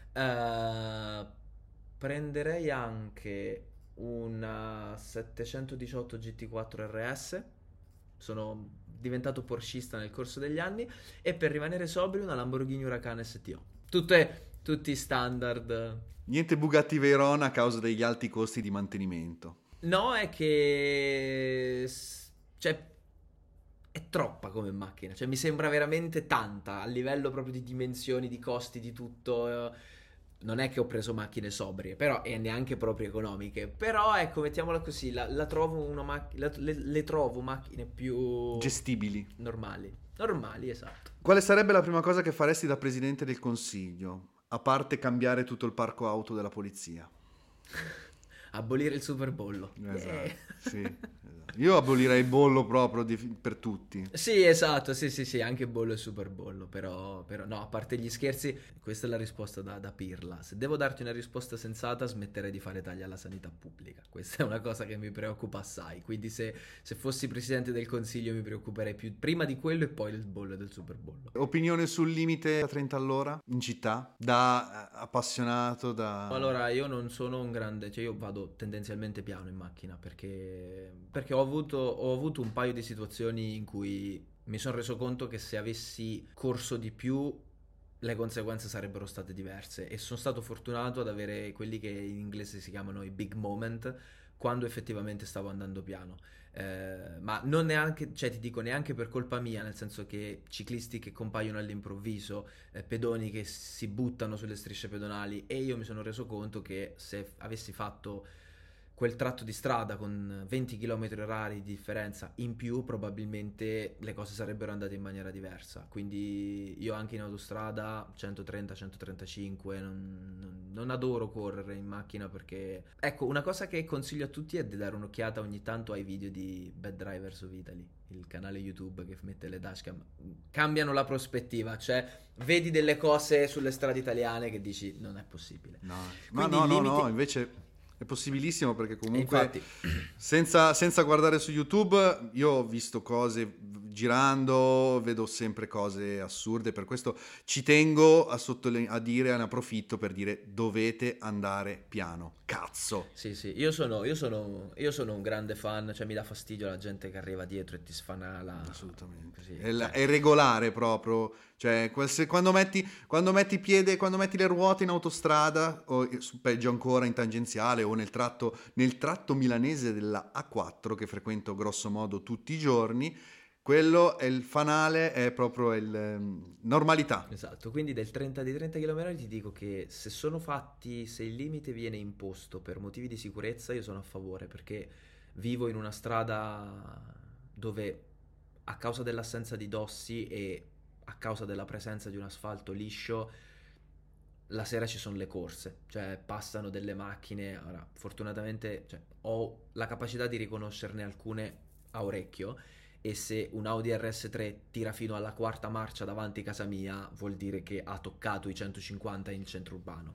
Speaker 2: Eh, prenderei anche una settecentodiciotto G T quattro R S. Sono diventato porschista nel corso degli anni. E per rimanere sobrio una Lamborghini Huracan S T O. Tutte, tutti standard.
Speaker 1: Niente Bugatti Veyron a causa degli alti costi di mantenimento.
Speaker 2: No, è che s- cioè è troppa come macchina, cioè mi sembra veramente tanta a livello proprio di dimensioni, di costi, di tutto. eh. Non è che ho preso macchine sobrie, però e neanche proprio economiche. Però ecco, mettiamola così, la, la trovo una macchina, le, le trovo macchine più
Speaker 1: Gestibili.
Speaker 2: normali. Normali, esatto.
Speaker 1: Quale sarebbe la prima cosa che faresti da presidente del Consiglio? A parte cambiare tutto il parco auto della polizia.
Speaker 2: Abolire il superbollo.
Speaker 1: Esatto,
Speaker 2: Yeah.
Speaker 1: sì, esatto. Io abolirei il bollo proprio di- per tutti.
Speaker 2: Sì, esatto, sì, sì, sì, anche bollo e super bollo, però, però no, a parte gli scherzi, questa è la risposta da, da pirla. Se devo darti una risposta sensata, smetterei di fare tagli alla sanità pubblica. Questa è una cosa che mi preoccupa assai, quindi se, se fossi presidente del consiglio mi preoccuperei più prima di quello e poi del bollo e del super bollo.
Speaker 1: Opinione sul limite a trenta all'ora in città? Da eh, appassionato, da...
Speaker 2: Allora, io non sono un grande, cioè io vado tendenzialmente piano in macchina perché, perché ho avuto, ho avuto un paio di situazioni in cui mi sono reso conto che se avessi corso di più le conseguenze sarebbero state diverse e sono stato fortunato ad avere quelli che in inglese si chiamano i big moment quando effettivamente stavo andando piano. Eh, ma non neanche, cioè ti dico neanche per colpa mia, nel senso che ciclisti che compaiono all'improvviso, eh, pedoni che si buttano sulle strisce pedonali e io mi sono reso conto che se avessi fatto quel tratto di strada con venti chilometri orari di differenza in più, probabilmente le cose sarebbero andate in maniera diversa. Quindi io anche in autostrada centotrenta centotrentacinque non, non, non adoro correre in macchina, perché ecco, una cosa che consiglio a tutti è di dare un'occhiata ogni tanto ai video di Bad Drivers of Italy, il canale YouTube che mette le dashcam. Cambiano la prospettiva, cioè vedi delle cose sulle strade italiane che dici non è possibile.
Speaker 1: No,
Speaker 2: Quindi
Speaker 1: no, no,
Speaker 2: limiti...
Speaker 1: no, invece è possibilissimo, perché comunque
Speaker 2: infatti...
Speaker 1: senza, senza guardare su YouTube io ho visto cose girando, vedo sempre cose assurde, per questo ci tengo a, sottole- a dire, ne approfitto per dire: dovete andare piano, cazzo.
Speaker 2: Sì, sì, io sono, io sono, io sono un grande fan, cioè mi dà fastidio la gente che arriva dietro e ti sfanala.
Speaker 1: Assolutamente.
Speaker 2: Così,
Speaker 1: È, la-
Speaker 2: cioè.
Speaker 1: è regolare proprio, cioè quel- se- quando metti, quando metti piede, quando metti le ruote in autostrada, o su- peggio ancora in tangenziale, o nel tratto, nel tratto milanese della A quattro, che frequento grosso modo tutti i giorni, quello è il fanale, è proprio il ehm, normalità.
Speaker 2: Esatto, quindi del trenta di trenta chilometri ti dico che se sono fatti, se il limite viene imposto per motivi di sicurezza, io sono a favore, perché vivo in una strada dove, a causa dell'assenza di dossi e a causa della presenza di un asfalto liscio, la sera ci sono le corse, cioè passano delle macchine. Ora, fortunatamente, cioè, ho la capacità di riconoscerne alcune a orecchio, e se un Audi R S tre tira fino alla quarta marcia davanti a casa mia, vuol dire che ha toccato i centocinquanta in centro urbano.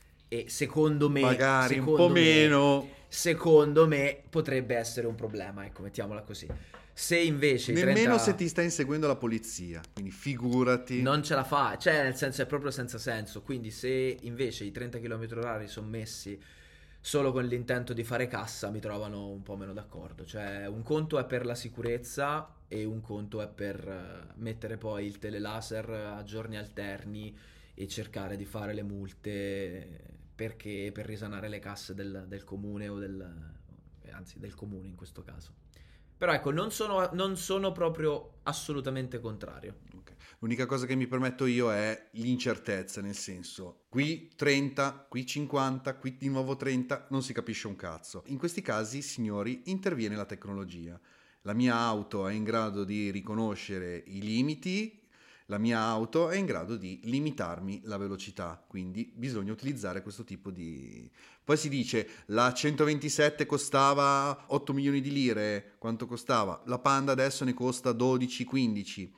Speaker 2: E secondo me,
Speaker 1: Magari
Speaker 2: secondo
Speaker 1: un po'
Speaker 2: me,
Speaker 1: meno.
Speaker 2: secondo me potrebbe essere un problema, ecco, mettiamola così. Se invece i
Speaker 1: Nemmeno
Speaker 2: trenta
Speaker 1: se ti sta inseguendo la polizia, quindi figurati.
Speaker 2: non ce la fa, cioè nel senso è proprio senza senso. Quindi se invece i trenta chilometri orari sono messi solo con l'intento di fare cassa, mi trovano un po' meno d'accordo. Cioè un conto è per la sicurezza e un conto è per eh, mettere poi il telelaser a giorni alterni e cercare di fare le multe, perché per risanare le casse del, del comune o del, anzi del comune in questo caso. Però ecco, non sono, non sono proprio assolutamente contrario.
Speaker 1: Ok. L'unica cosa che mi permetto io è l'incertezza, nel senso, qui trenta, qui cinquanta, qui di nuovo trenta, non si capisce un cazzo. In questi casi, signori, interviene la tecnologia. La mia auto è in grado di riconoscere i limiti, la mia auto è in grado di limitarmi la velocità, quindi bisogna utilizzare questo tipo di... Poi si dice, la centoventisette costava otto milioni di lire, quanto costava? La Panda adesso ne costa dodici quindici.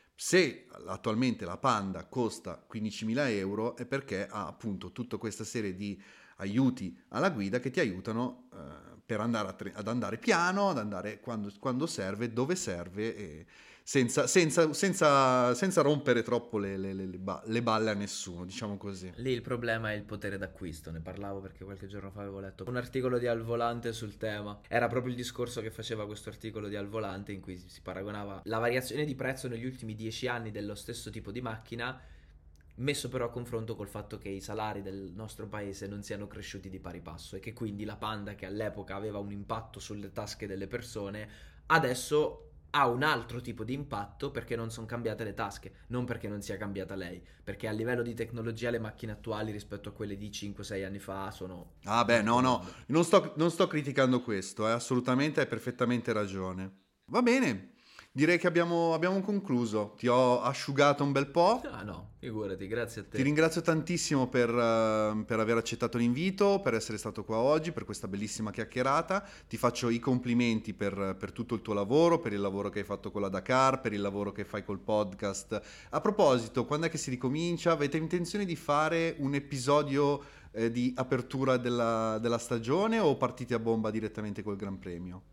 Speaker 1: Se attualmente la Panda costa quindicimila euro è perché ha appunto tutta questa serie di aiuti alla guida che ti aiutano eh, per andare a tre- ad andare piano, ad andare quando, quando serve, dove serve, e senza, senza, senza, senza rompere troppo le, le, le, le ba- le balle a nessuno, diciamo così.
Speaker 2: Lì il problema è il potere d'acquisto, ne parlavo perché qualche giorno fa avevo letto un articolo di Al Volante sul tema. Era proprio il discorso che faceva questo articolo di Al Volante, in cui si paragonava la variazione di prezzo negli ultimi dieci anni dello stesso tipo di macchina, messo però a confronto col fatto che i salari del nostro paese non siano cresciuti di pari passo, e che quindi la Panda, che all'epoca aveva un impatto sulle tasche delle persone, adesso ha un altro tipo di impatto perché non sono cambiate le tasche, non perché non sia cambiata lei, perché a livello di tecnologia le macchine attuali rispetto a quelle di cinque sei anni fa sono...
Speaker 1: Ah beh, no, no, non sto, non sto criticando questo, eh, assolutamente, hai perfettamente ragione. Va bene, direi che abbiamo, abbiamo concluso, ti ho asciugato un bel po'.
Speaker 2: Ah no, figurati, grazie a te.
Speaker 1: Ti ringrazio tantissimo per, eh, per aver accettato l'invito, per essere stato qua oggi, per questa bellissima chiacchierata. Ti faccio i complimenti per, per tutto il tuo lavoro, per il lavoro che hai fatto con la Dakar, per il lavoro che fai col podcast. A proposito, quando è che si ricomincia? Avete intenzione di fare un episodio eh, di apertura della, della stagione, o partite a bomba direttamente col Gran Premio?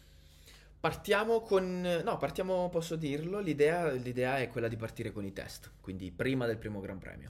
Speaker 2: Partiamo con... No, partiamo, posso dirlo, l'idea, l'idea è quella di partire con i test, quindi prima del primo Gran Premio.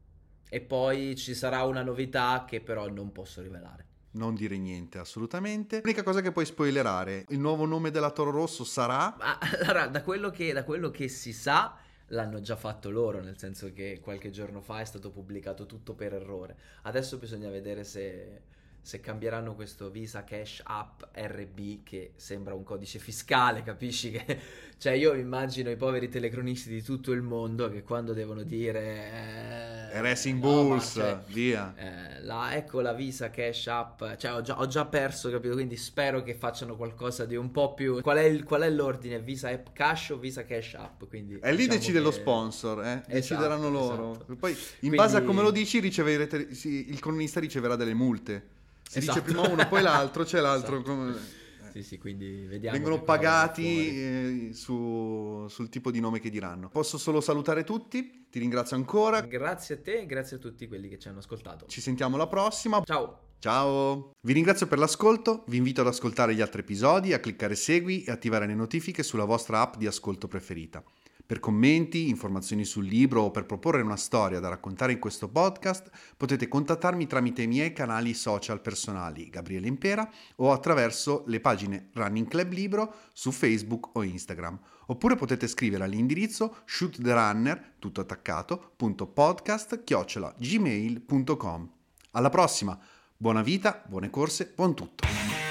Speaker 2: E poi ci sarà una novità che però non posso rivelare.
Speaker 1: Non dire niente, assolutamente. L'unica cosa che puoi spoilerare, il nuovo nome della Toro Rosso sarà...
Speaker 2: Ma allora, da quello che, da quello che si sa, l'hanno già fatto loro, nel senso che qualche giorno fa è stato pubblicato tutto per errore. Adesso bisogna vedere se... se cambieranno questo Visa Cash App R B, che sembra un codice fiscale, capisci? Che cioè io immagino i poveri telecronisti di tutto il mondo che quando devono dire Eh,
Speaker 1: Racing
Speaker 2: no,
Speaker 1: Bulls,
Speaker 2: ma, cioè,
Speaker 1: via.
Speaker 2: eh, la, ecco la Visa Cash App, cioè ho già, ho già perso, capito? Quindi spero che facciano qualcosa di un po' più... Qual è, il, qual è l'ordine? Visa App Cash o Visa Cash App? Quindi,
Speaker 1: E lì
Speaker 2: diciamo
Speaker 1: decide
Speaker 2: che...
Speaker 1: lo sponsor, eh?
Speaker 2: Esatto,
Speaker 1: decideranno loro.
Speaker 2: esatto.
Speaker 1: Poi, in
Speaker 2: Quindi...
Speaker 1: base a come lo dici, riceverete, sì, il cronista riceverà delle multe. Si
Speaker 2: Esatto.
Speaker 1: dice prima uno, poi l'altro, c'è l'altro.
Speaker 2: Esatto.
Speaker 1: Come...
Speaker 2: Sì, sì, quindi vediamo.
Speaker 1: Vengono
Speaker 2: che cosa verrà
Speaker 1: pagati
Speaker 2: fuori.
Speaker 1: eh, su, sul tipo di nome che diranno. Posso solo salutare tutti, ti ringrazio ancora.
Speaker 2: Grazie a te e grazie a tutti quelli che ci hanno ascoltato.
Speaker 1: Ci sentiamo alla prossima.
Speaker 2: Ciao.
Speaker 1: Ciao! Vi ringrazio per l'ascolto, vi invito ad ascoltare gli altri episodi, a cliccare segui e attivare le notifiche sulla vostra app di ascolto preferita. Per commenti, informazioni sul libro o per proporre una storia da raccontare in questo podcast, potete contattarmi tramite i miei canali social personali, Gabriele Impera, o attraverso le pagine Running Club Libro su Facebook o Instagram. Oppure potete scrivere all'indirizzo shoottherunner, tutto attaccato, punto podcast chiocciola gmail punto com. Alla prossima! Buona vita, buone corse, buon tutto!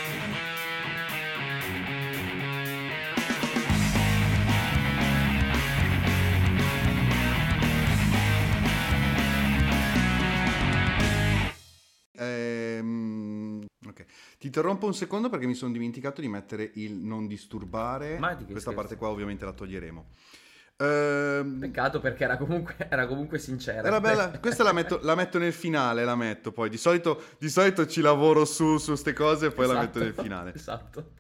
Speaker 1: Ehm, ok, ti interrompo un secondo perché mi sono dimenticato di mettere il non disturbare.
Speaker 2: Ma di che
Speaker 1: Questa
Speaker 2: scherzi.
Speaker 1: parte qua ovviamente la toglieremo. Ehm,
Speaker 2: Peccato perché era comunque, era comunque sincera.
Speaker 1: Era bella, questa la metto, la metto nel finale, la metto poi. Di solito, di solito ci lavoro su, su ste cose e poi la metto nel finale.
Speaker 2: Esatto.